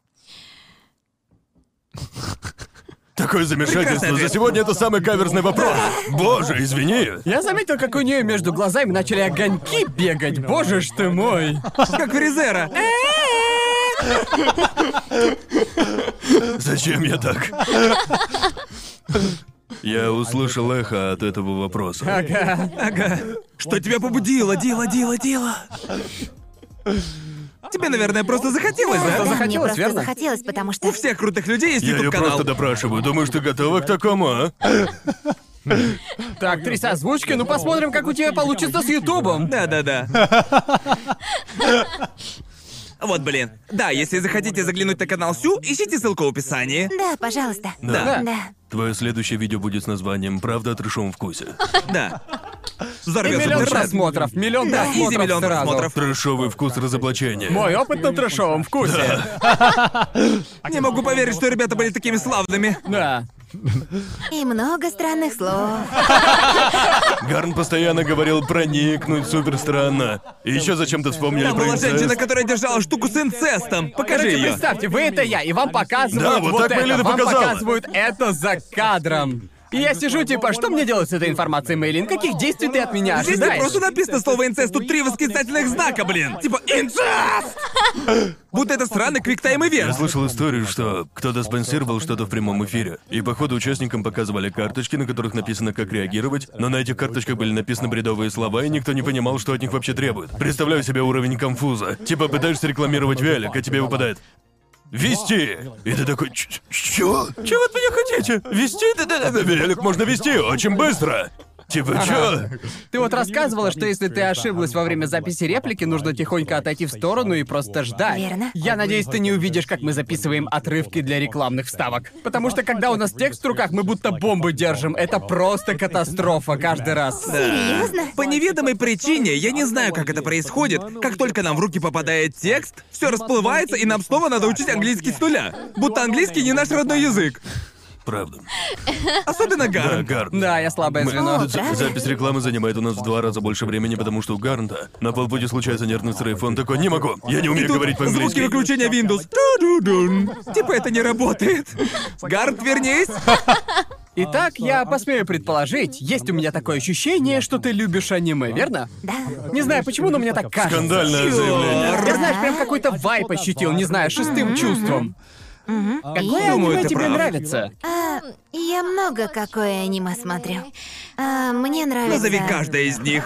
Такое замешательство. Прекрасный За ответ. сегодня это самый каверзный вопрос. Боже, извини. Я заметил, как у нее между глазами начали огоньки бегать. Боже ж ты мой. Как у Резера. Зачем я так? Я услышал эхо от этого вопроса. Ага. Ага. Что тебя побудило? Дело, дело, дело. Тебе, наверное, просто захотелось, Да, да? мне захотелось, просто верно? захотелось, потому что... У всех крутых людей есть Я ее ютуб-канал. просто допрашиваю. Думаешь, ты готова к такому, а? Так, три озвучки, ну посмотрим, как у тебя получится с Ютубом. Да-да-да. Вот, блин. Да, если захотите заглянуть на канал Сю, ищите ссылку в описании. Да, пожалуйста. Да. Да. Твое следующее видео будет с названием «Правда о трэшовом вкусе». Да. И Взорвётся миллион интернет. просмотров, миллион Да, просмотров изи миллион сразу. просмотров. Трэшовый вкус разоблачения. Мой опыт на трэшовом вкусе. Не могу поверить, что ребята были такими славными. Да. И много странных слов. Гарн постоянно говорил «проникнуть» супер странно. И еще зачем-то вспомнили Там про была инцест. женщина, которая держала штуку с инцестом. Покажи Короче, ее. представьте, вы это я, и вам показывают Да, вот так это. Мэйлин и Вам показала. показывают это за кадром. И я сижу, типа, что мне делать с этой информацией, Мэйлин? Каких действий ты от меня Здесь не ожидаешь? просто написано слово инцест, тут три восклицательных знака, блин. Типа инцест! Будто это сраный квиктайм Я ивент. слышал историю, что кто-то спонсировал что-то в прямом эфире, и походу участникам показывали карточки, на которых написано, как реагировать, но на этих карточках были написаны бредовые слова, и никто не понимал, что от них вообще требуют. Представляю себе уровень конфуза. Типа пытаешься рекламировать велик, а тебе выпадает «Вести!» И ты такой «Ч- Чё? Чего от меня хотите? Вести? Да-да-да, велик можно вести очень быстро!» Типа, чё? Ты вот рассказывала, что если ты ошиблась во время записи реплики, нужно тихонько отойти в сторону и просто ждать. Верно. Я надеюсь, ты не увидишь, как мы записываем отрывки для рекламных вставок. Потому что когда у нас текст в руках, мы будто бомбы держим. Это просто катастрофа каждый раз. Серьезно? По неведомой причине, я не знаю, как это происходит, как только нам в руки попадает текст, все расплывается, и нам снова надо учить английский с нуля. Будто английский не наш родной язык. Правда. Особенно Да, Гарн. Гарн. Да, я слабое Мы- звено. О, правда? Запись рекламы занимает у нас в два раза больше времени, потому что у Гарнта на полпути случается нервный срыв. Он такой, не могу, я не умею Тут говорить звуки по-английски. выключения Windows. Ту-ду-дун. Типа это не работает. Гард, вернись. Итак, я посмею предположить, есть у меня такое ощущение, что ты любишь аниме, верно? Да. Не знаю почему, но мне так кажется. Скандальное заявление. Я, знаешь, прям какой-то вайп ощутил, не знаю, шестым чувством. Какое Думаю, аниме ты тебе прав. нравится? А, я много какое аниме смотрю. А, мне нравится... Назови каждое из них.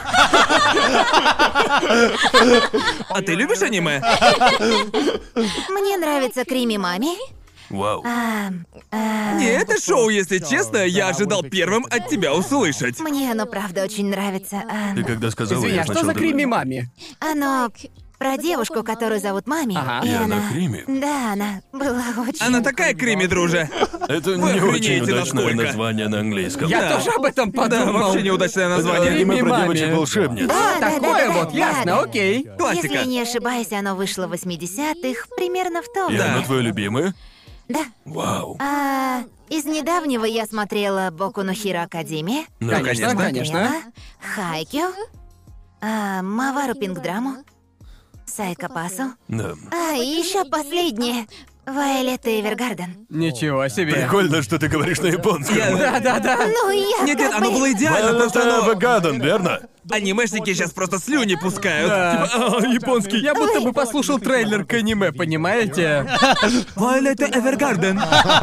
А ты любишь аниме? Мне нравится Крими Мами. Вау. А, а, Не, это шоу, если честно, я ожидал первым от тебя услышать. Мне оно правда очень нравится. А, Ты когда сказала, Извини, я а что сначала за думаю, Крими Мами? оно про девушку, которую зовут Мами. Ага. И И она она... Крими? Да, она была очень... Она такая Крими, друже. Это Вы не очень охренеете, удачное насколько. название на английском. Я Да. тоже об этом Да, подумал. вообще неудачное Это название. аниме про Мами. девочек-волшебниц. Да, А, да, такое да, да, вот, да, ясно, да. окей. Классика. Если я не ошибаюсь, оно вышло в восьмидесятых, примерно в том. И Да. оно твое любимое? Да. Вау. А, из недавнего я смотрела Боку но Хиро Академия. Ну, Конечно, конечно. Хайкю. А, Мавару Пинк Драму. Сайко Пасу. Да. А, и еще последнее. Вайолет Эвергарден. Ничего себе. Прикольно, что ты говоришь на японском. Я- Да-да-да. Ну, я Нет, нет, как оно бы- было идеально, просто оно... Вагадан, верно? Анимешники сейчас просто слюни пускают. Да. Типа, «А, японский. Я будто бы послушал трейлер к аниме, понимаете? Вайолет Эвергарден.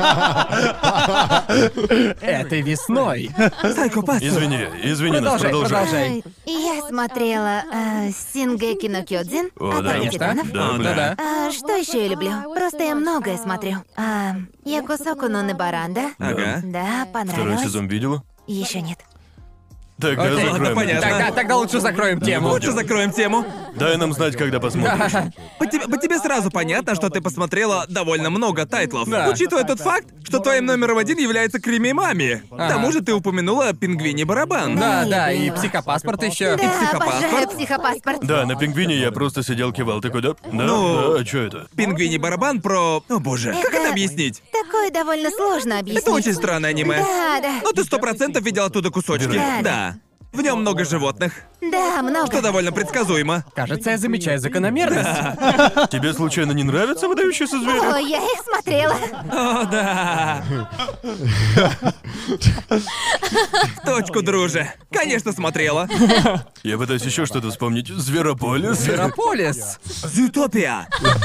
Этой весной. Сайко Пасу. Извини, извини нас, Продолжай, продолжай. продолжай. А, Я смотрела а, Сингеки но Кёдзин. О, да. Атака Конечно. титанов. Да, О, бля. да-да. А, что еще я люблю? Просто я многое смотрю. А, Якусоку но Небаранда. Ага. Да, Второй понравилось. сезон видела? Еще нет. Тогда Окей. закроем. Ладно, это. понятно. Тогда, тогда лучше закроем тему. Лучше закроем тему. Дай нам знать, когда посмотришь. По тебе, по тебе сразу понятно, что ты посмотрела довольно много тайтлов. Да. Учитывая тот факт, что твоим номером один является Крими Мами. К тому же ты упомянула Пингвини Барабан. Да, Да, да, и и было. психопаспорт еще. Да, психопаспорт? обожаю психопаспорт. Да, на пингвине я просто сидел, кивал. Такой, да? Да, Ну. да, а чё это? Пингвини Барабан про... О боже, как это объяснить? Такое довольно сложно объяснить. Это очень странное аниме. Да, да. Но ты сто процентов видел оттуда кусочки. Да, Да. В нем много животных, Да, много. что довольно предсказуемо. Кажется, я замечаю закономерность. Тебе случайно не нравятся выдающиеся О, звери? я их смотрела. О, да. В точку, друже. Конечно, смотрела. Я пытаюсь еще что-то вспомнить. Зверополис? Зверополис. Зютопия.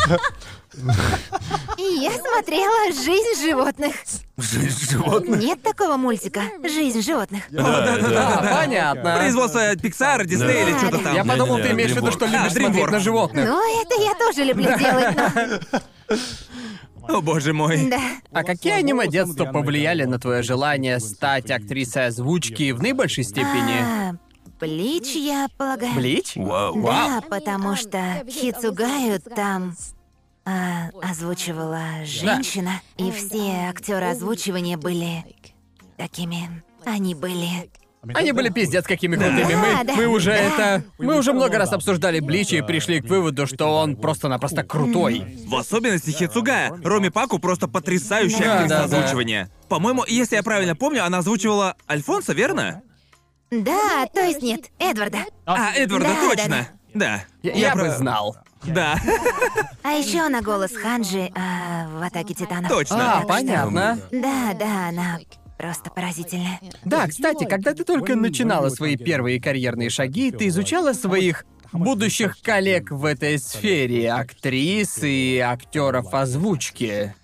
И я смотрела «Жизнь животных». Жизнь животных? Нет такого мультика «Жизнь животных». Да, да, Да, да. понятно. Производство Pixar, Disney Да. или что-то там. Я подумал, ты Не-не-не, имеешь в виду, что DreamWorks. любишь А, смотреть DreamWorks. на животных. Ну, это я тоже люблю делать, но... О боже мой. Да. А какие аниме детства повлияли на твое желание стать актрисой озвучки в наибольшей степени? А, Блич, я полагаю. Блич? Вау. Да, потому что Хицугаю там а, озвучивала женщина, и все актеры озвучивания были такими. Они были. Они были пиздец какими крутыми. Мы, Да, да, мы уже да. это... Мы уже много раз обсуждали Блича и пришли к выводу, что он просто-напросто крутой. В особенности Хицугая. Роми Паку просто потрясающая Да, актриса да, да. озвучивания. По-моему, если я правильно помню, она озвучивала Альфонса, верно? Да, то есть нет, Эдварда. А, Эдварда, Да, точно. Да. Я, я бы про- знал. Да, А еще она голос Ханджи а, в «Атаке Титанов». точно. А, Так что- понятно. Да, да, она просто поразительная. Да, кстати, когда ты только начинала свои первые карьерные шаги, ты изучала своих будущих коллег в этой сфере, актрис и актеров озвучки.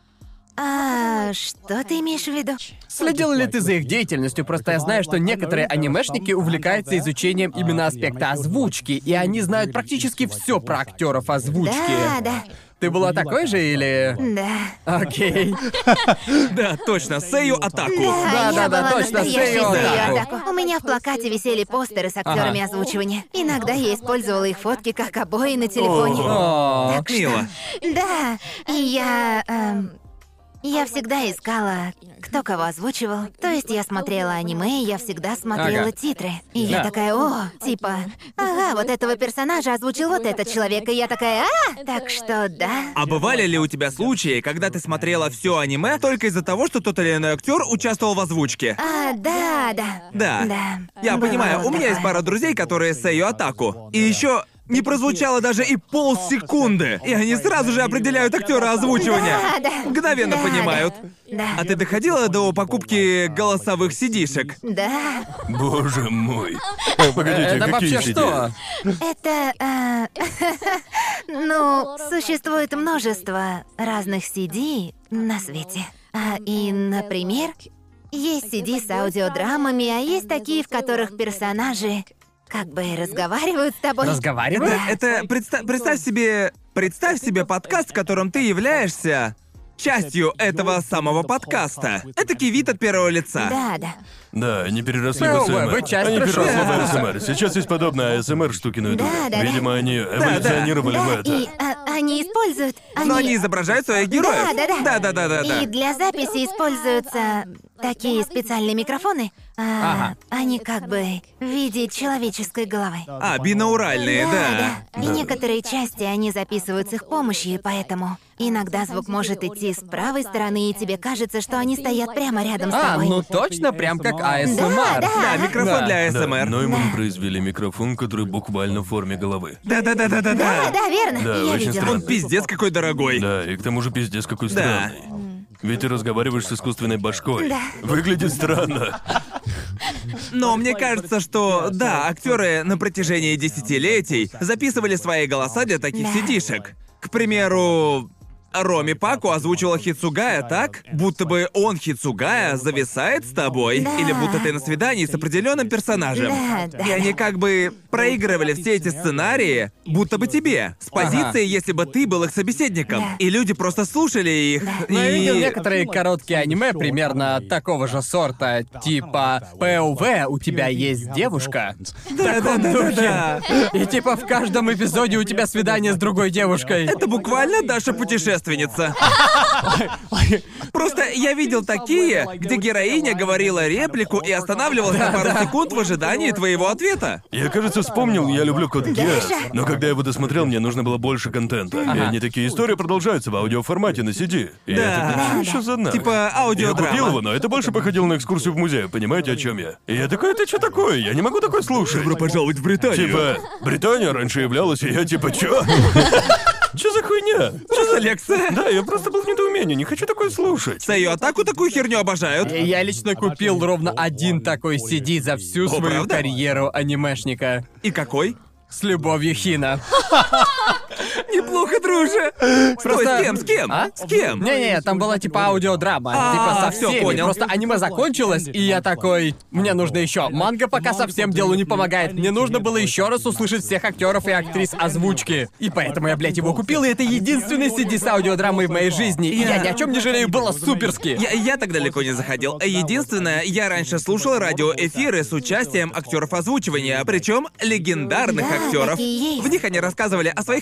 А что ты имеешь в виду? Следила ли ты за их деятельностью? Просто я знаю, что некоторые анимешники увлекаются изучением именно аспекта озвучки, и они знают практически все про актеров озвучки. Да, да, Ты была такой же или... да. Окей. Да, точно, Сэйю Атаку. Да, я да, да, была точно, настоящей Сэйо Сэйо Атаку. Атаку. У меня в плакате висели постеры с актерами озвучивания. Иногда я использовала их фотки как обои на телефоне. О, Так что- Мило. Да, и я... эм, я всегда искала, кто кого озвучивал. То есть я смотрела аниме, и я всегда смотрела Ага. титры. И я Да. такая, о, типа, ага, вот этого персонажа озвучил вот этот человек. И я такая, а, так что да. А бывали ли у тебя случаи, когда ты смотрела все аниме только из-за того, что тот или иной актер участвовал в озвучке? А, да, да. Да. Да. Я Бывало понимаю, у меня есть такое. пара друзей, которые Сэйю Атаку. И еще не прозвучало даже и полсекунды. И они сразу же определяют актера озвучивания. Да, да. Мгновенно Да, понимают. Да. А ты доходила до покупки голосовых сидишек? Да. Боже мой. Погодите, это какие вообще сиди? что? Это, а, ну, существует множество разных си ди на свете. А, и, например, есть си ди с аудиодрамами, а есть такие, в которых персонажи как бы разговаривают с тобой. Разговаривают? Это представь, представь себе, представь себе подкаст, в котором ты являешься частью этого самого подкаста. Этакий вид от первого лица. Да, да. Да, они переросли Ну, в вы- АСМР. вы часть Они переросли трэшового. в АСМР. Сейчас есть подобные АСМР штуки на ютубе. Да, да, да. Видимо, они эволюционировали в Да, это. и а, они используют... Но они изображают своих героев. Да, да, да. Да, да, да, да, да. И для записи используются такие специальные микрофоны. а, Ага. Они как бы в виде человеческой головы. А, бинауральные, да. да. И некоторые части они записывают с их помощью, и поэтому иногда звук может идти с правой стороны, и тебе кажется, что они стоят прямо рядом с А, тобой. ну точно, прям как Да, АСМР. да. Да, микрофон Да. для Да, АСМР. Нойман произвели микрофон, который буквально в форме головы. Да, да, да, да, да, Да, да. да, верно. Да, Я очень видела. Он пиздец какой дорогой. Да, и к тому же пиздец какой Да. странный. Ведь ты разговариваешь с искусственной башкой. Да. Выглядит странно. Но мне кажется, что да, актеры на протяжении десятилетий записывали свои голоса для таких Да. сидишек. К примеру, Роми Паку озвучивала Хицугая так, будто бы он, Хицугая, зависает с тобой, Да. или будто ты на свидании с определенным персонажем. Да, да, И они да. как бы проигрывали все эти сценарии, будто бы тебе, с позиции, если бы ты был их собеседником. Да. И люди просто слушали их. Но я и... видел некоторые короткие аниме примерно такого же сорта, типа ПОВ, у тебя есть девушка. Да, да, да, да, да. И типа в каждом эпизоде у тебя свидание с другой девушкой. Это буквально Даша путешественница. Просто я видел такие, где героиня говорила реплику и останавливалась на пару секунд в ожидании твоего ответа. Я, кажется, вспомнил, я люблю Код Гиас, но когда я его досмотрел, мне нужно было больше контента. И они такие, истории продолжаются в аудиоформате на си ди. И Да. я такой, что Да, еще за нахуй? Типа Я аудиодрама. купил его, но это больше походило на экскурсию в музей, понимаете, о чем я? И я такой, это что такое? Я не могу такое слушать. Добро пожаловать в Британию. Типа, Британия раньше являлась, и я типа, чё? Чё за хуйня? Просто лекция. Да, я просто был в недоумении, не хочу такое слушать. Сэйю Атаку такую херню обожают. И Я лично купил ровно один такой си ди за всю О, свою правда? карьеру анимешника. И какой? С любовью Хина. Неплохо, друже. Стой, Просто- с кем, с кем? А? С кем? Не-не, там была типа аудиодрама, А, типа со всё, всеми. понял. Просто аниме закончилось, и я такой, мне нужно еще. Манга пока совсем делу не помогает. Мне нужно было еще раз услышать всех актеров и актрис озвучки. И поэтому я, блядь, его купил, и это единственный си ди с аудиодрамой в моей жизни. И я ни о чем не жалею, было суперски. Я, я так далеко не заходил. Единственное, я раньше слушал радиоэфиры с участием актеров озвучивания, причем легендарных Да, актеров. такие есть. В них они рассказывали о своих персонажах,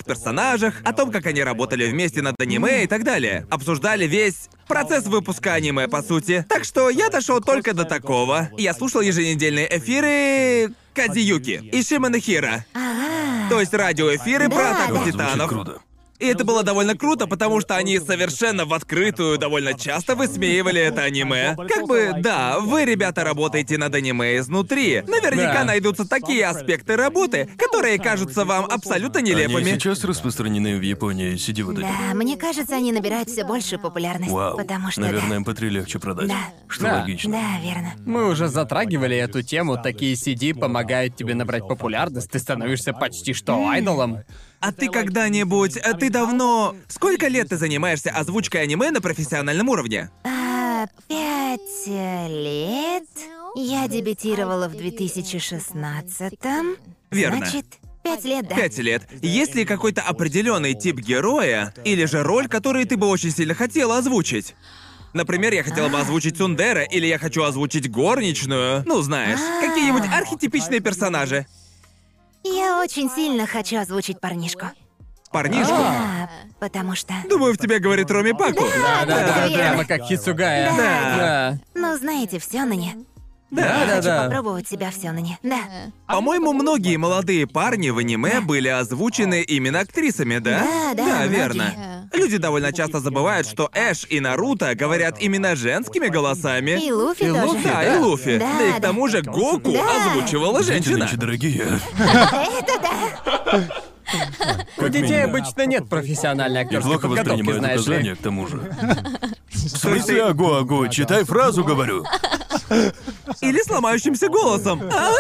персонажах, о том, как они работали вместе над аниме и так далее. Обсуждали весь процесс выпуска аниме, по сути. Так что я дошел только до такого. Я слушал еженедельные эфиры Кадзиюки и Шимана Хира. Ага. То есть радиоэфиры про Да, Атаку да. Титанов. Звучит круто. И это было довольно круто, потому что они совершенно в открытую довольно часто высмеивали это аниме. Как бы, да, вы, ребята, работаете над аниме изнутри. Наверняка Да. найдутся такие аспекты работы, которые кажутся вам абсолютно Они нелепыми. сейчас распространены в Японии, сиди вот эти. Да, мне кажется, они набирают все большую популярность. Вау. Потому что Наверное, да. эм пэ три легче продать. Да. Что Да. логично. Да, верно. Мы уже затрагивали эту тему, такие си ди помогают тебе набрать популярность, ты становишься почти что айдолом. А ты когда-нибудь... а Ты давно... Сколько лет ты занимаешься озвучкой аниме на профессиональном уровне? А, пять э, лет. Я дебютировала в две тысячи шестнадцатом. Верно. Значит, пять лет, да. Пять лет. Есть ли какой-то определенный тип героя или же роль, которую ты бы очень сильно хотела озвучить? Например, я хотела бы озвучить Сундера, или я хочу озвучить горничную. Ну, знаешь, какие-нибудь архетипичные персонажи. Я очень сильно хочу озвучить парнишку. Парнишку. Да, потому что... Думаю, в тебе говорит Роми Паку. Да, да, да, верно. прямо как Хицугая. Да. Да. Ну, знаете, все на не. Да, да, Хочу да. попробовать себя все на не. Да. По-моему, многие молодые парни в аниме были озвучены именно актрисами, да? Да, да, Да, многие. верно. Люди довольно часто забывают, что Эш и Наруто говорят именно женскими голосами. И Луфи И тоже. Луфи, Да, и Луфи. Да, Да и к да. тому же Гоку Да. озвучивала Дети женщина. нынче дорогие. Это да. У детей обычно нет профессиональной И актерской плохо подготовки, воспринимают знаешь ли. указания, к тому же. В смысле, агу-агу, читай фразу, говорю. Или с ломающимся голосом.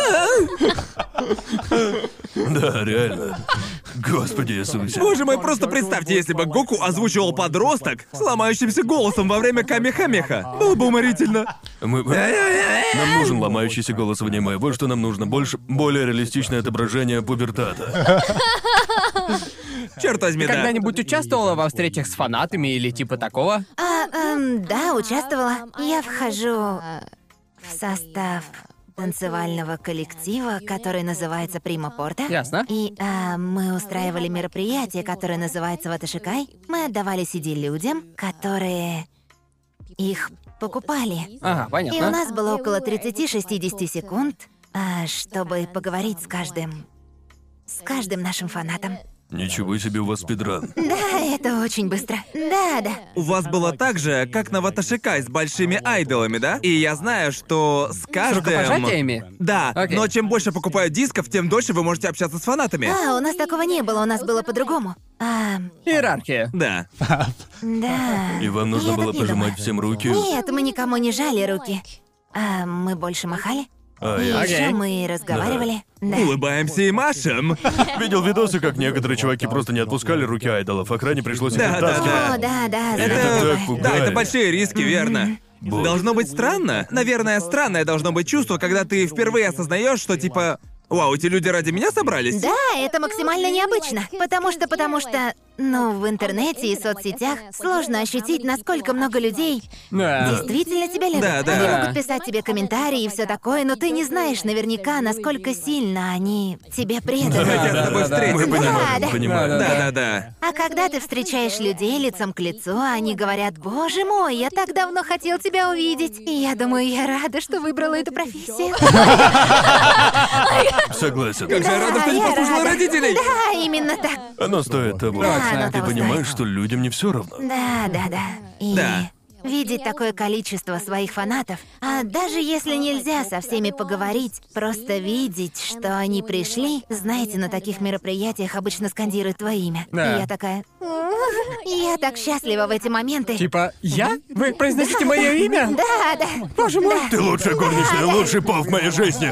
Да, реально. Господи Иисусе. Боже мой, просто представьте, если бы Гоку озвучивал подросток с ломающимся голосом во время камехамеха. Было бы уморительно. Мы... Нам нужен ломающийся голос в аниме. Вот что нам нужно. Больше, более реалистичное отображение пубертата. Черт возьми, Ты да. когда-нибудь участвовала во встречах с фанатами или типа такого? А, эм, да, участвовала. Я вхожу в состав танцевального коллектива, который называется Прима Порта. Ясно. И а, мы устраивали мероприятие, которое называется Ваташикай. Мы отдавали си ди людям, которые их покупали. Ага, И у понятно. нас было около тридцати-шестидесяти секунд, а, чтобы поговорить с каждым... с каждым нашим фанатом. Ничего себе у вас спидран. Да, это очень быстро. Да, да. У вас было так же, как на Ваташикай с большими айдолами, да? И я знаю, что с С каждым... рукопожатиями? Да, Окей. но чем больше покупают дисков, тем дольше вы можете общаться с фанатами. А, у нас такого не было, у нас было по-другому. А, Иерархия. Да. да. И вам нужно Я было так не пожимать думаю. всем руки. Нет, мы никому не жали руки. А, мы больше махали. А, И я Окей. еще мы разговаривали. Да. Улыбаемся и машем. видел видосы, как некоторые чуваки просто не отпускали руки айдолов. Охране пришлось их Да, да, оттаскивать. О, да, да, Это знаю. так пугает. Да, это большие риски, верно. Боже. Должно быть странно. Наверное, странное должно быть чувство, когда ты впервые осознаешь, что типа... Вау, эти люди ради меня собрались? Да, это максимально необычно. Потому что, потому что, ну, в интернете и соцсетях сложно ощутить, насколько много людей Да. действительно тебя любят. Да, да. Они могут писать тебе комментарии и все такое, но ты не знаешь наверняка, насколько сильно они тебе преданы. Я с Да, тобой да, да. Мы встретился. понимаем, да. понимаем. Да, да. Да-да-да. А когда ты встречаешь людей лицом к лицу, они говорят: «Боже мой, я так давно хотел тебя увидеть». И я думаю, я рада, что выбрала эту профессию. Согласен. Как же я рада, что не я послушала рада. родителей. Да, именно так. Оно стоит того. Да, оно Ты того понимаешь, стоит. что людям не все равно. Да, да, да. И Да. видеть такое количество своих фанатов, а даже если нельзя со всеми поговорить, просто видеть, что они пришли, знаете, на таких мероприятиях обычно скандируют твое имя. Да. И я такая... Я так счастлива в эти моменты. Типа, я? Вы произносите мое имя? Да, да. Боже мой. Ты лучшая горничная, лучший пол в моей жизни.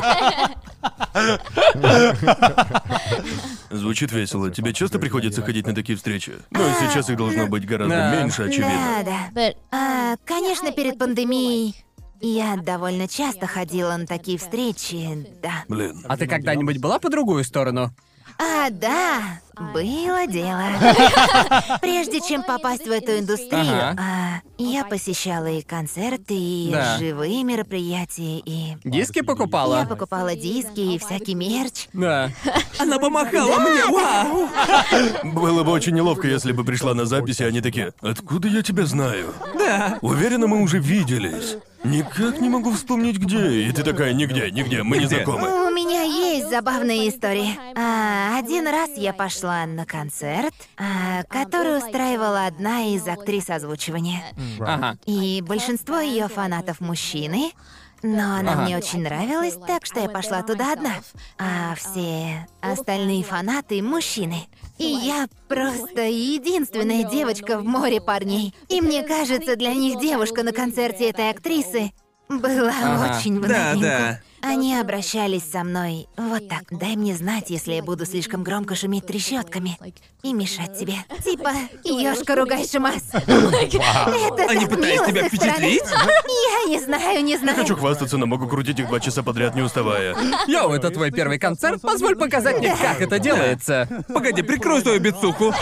Звучит весело. Тебе часто приходится ходить на такие встречи? Ну, и сейчас их должно быть гораздо Да. меньше, очевидно. Да, да. А, конечно, перед пандемией я довольно часто ходила на такие встречи, да. Блин. А ты когда-нибудь была по другую сторону? А, да, было дело. Прежде чем попасть в эту индустрию, Ага. а, Я посещала и концерты, и Да. живые мероприятия, и... Диски Я покупала? покупала диски и всякий мерч. Да. Она помахала мне, вау! Было бы очень неловко, если бы пришла на запись, и они такие: «Откуда я тебя знаю?» Да. Уверена, мы уже виделись. Никак не могу вспомнить, где. И ты такая: «Нигде, нигде, мы не Нигде. знакомы». У меня есть забавные истории. А, один раз я пошла на концерт, а, который устраивала одна из актрис озвучивания. Ага. И большинство ее фанатов мужчины, но она Ага. мне очень нравилась, так что я пошла туда одна. А все остальные фанаты — мужчины. И я просто единственная девочка в море парней. И мне кажется, для них девушка на концерте этой актрисы была Ага. очень в Да, новинку. да. Они обращались со мной вот так. Дай мне знать, если я буду слишком громко шуметь трещотками и мешать тебе. Типа, ёшка, ругай, Шимас. Это Они так пытались мило тебя с их стороны. впечатлить? Я не знаю, не знаю. Хочу хвастаться, но могу крутить их два часа подряд, не уставая. Йоу, это твой первый концерт? Позволь показать мне, как это делается. Погоди, прикрой свою бицуху.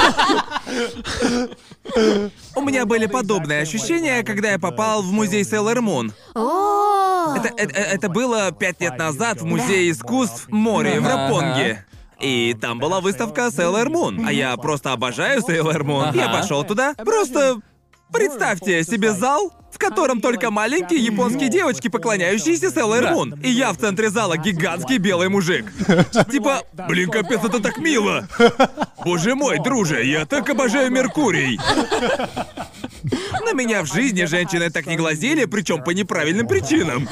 У меня были подобные ощущения, когда я попал в музей Sailor Moon. О, Это, это, это было пять лет назад в Музее искусств море в Ага. Рапонге. И там была выставка Sailor Moon. А я просто обожаю Sailor Moon. Я Ага. пошел туда. Просто представьте себе зал, в котором только маленькие японские девочки, поклоняющиеся Sailor Moon. И я в центре зала гигантский белый мужик. Типа, блин, капец, это так мило. Боже мой, друже, я так обожаю Меркурий. На меня в жизни женщины так не глазели, причем по неправильным причинам.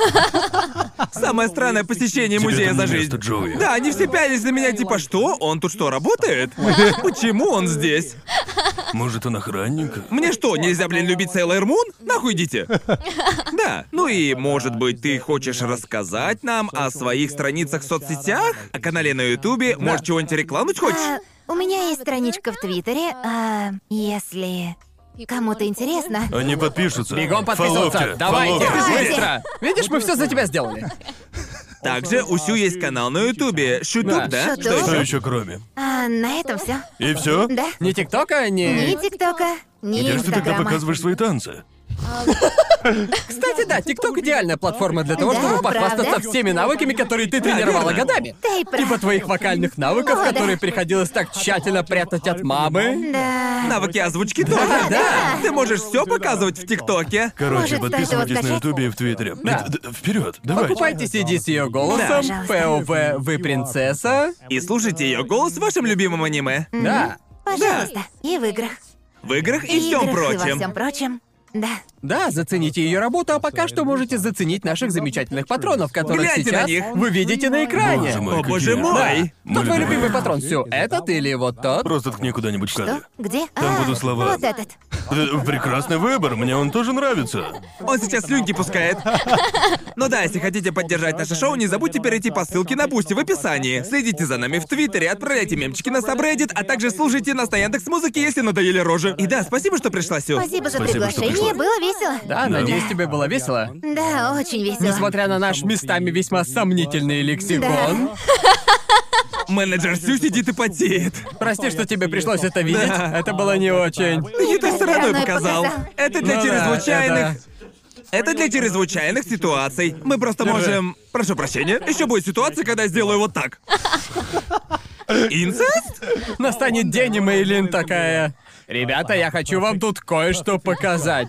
Самое странное посещение Тебе музея там за не жизнь. место, Джоуи. Да, они все пялись на меня, типа, что? Он тут что, работает? Почему он здесь? Может, он охранник? Мне что, нельзя, блин, любить Sailor Moon? Нахуй идите. Да, ну и, может быть, ты хочешь рассказать нам о своих страницах в соцсетях? О канале на Ютубе? Может, чего-нибудь рекламнуть хочешь? а, у меня есть страничка в Твиттере. А, если кому-то интересно. Они подпишутся. Бегом подписываться. Фолловьте, Давайте, фолловьте. быстро. Видишь, мы все за тебя сделали. Также у Сю есть канал на Ютубе. Шутуб, Да. да? Шутуб. Что Что еще? еще кроме? А, на этом все. И все? Да. Ни ТикТока, ни... Ни ТикТока, ни Где же ты тогда Инстаграма. показываешь свои танцы? Кстати, да, ТикТок идеальная платформа для того, Да, чтобы похвастаться правда? всеми навыками, которые ты тренировала верно. годами. Ты прав. Типа твоих вокальных навыков, О, да. которые приходилось так тщательно прятать от мамы. Да. Навыки озвучки тоже. да. Ты можешь все показывать в ТикТоке. Короче, Может, стоит его подписывайтесь на скачать? Ютубе и в Твиттере. Да. Вперед, давайте. Покупайте си ди с ее голосом, Да, пожалуйста. ПОВ «Вы принцесса». И слушайте ее голос в вашем любимом аниме. Да. Пожалуйста. И в играх. В играх и Играх, всем И во прочем. всем прочем. Да. Да, зацените ее работу, а пока что можете заценить наших замечательных патронов, которых Гляньте сейчас на них. вы видите на экране. Боже мой, О, какие- боже мой! Кто твой Мы любим. любимый патрон, Сю? Этот или вот тот? Просто ткни куда-нибудь в Что? кадр. Где? Там а, будут слова. Вот этот. Э, Прекрасный выбор, мне он тоже нравится. Он сейчас слюнки пускает. Ну да, если хотите поддержать наше шоу, не забудьте перейти по ссылке на Бусти в описании. Следите за нами в Твиттере, отправляйте мемчики на Сабреддит, а также слушайте нас на Яндекс.Музыке, если надоели рожи. И да, спасибо, что пришла, Сю. Спасибо за Спасибо, что приглашение, пришла. было весело. Да, надеюсь, тебе было весело. Да, очень весело. Несмотря на наш местами весьма сомнительный лексикон. Менеджер Сю сидит и потеет. Прости, что тебе пришлось это видеть. Это было не очень. Ты не той стороной Стороной показал. показал. Это для Ну да, чрезвычайных... это- Это для чрезвычайных ситуаций. Мы просто Держи. можем... Прошу прощения. Еще будет ситуация, когда я сделаю вот так. Инцест? Настанет день, и Мейлин такая. Ребята, я хочу вам тут кое-что показать.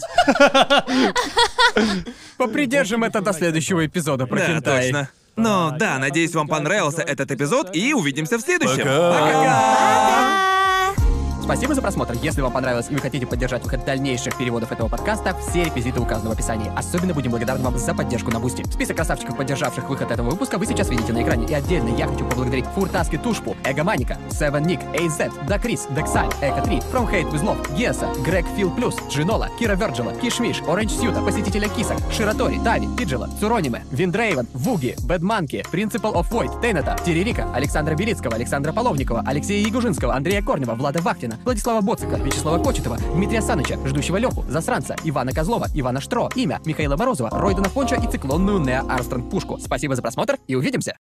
Попридержим это до следующего эпизода про Да, хентай. точно. Но да, надеюсь, вам понравился этот эпизод, и увидимся в следующем. Пока. Пока. Спасибо за просмотр. Если вам понравилось и вы хотите поддержать выход дальнейших переводов этого подкаста, все реквизиты указаны в описании. Особенно будем благодарны вам за поддержку на Бусти. Список красавчиков, поддержавших выход этого выпуска, вы сейчас видите на экране. И отдельно я хочу поблагодарить Фуртаски Тушпу, Эгоманика, Севен Ник, Эйзет, Дакрис, Дексаль, Эко три, From Hate with Love, Геса, Грег Фил Плюс, Джинола, Кира Верджила, Кишмиш, Оранж Сьюта, Посетителя Кисок, Ширатори, Тави, Пиджела, Цурониме, Виндрейвен, Вуги, Бэдманки, Принципал оф Войд, Тейната, Терерика, Александра Белицкого, Александра Половникова, Алексея Ягужинского, Андрея Корнева, Влада Вахтина, Владислава Боцика, Вячеслава Кочетова, Дмитрия Саныча, Ждущего Леху, Засранца, Ивана Козлова, Ивана Штро, Имя, Михаила Морозова, Ройдана Понча и циклонную Нео Армстронг Пушку. Спасибо за просмотр и увидимся!